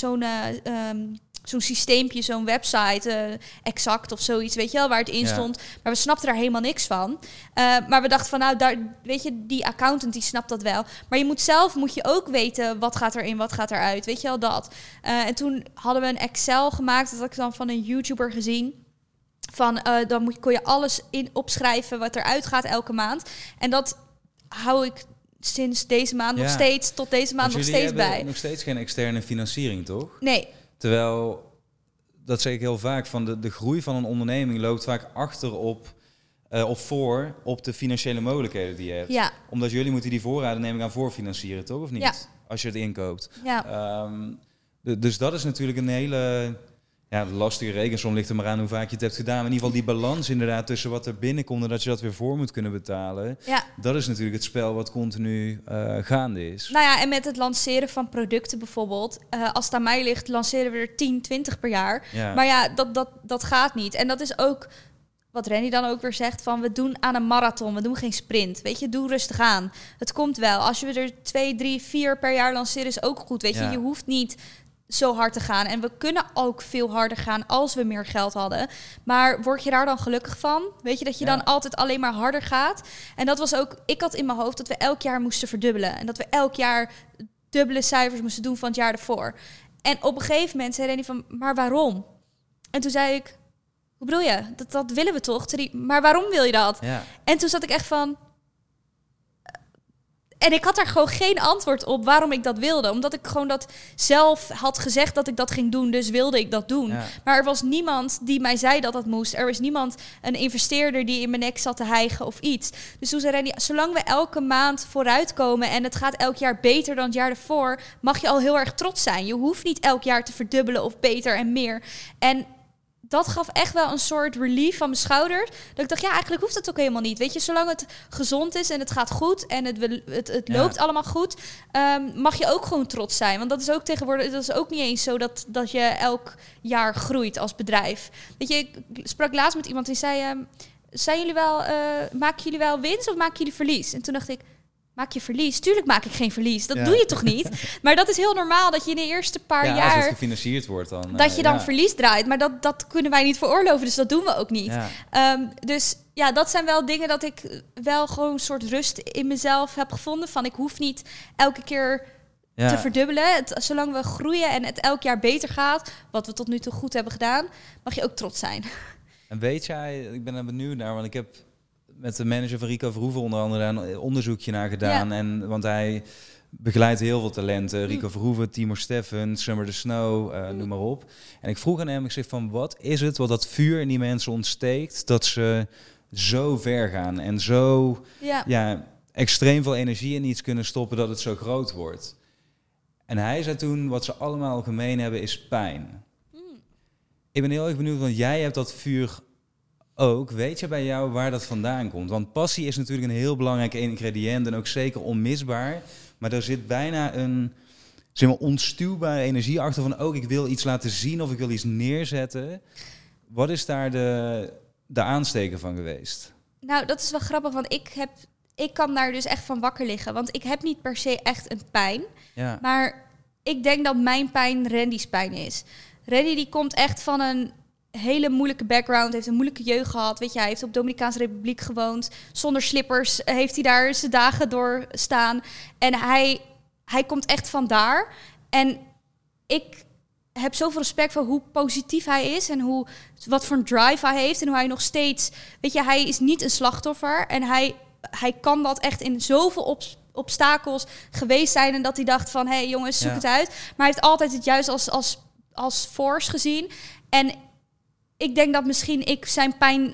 zo'n systeempje, zo'n website, Exact of zoiets, weet je wel, waar het in stond. Maar we snapten daar helemaal niks van. Maar we dachten van, weet je, die accountant die snapt dat wel. Maar moet je ook weten, wat gaat erin, wat gaat eruit, weet je wel, dat. En toen hadden we een Excel gemaakt, dat had ik dan van een YouTuber gezien. Dan kon je alles opschrijven wat eruit gaat elke maand. En dat hou ik sinds deze maand nog steeds, tot deze maand nog steeds bij. Jullie nog steeds geen externe financiering, toch? Nee. Terwijl, dat zeg ik heel vaak, van de groei van een onderneming loopt vaak achter op of voor op de financiële mogelijkheden die je hebt. Ja. Omdat jullie moeten die voorraden, neem ik aan, voorfinancieren, toch? Of niet? Ja. Als je het inkoopt. Ja. Dus dat is natuurlijk een hele lastige rekensom. Ligt er maar aan hoe vaak je het hebt gedaan. Maar in ieder geval die balans inderdaad tussen wat er binnenkomt en dat je dat weer voor moet kunnen betalen. Ja. Dat is natuurlijk het spel wat continu gaande is. Nou ja, en met het lanceren van producten bijvoorbeeld. Als het aan mij ligt, lanceren we er 10, 20 per jaar. Ja. Maar ja, dat gaat niet. En dat is ook wat Randy dan ook weer zegt, van we doen aan een marathon, we doen geen sprint. Weet je, doe rustig aan. Het komt wel. Als we er 2, 3, 4 per jaar lanceren is ook goed. Weet je, je hoeft niet zo hard te gaan. En we kunnen ook veel harder gaan als we meer geld hadden. Maar word je daar dan gelukkig van? Weet je, dat je dan altijd alleen maar harder gaat? En dat was ook, ik had in mijn hoofd dat we elk jaar moesten verdubbelen. En dat we elk jaar dubbele cijfers moesten doen van het jaar ervoor. En op een gegeven moment zei Randy van, maar waarom? En toen zei ik, hoe bedoel je? Dat willen we toch? Maar waarom wil je dat? Ja. En toen zat ik echt van... En ik had daar gewoon geen antwoord op waarom ik dat wilde. Omdat ik gewoon dat zelf had gezegd dat ik dat ging doen. Dus wilde ik dat doen. Ja. Maar er was niemand die mij zei dat dat moest. Er was niemand, een investeerder die in mijn nek zat te hijgen of iets. Dus toen zei Randy, zolang we elke maand vooruitkomen en het gaat elk jaar beter dan het jaar ervoor, mag je al heel erg trots zijn. Je hoeft niet elk jaar te verdubbelen of beter en meer. En dat gaf echt wel een soort relief van mijn schouders. Dat ik dacht, ja, eigenlijk hoeft dat ook helemaal niet. Weet je, zolang het gezond is en het gaat goed en het loopt allemaal goed, mag je ook gewoon trots zijn. Want dat is ook tegenwoordig, dat is ook niet eens zo dat je elk jaar groeit als bedrijf. Weet je, ik sprak laatst met iemand die zei, maken jullie wel winst of maken jullie verlies? En toen dacht ik, maak je verlies? Tuurlijk maak ik geen verlies. Dat doe je toch niet? Maar dat is heel normaal dat je in de eerste paar jaar... als het gefinancierd wordt dan... dat je dan verlies draait. Maar dat kunnen wij niet veroorloven. Dus dat doen we ook niet. Ja. Dus ja, dat zijn wel dingen dat ik wel gewoon een soort rust in mezelf heb gevonden. Van ik hoef niet elke keer te verdubbelen. Zolang we groeien en het elk jaar beter gaat, wat we tot nu toe goed hebben gedaan, mag je ook trots zijn. En weet jij, ik ben er benieuwd naar, want ik heb met de manager van Rico Verhoeven onder andere daar een onderzoekje naar gedaan. Ja. Want hij begeleidt heel veel talenten. Rico Verhoeven, Timur Steffens, Summer the Snow, noem maar op. En ik vroeg aan hem, ik zeg van, wat is het wat dat vuur in die mensen ontsteekt, dat ze zo ver gaan en zo extreem veel energie in iets kunnen stoppen dat het zo groot wordt. En hij zei toen, wat ze allemaal gemeen hebben is pijn. Ik ben heel erg benieuwd, want jij hebt dat vuur ook. Weet je bij jou waar dat vandaan komt? Want passie is natuurlijk een heel belangrijk ingrediënt en ook zeker onmisbaar. Maar er zit bijna een onstuwbare energie achter van ook ik wil iets laten zien of ik wil iets neerzetten. Wat is daar de aansteker van geweest? Nou, dat is wel grappig, want ik kan daar dus echt van wakker liggen. Want ik heb niet per se echt een pijn. Ja. Maar ik denk dat mijn pijn Randy's pijn is. Randy die komt echt van een hele moeilijke background, heeft een moeilijke jeugd gehad. Weet je, hij heeft op Dominicaanse Republiek gewoond. Zonder slippers heeft hij daar zijn dagen doorstaan. En hij komt echt van daar. En ik heb zoveel respect voor hoe positief hij is en wat voor een drive hij heeft en hoe hij nog steeds, weet je, hij is niet een slachtoffer en hij kan dat echt in zoveel obstakels geweest zijn en dat hij dacht van, hé jongens, zoek het uit. Maar hij heeft altijd het juist als force gezien. En ik denk dat misschien ik zijn pijn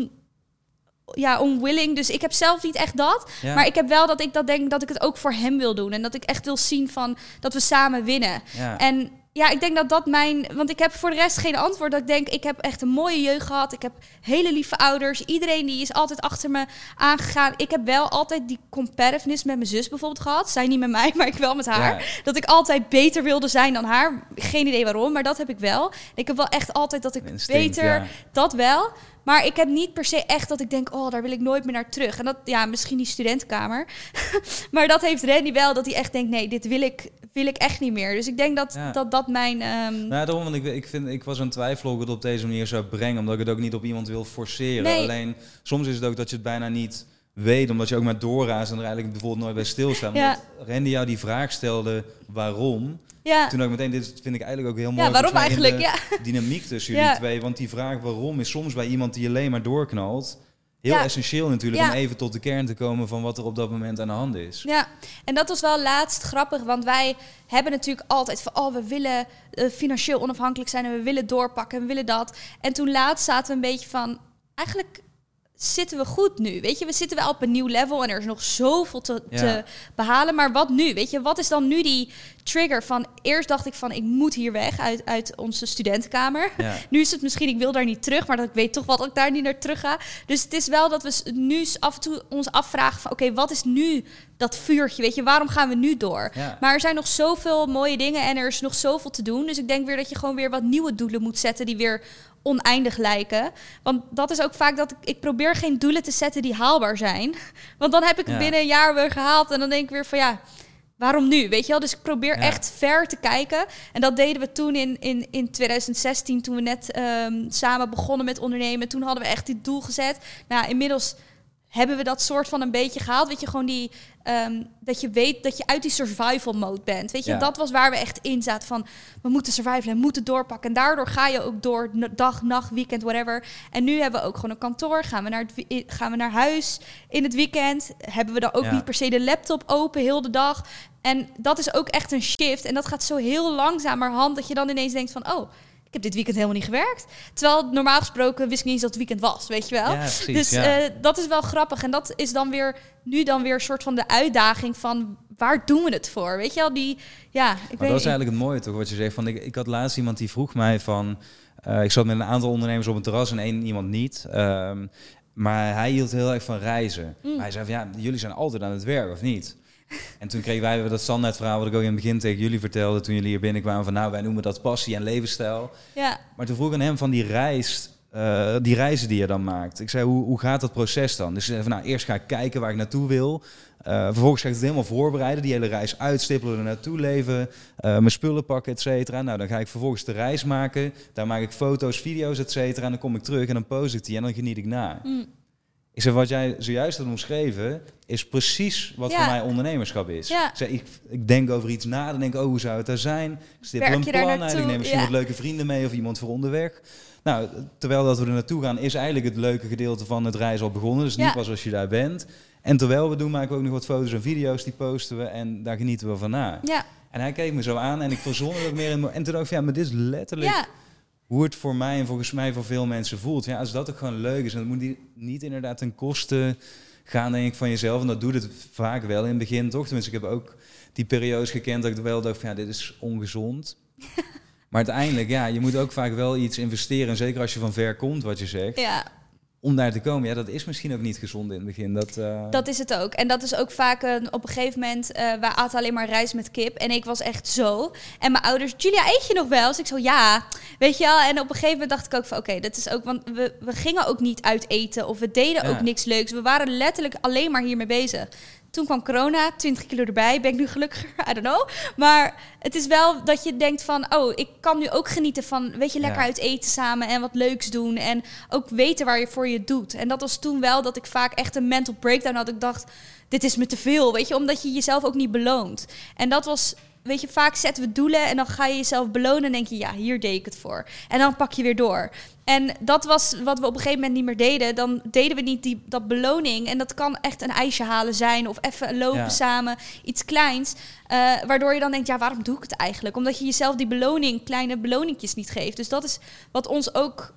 onwilling. Dus ik heb zelf niet echt dat. Ja. Maar ik heb wel dat ik dat denk dat ik het ook voor hem wil doen. En dat ik echt wil zien van dat we samen winnen. Ja. En ja, ik denk dat want ik heb voor de rest geen antwoord. Dat ik denk, ik heb echt een mooie jeugd gehad. Ik heb hele lieve ouders. Iedereen die is altijd achter me aangegaan. Ik heb wel altijd die competitiveness met mijn zus bijvoorbeeld gehad. Zij niet met mij, maar ik wel met haar. Ja. Dat ik altijd beter wilde zijn dan haar. Geen idee waarom, maar dat heb ik wel. Ik heb wel echt altijd dat ik dat wel. Maar ik heb niet per se echt dat ik denk, oh, daar wil ik nooit meer naar terug. En dat, misschien die studentenkamer. Maar dat heeft Randy wel, dat hij echt denkt, nee, dit wil ik echt niet meer. Dus ik denk dat mijn... Nou, daarom, want ik was aan twijfel of ik het op deze manier zou brengen, omdat ik het ook niet op iemand wil forceren. Nee. Alleen, soms is het ook dat je het bijna niet weet, omdat je ook maar doorraast en er eigenlijk bijvoorbeeld nooit bij stilstaat. Ja. Omdat Randy jou die vraag stelde, waarom? Ja. Toen ook meteen, dit vind ik eigenlijk ook heel mooi. Ja, waarom eigenlijk? De dynamiek tussen jullie twee. Want die vraag waarom is soms bij iemand die alleen maar doorknalt heel essentieel natuurlijk om even tot de kern te komen van wat er op dat moment aan de hand is. Ja, en dat was wel laatst grappig, want wij hebben natuurlijk altijd van, we willen financieel onafhankelijk zijn en we willen doorpakken en we willen dat. En toen laatst zaten we een beetje van, eigenlijk zitten we goed nu? Weet je, we zitten wel op een nieuw level en er is nog zoveel te behalen. Maar wat nu? Weet je, wat is dan nu die trigger van... Eerst dacht ik van, ik moet hier weg uit onze studentenkamer. Ja. Nu is het misschien, ik wil daar niet terug, maar dat ik weet toch wel dat ik daar niet naar terug ga. Dus het is wel dat we nu af en toe ons afvragen van... Oké, wat is nu dat vuurtje? Weet je, waarom gaan we nu door? Ja. Maar er zijn nog zoveel mooie dingen en er is nog zoveel te doen. Dus ik denk weer dat je gewoon weer wat nieuwe doelen moet zetten die weer oneindig lijken. Want dat is ook vaak dat ik probeer geen doelen te zetten die haalbaar zijn. Want dan heb ik het binnen een jaar weer gehaald en dan denk ik weer van ja, waarom nu? Weet je wel? Dus ik probeer echt ver te kijken. En dat deden we toen in 2016, toen we net samen begonnen met ondernemen. Toen hadden we echt dit doel gezet. Nou, inmiddels hebben we dat soort van een beetje gehaald. Weet je, gewoon die... dat je weet dat je uit die survival mode bent. Weet je, dat was waar we echt in zaten van... we moeten survivalen en moeten doorpakken. En daardoor ga je ook door dag, nacht, weekend, whatever. En nu hebben we ook gewoon een kantoor. Gaan we naar huis in het weekend. Hebben we dan ook niet per se de laptop open heel de dag. En dat is ook echt een shift. En dat gaat zo heel langzamerhand dat je dan ineens denkt van... oh, ik heb dit weekend helemaal niet gewerkt. Terwijl normaal gesproken wist ik niet eens dat het weekend was, weet je wel. Ja, precies, dus dat is wel grappig. En dat is dan weer een soort van de uitdaging van... waar doen we het voor? Weet je wel, die... Ja, maar dat is eigenlijk het mooie toch, wat je zegt. Van, ik had laatst iemand die vroeg mij van... ik zat met een aantal ondernemers op een terras en iemand niet. Maar hij hield heel erg van reizen. Maar hij zei van, ja, jullie zijn altijd aan het werk, of niet? En toen kregen wij dat standaardverhaal wat ik ook in het begin tegen jullie vertelde toen jullie hier binnenkwamen van nou, wij noemen dat passie en levensstijl. Ja. Maar toen vroeg ik aan hem van die reizen die je dan maakt. Ik zei, hoe gaat dat proces dan? Dus hij zei van nou, eerst ga ik kijken waar ik naartoe wil. Vervolgens ga ik het helemaal voorbereiden, die hele reis uitstippelen, er naartoe leven, mijn spullen pakken, et cetera. Nou, dan ga ik vervolgens de reis maken. Daar maak ik foto's, video's, et cetera. En dan kom ik terug en dan post ik die en dan geniet ik na. Ik zei, wat jij zojuist had omschreven, is precies wat voor mij ondernemerschap is. Ja. Ik denk over iets na, dan denk ik, hoe zou het daar zijn? Ik stippel een plan uit, ik neem misschien wat leuke vrienden mee of iemand voor onderweg. Nou, terwijl dat we er naartoe gaan, is eigenlijk het leuke gedeelte van het reizen al begonnen. Dus niet pas als je daar bent. En terwijl we doen, maken we ook nog wat foto's en video's, die posten we en daar genieten we van na. Ja. En hij keek me zo aan en ik verzon het ook meer in. En toen dacht ik, maar dit is letterlijk... Ja. Hoe het voor mij en volgens mij voor veel mensen voelt. Ja, als dat ook gewoon leuk is. En dat moet niet inderdaad ten koste gaan, denk ik, van jezelf. En dat doet het vaak wel in het begin, toch? Tenminste, ik heb ook die periodes gekend dat ik wel dacht van, ja, dit is ongezond. Maar uiteindelijk, ja, je moet ook vaak wel iets investeren. En zeker als je van ver komt, wat je zegt. Ja. Om daar te komen, ja, dat is misschien ook niet gezond in het begin. Dat is het ook. En dat is ook vaak op een gegeven moment... wij aten alleen maar rijst met kip. En ik was echt zo. En mijn ouders, Julia, eet je nog wel? Dus ik zo, ja. Weet je wel? En op een gegeven moment dacht ik ook van... Oké, dat is ook... Want we gingen ook niet uit eten. Of we deden ook niks leuks. We waren letterlijk alleen maar hiermee bezig. Toen kwam corona, 20 kilo erbij. Ben ik nu gelukkiger? I don't know. Maar het is wel dat je denkt van... oh, ik kan nu ook genieten van... weet je, lekker uit eten samen en wat leuks doen. En ook weten waar je voor je doet. En dat was toen wel dat ik vaak echt een mental breakdown had. Ik dacht, dit is me te veel, weet je. Omdat je jezelf ook niet beloont. En dat was... Weet je, vaak zetten we doelen en dan ga je jezelf belonen en denk je, ja, hier deed ik het voor. En dan pak je weer door. En dat was wat we op een gegeven moment niet meer deden. Dan deden we niet dat beloning. En dat kan echt een ijsje halen zijn of even lopen samen, iets kleins. Waardoor je dan denkt, ja, waarom doe ik het eigenlijk? Omdat je jezelf die kleine beloningjes niet geeft. Dus dat is wat ons ook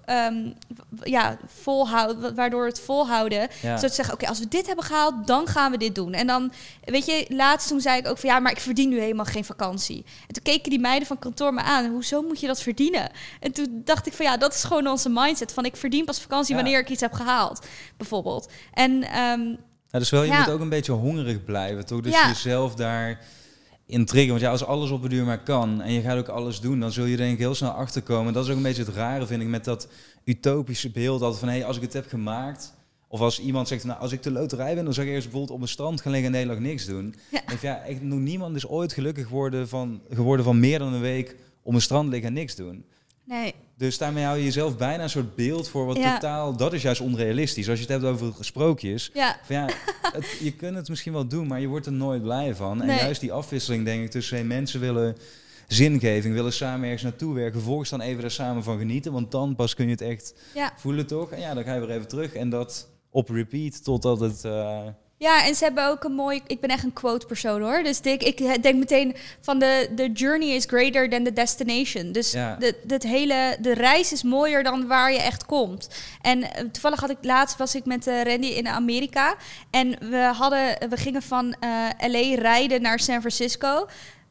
volhoudt, waardoor we het volhouden. Ja. Zodat te zeggen, oké, als we dit hebben gehaald, dan gaan we dit doen. En dan, weet je, laatst toen zei ik ook van, ja, maar ik verdien nu helemaal geen vakantie. En toen keken die meiden van kantoor me aan. Hoezo moet je dat verdienen? En toen dacht ik van, ja, dat is gewoon onze mindset. Van, ik verdien pas vakantie wanneer ik iets heb gehaald, bijvoorbeeld. En dus wel, je moet ook een beetje hongerig blijven, toch? Dus jezelf daar in triggeren. Want ja, als alles op een duur maar kan en je gaat ook alles doen, dan zul je denk ik heel snel achterkomen. Dat is ook een beetje het rare, vind ik, met dat utopische beeld altijd van, als ik het heb gemaakt, of als iemand zegt, nou, als ik de loterij ben, dan zou ik eerst bijvoorbeeld op een strand gaan liggen en de hele dag niks doen. Ja. Echt, niemand is ooit gelukkig geworden van meer dan een week op een strand liggen en niks doen. Nee. Dus daarmee hou je jezelf bijna een soort beeld voor wat totaal... Dat is juist onrealistisch. Als je het hebt over sprookjes. Ja. Je kunt het misschien wel doen, maar je wordt er nooit blij van. Nee. En juist die afwisseling, denk ik, tussen mensen willen zingeving, willen samen ergens naartoe werken. Vervolgens dan even er samen van genieten. Want dan pas kun je het echt voelen, toch? En dan ga je weer even terug. En dat op repeat totdat het Ja, en ze hebben ook een mooi... Ik ben echt een quote persoon hoor. Dus ik denk meteen van de journey is greater than the destination. Dus de reis is mooier dan waar je echt komt. En toevallig was ik met Randy in Amerika. En we gingen van LA rijden naar San Francisco.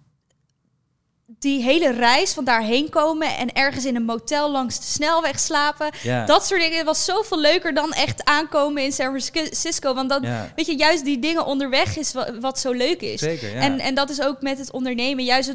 Die hele reis van daarheen komen en ergens in een motel langs de snelweg slapen. Ja. Dat soort dingen was zoveel leuker dan echt aankomen in San Francisco. Want dan, weet je, juist die dingen onderweg is wat zo leuk is. Zeker, ja. En dat is ook met het ondernemen. Juist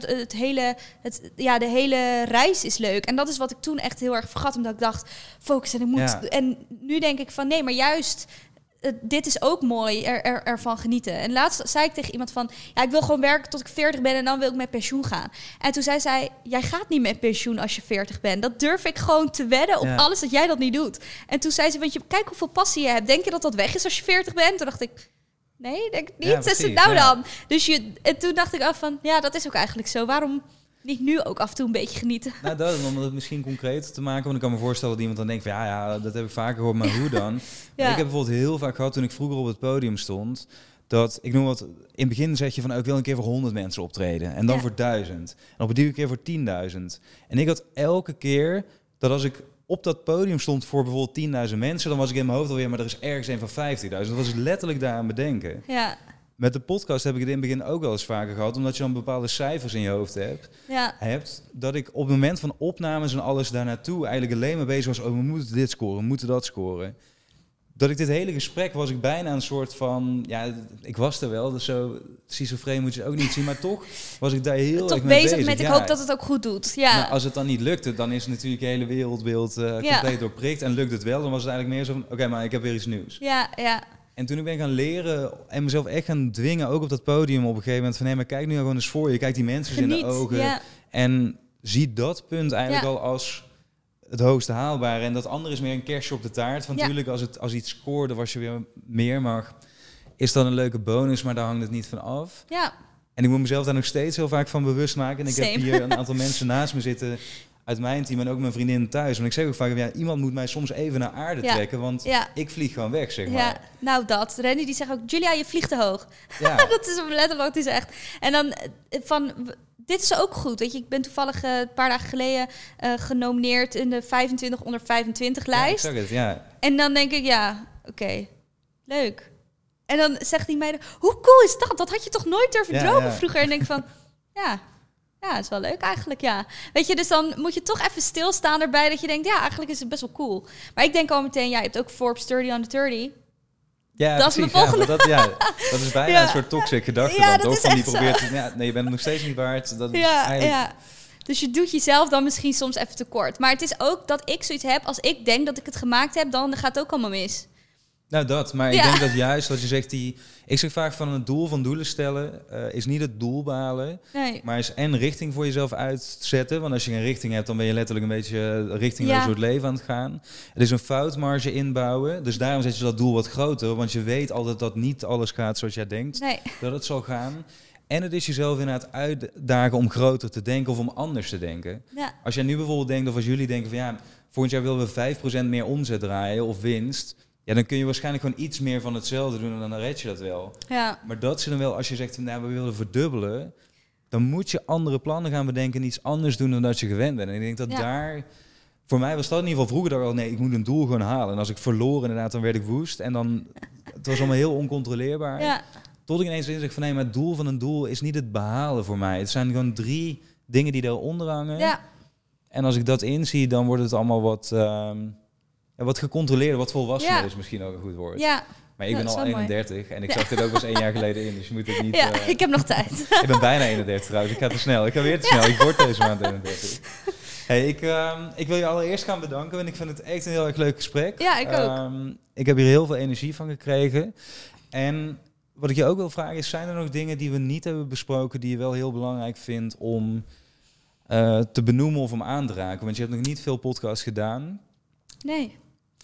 de hele reis is leuk. En dat is wat ik toen echt heel erg vergat. Omdat ik dacht, focus en ik moet... Ja. En nu denk ik van nee, maar juist... dit is ook mooi, ervan genieten. En laatst zei ik tegen iemand van... ja, ik wil gewoon werken tot ik 40 ben en dan wil ik met pensioen gaan. En toen zei zij, jij gaat niet met pensioen als je 40 bent. Dat durf ik gewoon te wedden op alles dat jij dat niet doet. En toen zei ze, want kijk hoeveel passie je hebt. Denk je dat dat weg is als je 40 bent? Toen dacht ik, nee, denk ik niet. Ja, precies, dan. Dus en toen dacht ik af van, ja, dat is ook eigenlijk zo. Waarom... niet nu ook af en toe een beetje genieten? Nou, dat om het misschien concreet te maken. Want ik kan me voorstellen dat iemand dan denkt van... ja, dat heb ik vaker gehoord, maar hoe dan? Ik heb bijvoorbeeld heel vaak gehad toen ik vroeger op het podium stond... dat, ik noem wat... in het begin zeg je van... ik wil een keer voor 100 mensen optreden. En dan voor 1000. En op een keer voor 10.000. En ik had elke keer dat als ik op dat podium stond... voor bijvoorbeeld 10.000 mensen... dan was ik in mijn hoofd alweer... maar er is ergens een van 50.000. Dat was letterlijk daar aan bedenken. Ja. Met de podcast heb ik het in het begin ook wel eens vaker gehad... omdat je dan bepaalde cijfers in je hoofd hebt... dat ik op het moment van opnames en alles daarnaartoe... eigenlijk alleen maar bezig was... oh, we moeten dit scoren, we moeten dat scoren. Dat ik dit hele gesprek was ik bijna een soort van... ja, ik was er wel, dus zo schizofreen moet je het ook niet zien... maar toch was ik daar heel erg mee bezig. Met ik hoop dat het ook goed doet. Ja. Nou, als het dan niet lukte, dan is natuurlijk je hele wereldbeeld compleet doorprikt... en lukt het wel, dan was het eigenlijk meer zo van... oké, maar ik heb weer iets nieuws. Ja, ja. En toen ik ben gaan leren en mezelf echt gaan dwingen, ook op dat podium op een gegeven moment, van nee, maar kijk nu gewoon eens voor je. Kijk die mensen in de ogen en zie dat punt eigenlijk al als het hoogste haalbare. En dat andere is meer een kerstje op de taart. Want natuurlijk, als iets scoorde, was je weer meer mag, is dat een leuke bonus, maar daar hangt het niet van af. Ja. En ik moet mezelf daar nog steeds heel vaak van bewust maken. En ik heb hier een aantal mensen naast me zitten... uit mijn team en ook mijn vriendin thuis. Want ik zeg ook vaak, ja, iemand moet mij soms even naar aarde trekken, want ik vlieg gewoon weg, zeg maar. Ja, nou dat. Randy die zegt ook, Julia, je vliegt te hoog. Ja. Dat is letterlijk wat hij zegt. En dan dit is ook goed, weet je. Ik ben toevallig een paar dagen geleden genomineerd in de 25 onder 25 lijst. Ja, ik zag het, ja. En dan denk ik, oké, leuk. En dan zegt die meiden, hoe cool is dat? Dat had je toch nooit durven dromen vroeger? En denk ik van, ja, dat is wel leuk eigenlijk, ja. Weet je, dus dan moet je toch even stilstaan erbij... dat je denkt, ja, eigenlijk is het best wel cool. Maar ik denk al meteen, je hebt ook Forbes 30 under 30. Ja, dat precies, is mijn volgende... dat is bijna een soort toxic gedachte dan, toch? Van die probeert nee, je bent het nog steeds niet waard. Dat is eigenlijk... Dus je doet jezelf dan misschien soms even tekort. Maar het is ook dat ik zoiets heb... als ik denk dat ik het gemaakt heb, dan gaat het ook allemaal mis. Nou, dat. Maar ik denk dat juist wat je zegt... Ik zeg vaak van het doel van doelen stellen... is niet het doel behalen. Nee. Maar is en richting voor jezelf uitzetten. Want als je geen richting hebt... dan ben je letterlijk een beetje richtingloos door het leven aan het gaan. Het is een foutmarge inbouwen. Dus daarom zet je dat doel wat groter. Want je weet altijd dat niet alles gaat zoals jij denkt. Nee. Dat het zal gaan. En het is jezelf inderdaad uitdagen om groter te denken... of om anders te denken. Ja. Als jij nu bijvoorbeeld denkt... of als jullie denken van... ja, volgend jaar willen we 5% meer omzet draaien of winst... Ja, dan kun je waarschijnlijk gewoon iets meer van hetzelfde doen en dan red je dat wel. Ja. Maar dat is dan wel, als je zegt, nou, we willen verdubbelen, dan moet je andere plannen gaan bedenken en iets anders doen dan dat je gewend bent. En ik denk dat daar, voor mij was dat in ieder geval vroeger, dat nee, ik moet een doel gewoon halen. En als ik verloor inderdaad, dan werd ik woest. En dan, het was allemaal heel oncontroleerbaar. Ja. Tot ik ineens inzicht van, nee, maar het doel van een doel is niet het behalen voor mij. Het zijn gewoon 3 dingen die eronder hangen. Ja. En als ik dat inzie, dan wordt het allemaal wat gecontroleerd, wat volwassen is misschien ook een goed woord. Ja. Maar ik ben al 31 mooi. En ik zag dit ook pas 1 jaar geleden in, dus je moet het niet... Ja, ik heb nog tijd. Ik ben bijna 31 trouwens, ik ga te snel. Ik ga weer te snel, ik word deze maand 31. Hey, ik wil je allereerst gaan bedanken, want ik vind het echt een heel erg leuk gesprek. Ja, ik ook. Ik heb hier heel veel energie van gekregen. En wat ik je ook wil vragen is, zijn er nog dingen die we niet hebben besproken, die je wel heel belangrijk vindt om te benoemen of om aan te raken? Want je hebt nog niet veel podcasts gedaan. Nee.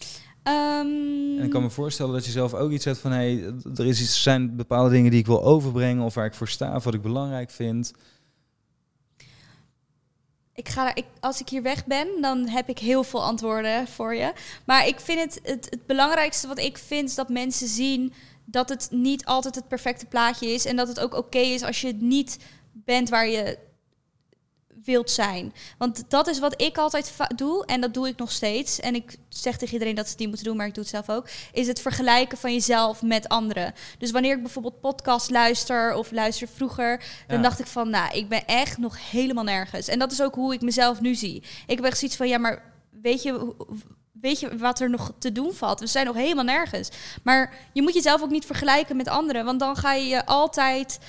En ik kan me voorstellen dat je zelf ook iets hebt van... zijn bepaalde dingen die ik wil overbrengen... of waar ik voor sta, of wat ik belangrijk vind. als ik hier weg ben, dan heb ik heel veel antwoorden voor je. Maar ik vind het belangrijkste wat ik vind, is dat mensen zien dat het niet altijd het perfecte plaatje is. En dat het ook oké is als je niet bent waar je wilt zijn. Want dat is wat ik altijd doe. En dat doe ik nog steeds. En ik zeg tegen iedereen dat ze het niet moeten doen, maar ik doe het zelf ook. Is het vergelijken van jezelf met anderen. Dus wanneer ik bijvoorbeeld podcast luister of luister vroeger, dan dacht ik van, ik ben echt nog helemaal nergens. En dat is ook hoe ik mezelf nu zie. Ik heb echt zoiets van, maar weet je wat er nog te doen valt? We zijn nog helemaal nergens. Maar je moet jezelf ook niet vergelijken met anderen. Want dan ga je altijd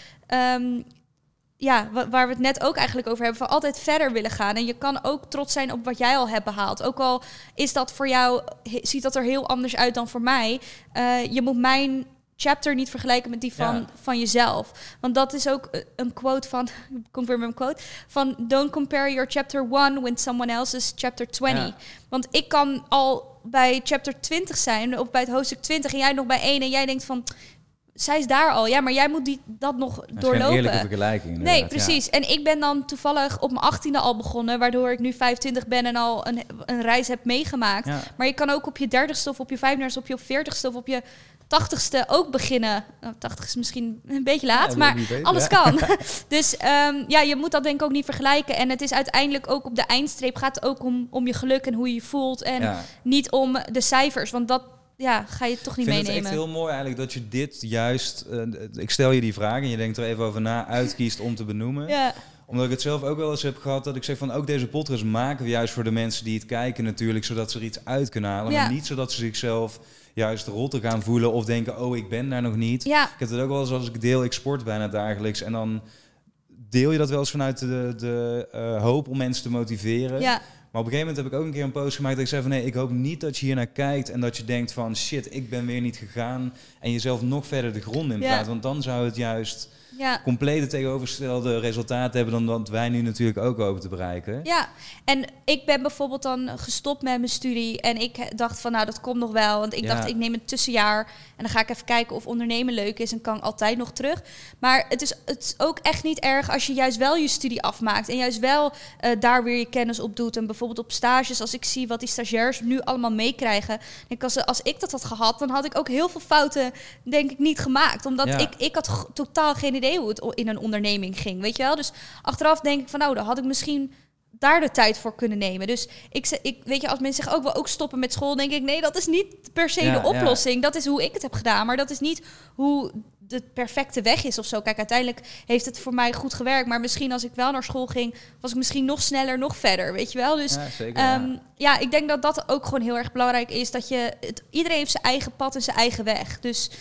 waar we het net ook eigenlijk over hebben, van altijd verder willen gaan. En je kan ook trots zijn op wat jij al hebt behaald. Ook al is dat voor jou, ziet dat er heel anders uit dan voor mij. Je moet mijn chapter niet vergelijken met die van jezelf. Want dat is ook een quote van, ik kom weer met een quote, van don't compare your chapter 1 with someone else's chapter 20. Ja. Want ik kan al bij chapter 20 zijn, of bij het hoofdstuk 20, en jij nog bij 1, en jij denkt van, zij is daar al. Ja, maar jij moet dat nog doorlopen. Dat is geen eerlijke vergelijking. Nee, precies. Ja. En ik ben dan toevallig op mijn 18e al begonnen, waardoor ik nu 25 ben en al een reis heb meegemaakt. Ja. Maar je kan ook op je 30ste of op je 35ste of op je 40ste of op je 80ste ook beginnen. 80 is misschien een beetje laat, maar alles kan. Dus je moet dat denk ik ook niet vergelijken. En het is uiteindelijk ook op de eindstreep gaat het ook om je geluk en hoe je je voelt. En niet om de cijfers, want dat ga je toch niet meenemen. Ik vind het echt heel mooi eigenlijk dat je dit juist, ik stel je die vraag en je denkt er even over na, uitkiest om te benoemen. Ja. Omdat ik het zelf ook wel eens heb gehad dat ik zeg van ook deze podcast maken we juist voor de mensen die het kijken natuurlijk, zodat ze er iets uit kunnen halen. Maar niet zodat ze zichzelf juist rotte gaan voelen of denken, ik ben daar nog niet. Ja. Ik heb het ook wel eens als ik deel, ik sport bijna dagelijks en dan deel je dat wel eens vanuit de hoop om mensen te motiveren. Ja. Maar op een gegeven moment heb ik ook een keer een post gemaakt dat ik zei van nee, ik hoop niet dat je hier naar kijkt en dat je denkt van shit, ik ben weer niet gegaan en jezelf nog verder de grond in praat. Want dan zou het juist complete tegenovergestelde resultaten hebben dan dat wij nu natuurlijk ook hopen te bereiken. Ja, en ik ben bijvoorbeeld dan gestopt met mijn studie en ik dacht van dat komt nog wel. Want ik dacht, ik neem een tussenjaar en dan ga ik even kijken of ondernemen leuk is en kan ik altijd nog terug. Maar het is ook echt niet erg als je juist wel je studie afmaakt en juist wel daar weer je kennis op doet. En bijvoorbeeld op stages, als ik zie wat die stagiairs nu allemaal meekrijgen. Als ik dat had gehad, dan had ik ook heel veel fouten denk ik niet gemaakt. Omdat ik had totaal geen idee hoe het in een onderneming ging, weet je wel? Dus achteraf denk ik van dan had ik misschien daar de tijd voor kunnen nemen. Dus ik weet je, als mensen zeggen wil ook stoppen met school, denk ik nee, dat is niet per se de oplossing. Ja. Dat is hoe ik het heb gedaan, maar dat is niet hoe de perfecte weg is of zo. Kijk, uiteindelijk heeft het voor mij goed gewerkt, maar misschien als ik wel naar school ging, was ik misschien nog sneller, nog verder, weet je wel? Dus zeker, ik denk dat dat ook gewoon heel erg belangrijk is, dat iedereen heeft zijn eigen pad en zijn eigen weg. Dus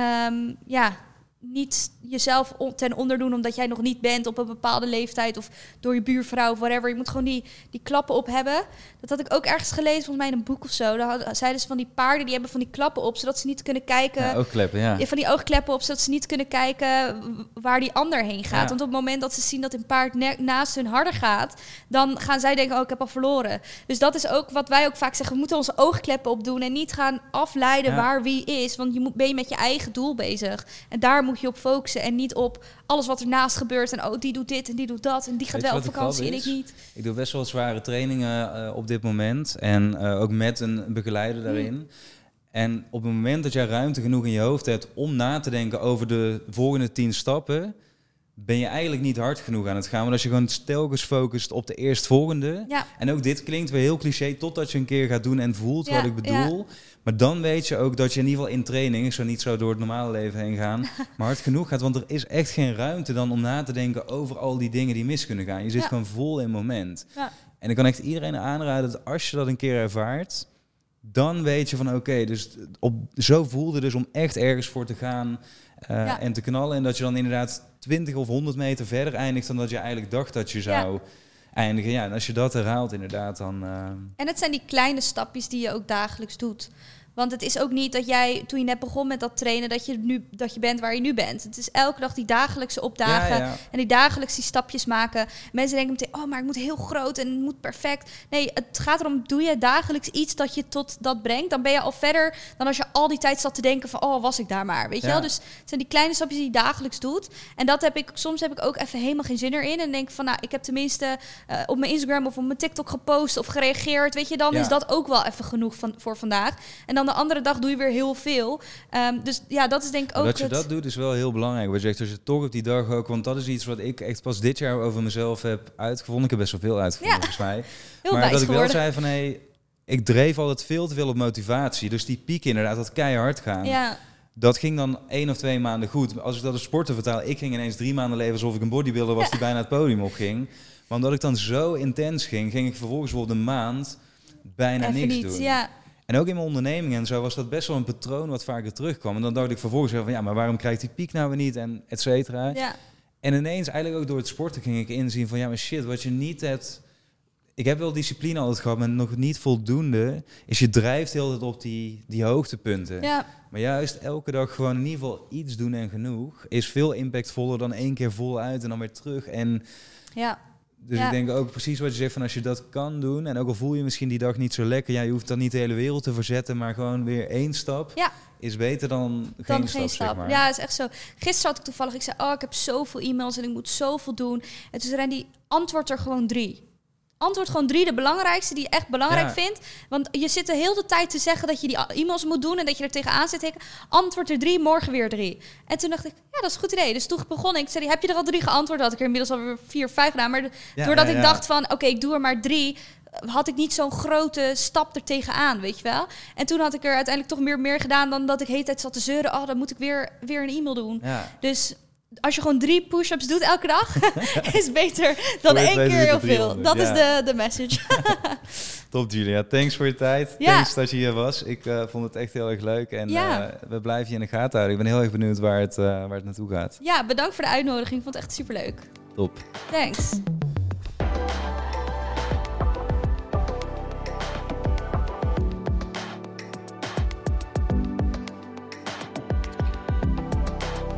niet jezelf ten onder doen omdat jij nog niet bent op een bepaalde leeftijd of door je buurvrouw of whatever. Je moet gewoon die klappen op hebben. Dat had ik ook ergens gelezen, volgens mij in een boek of zo. Daar zeiden ze van die paarden, die hebben van die klappen op, zodat ze niet kunnen kijken. Ja, oogkleppen, van die oogkleppen op, zodat ze niet kunnen kijken waar die ander heen gaat. Ja. Want op het moment dat ze zien dat een paard naast hun harder gaat, dan gaan zij denken, ik heb al verloren. Dus dat is ook wat wij ook vaak zeggen. We moeten onze oogkleppen opdoen en niet gaan afleiden waar wie is. Want ben je met je eigen doel bezig. En daar moet je op focussen en niet op alles wat ernaast gebeurt. En die doet dit en die doet dat. En die gaat wel op vakantie en ik niet. Ik doe best wel zware trainingen op dit moment. En ook met een begeleider daarin. En op het moment dat jij ruimte genoeg in je hoofd hebt om na te denken over de volgende 10 stappen, ben je eigenlijk niet hard genoeg aan het gaan. Want als je gewoon telkens focust op de eerstvolgende. Ja. En ook dit klinkt weer heel cliché, totdat je een keer gaat doen en voelt wat ik bedoel. Ja. Maar dan weet je ook dat je in ieder geval in training, ik zou niet zo door het normale leven heen gaan, maar hard genoeg gaat. Want er is echt geen ruimte dan om na te denken over al die dingen die mis kunnen gaan. Je zit gewoon vol in het moment. Ja. En ik kan echt iedereen aanraden dat als je dat een keer ervaart, dan weet je van oké, dus zo voelde dus om echt ergens voor te gaan en te knallen. En dat je dan inderdaad 20 of 100 meter verder eindigt dan dat je eigenlijk dacht dat je zou eindigen. Ja, en als je dat herhaalt inderdaad, dan... En het zijn die kleine stapjes die je ook dagelijks doet. Want het is ook niet dat jij, toen je net begon met dat trainen, dat je bent waar je nu bent. Het is elke dag die dagelijkse opdagen en die dagelijks die stapjes maken. Mensen denken meteen, maar ik moet heel groot en het moet perfect. Nee, het gaat erom, doe je dagelijks iets dat je tot dat brengt. Dan ben je al verder dan als je al die tijd zat te denken van, was ik daar maar. Weet je wel? Dus het zijn die kleine stapjes die je dagelijks doet. En dat soms heb ik ook even helemaal geen zin erin. En denk van, ik heb tenminste op mijn Instagram of op mijn TikTok gepost of gereageerd. Weet je, dan is dat ook wel even genoeg voor vandaag. En dan de andere dag doe je weer heel veel. Dus ja, dat is denk ik ook... Dat je dat doet is wel heel belangrijk. Wat je zegt, als je toch op die dag ook... Want dat is iets wat ik echt pas dit jaar over mezelf heb uitgevonden. Ik heb best wel veel uitgevonden, volgens mij. Heel maar dat ik wel geworden. zei van, ik dreef altijd veel te veel op motivatie. Dus die piek inderdaad, dat keihard gaan. Ja. Dat ging dan 1 of 2 maanden goed. Als ik dat op sporten vertaal, ik ging ineens 3 maanden leven alsof ik een bodybuilder was die bijna het podium opging. Maar omdat ik dan zo intens ging ik vervolgens bijvoorbeeld een maand bijna Even niks niet, doen. Ja. En ook in mijn onderneming en zo was dat best wel een patroon wat vaker terugkwam. En dan dacht ik vervolgens van, maar waarom krijgt die piek nou weer niet en et cetera. Ja. En ineens, eigenlijk ook door het sporten ging ik inzien van, maar shit, wat je niet hebt... Ik heb wel discipline altijd gehad, maar nog niet voldoende. Is je drijft heel tijd op die hoogtepunten. Ja. Maar juist elke dag gewoon in ieder geval iets doen en genoeg... is veel impactvoller dan 1 keer voluit en dan weer terug. En dus ik denk ook precies wat je zegt, van als je dat kan doen... en ook al voel je misschien die dag niet zo lekker... je hoeft dan niet de hele wereld te verzetten... maar gewoon weer 1 stap is beter dan geen stap. Zeg maar. Ja, is echt zo. Gisteren had ik toevallig, ik zei, ik heb zoveel e-mails en ik moet zoveel doen. En toen zei Randy, antwoord er gewoon 3. Antwoord gewoon 3, de belangrijkste die je echt belangrijk vindt. Want je zit de hele tijd te zeggen dat je die e-mails moet doen... en dat je er tegenaan zit te hikken. Antwoord er 3, morgen weer 3. En toen dacht ik, dat is een goed idee. Dus toen begon ik, zei, heb je er al 3 geantwoord? Had ik er inmiddels alweer 4 of 5 gedaan. Maar doordat ik dacht van, oké, ik doe er maar 3... had ik niet zo'n grote stap er tegenaan, weet je wel. En toen had ik er uiteindelijk toch meer gedaan... dan dat ik de hele tijd zat te zeuren... dan moet ik weer een e-mail doen. Ja. Dus... als je gewoon 3 push-ups doet elke dag, is beter dan 1 keer heel veel. Dat is de message. Top, Julia. Thanks voor je tijd. Thanks dat je hier was. Ik vond het echt heel erg leuk. En we blijven je in de gaten houden. Ik ben heel erg benieuwd waar het naartoe gaat. Ja, bedankt voor de uitnodiging. Ik vond het echt superleuk. Top. Thanks.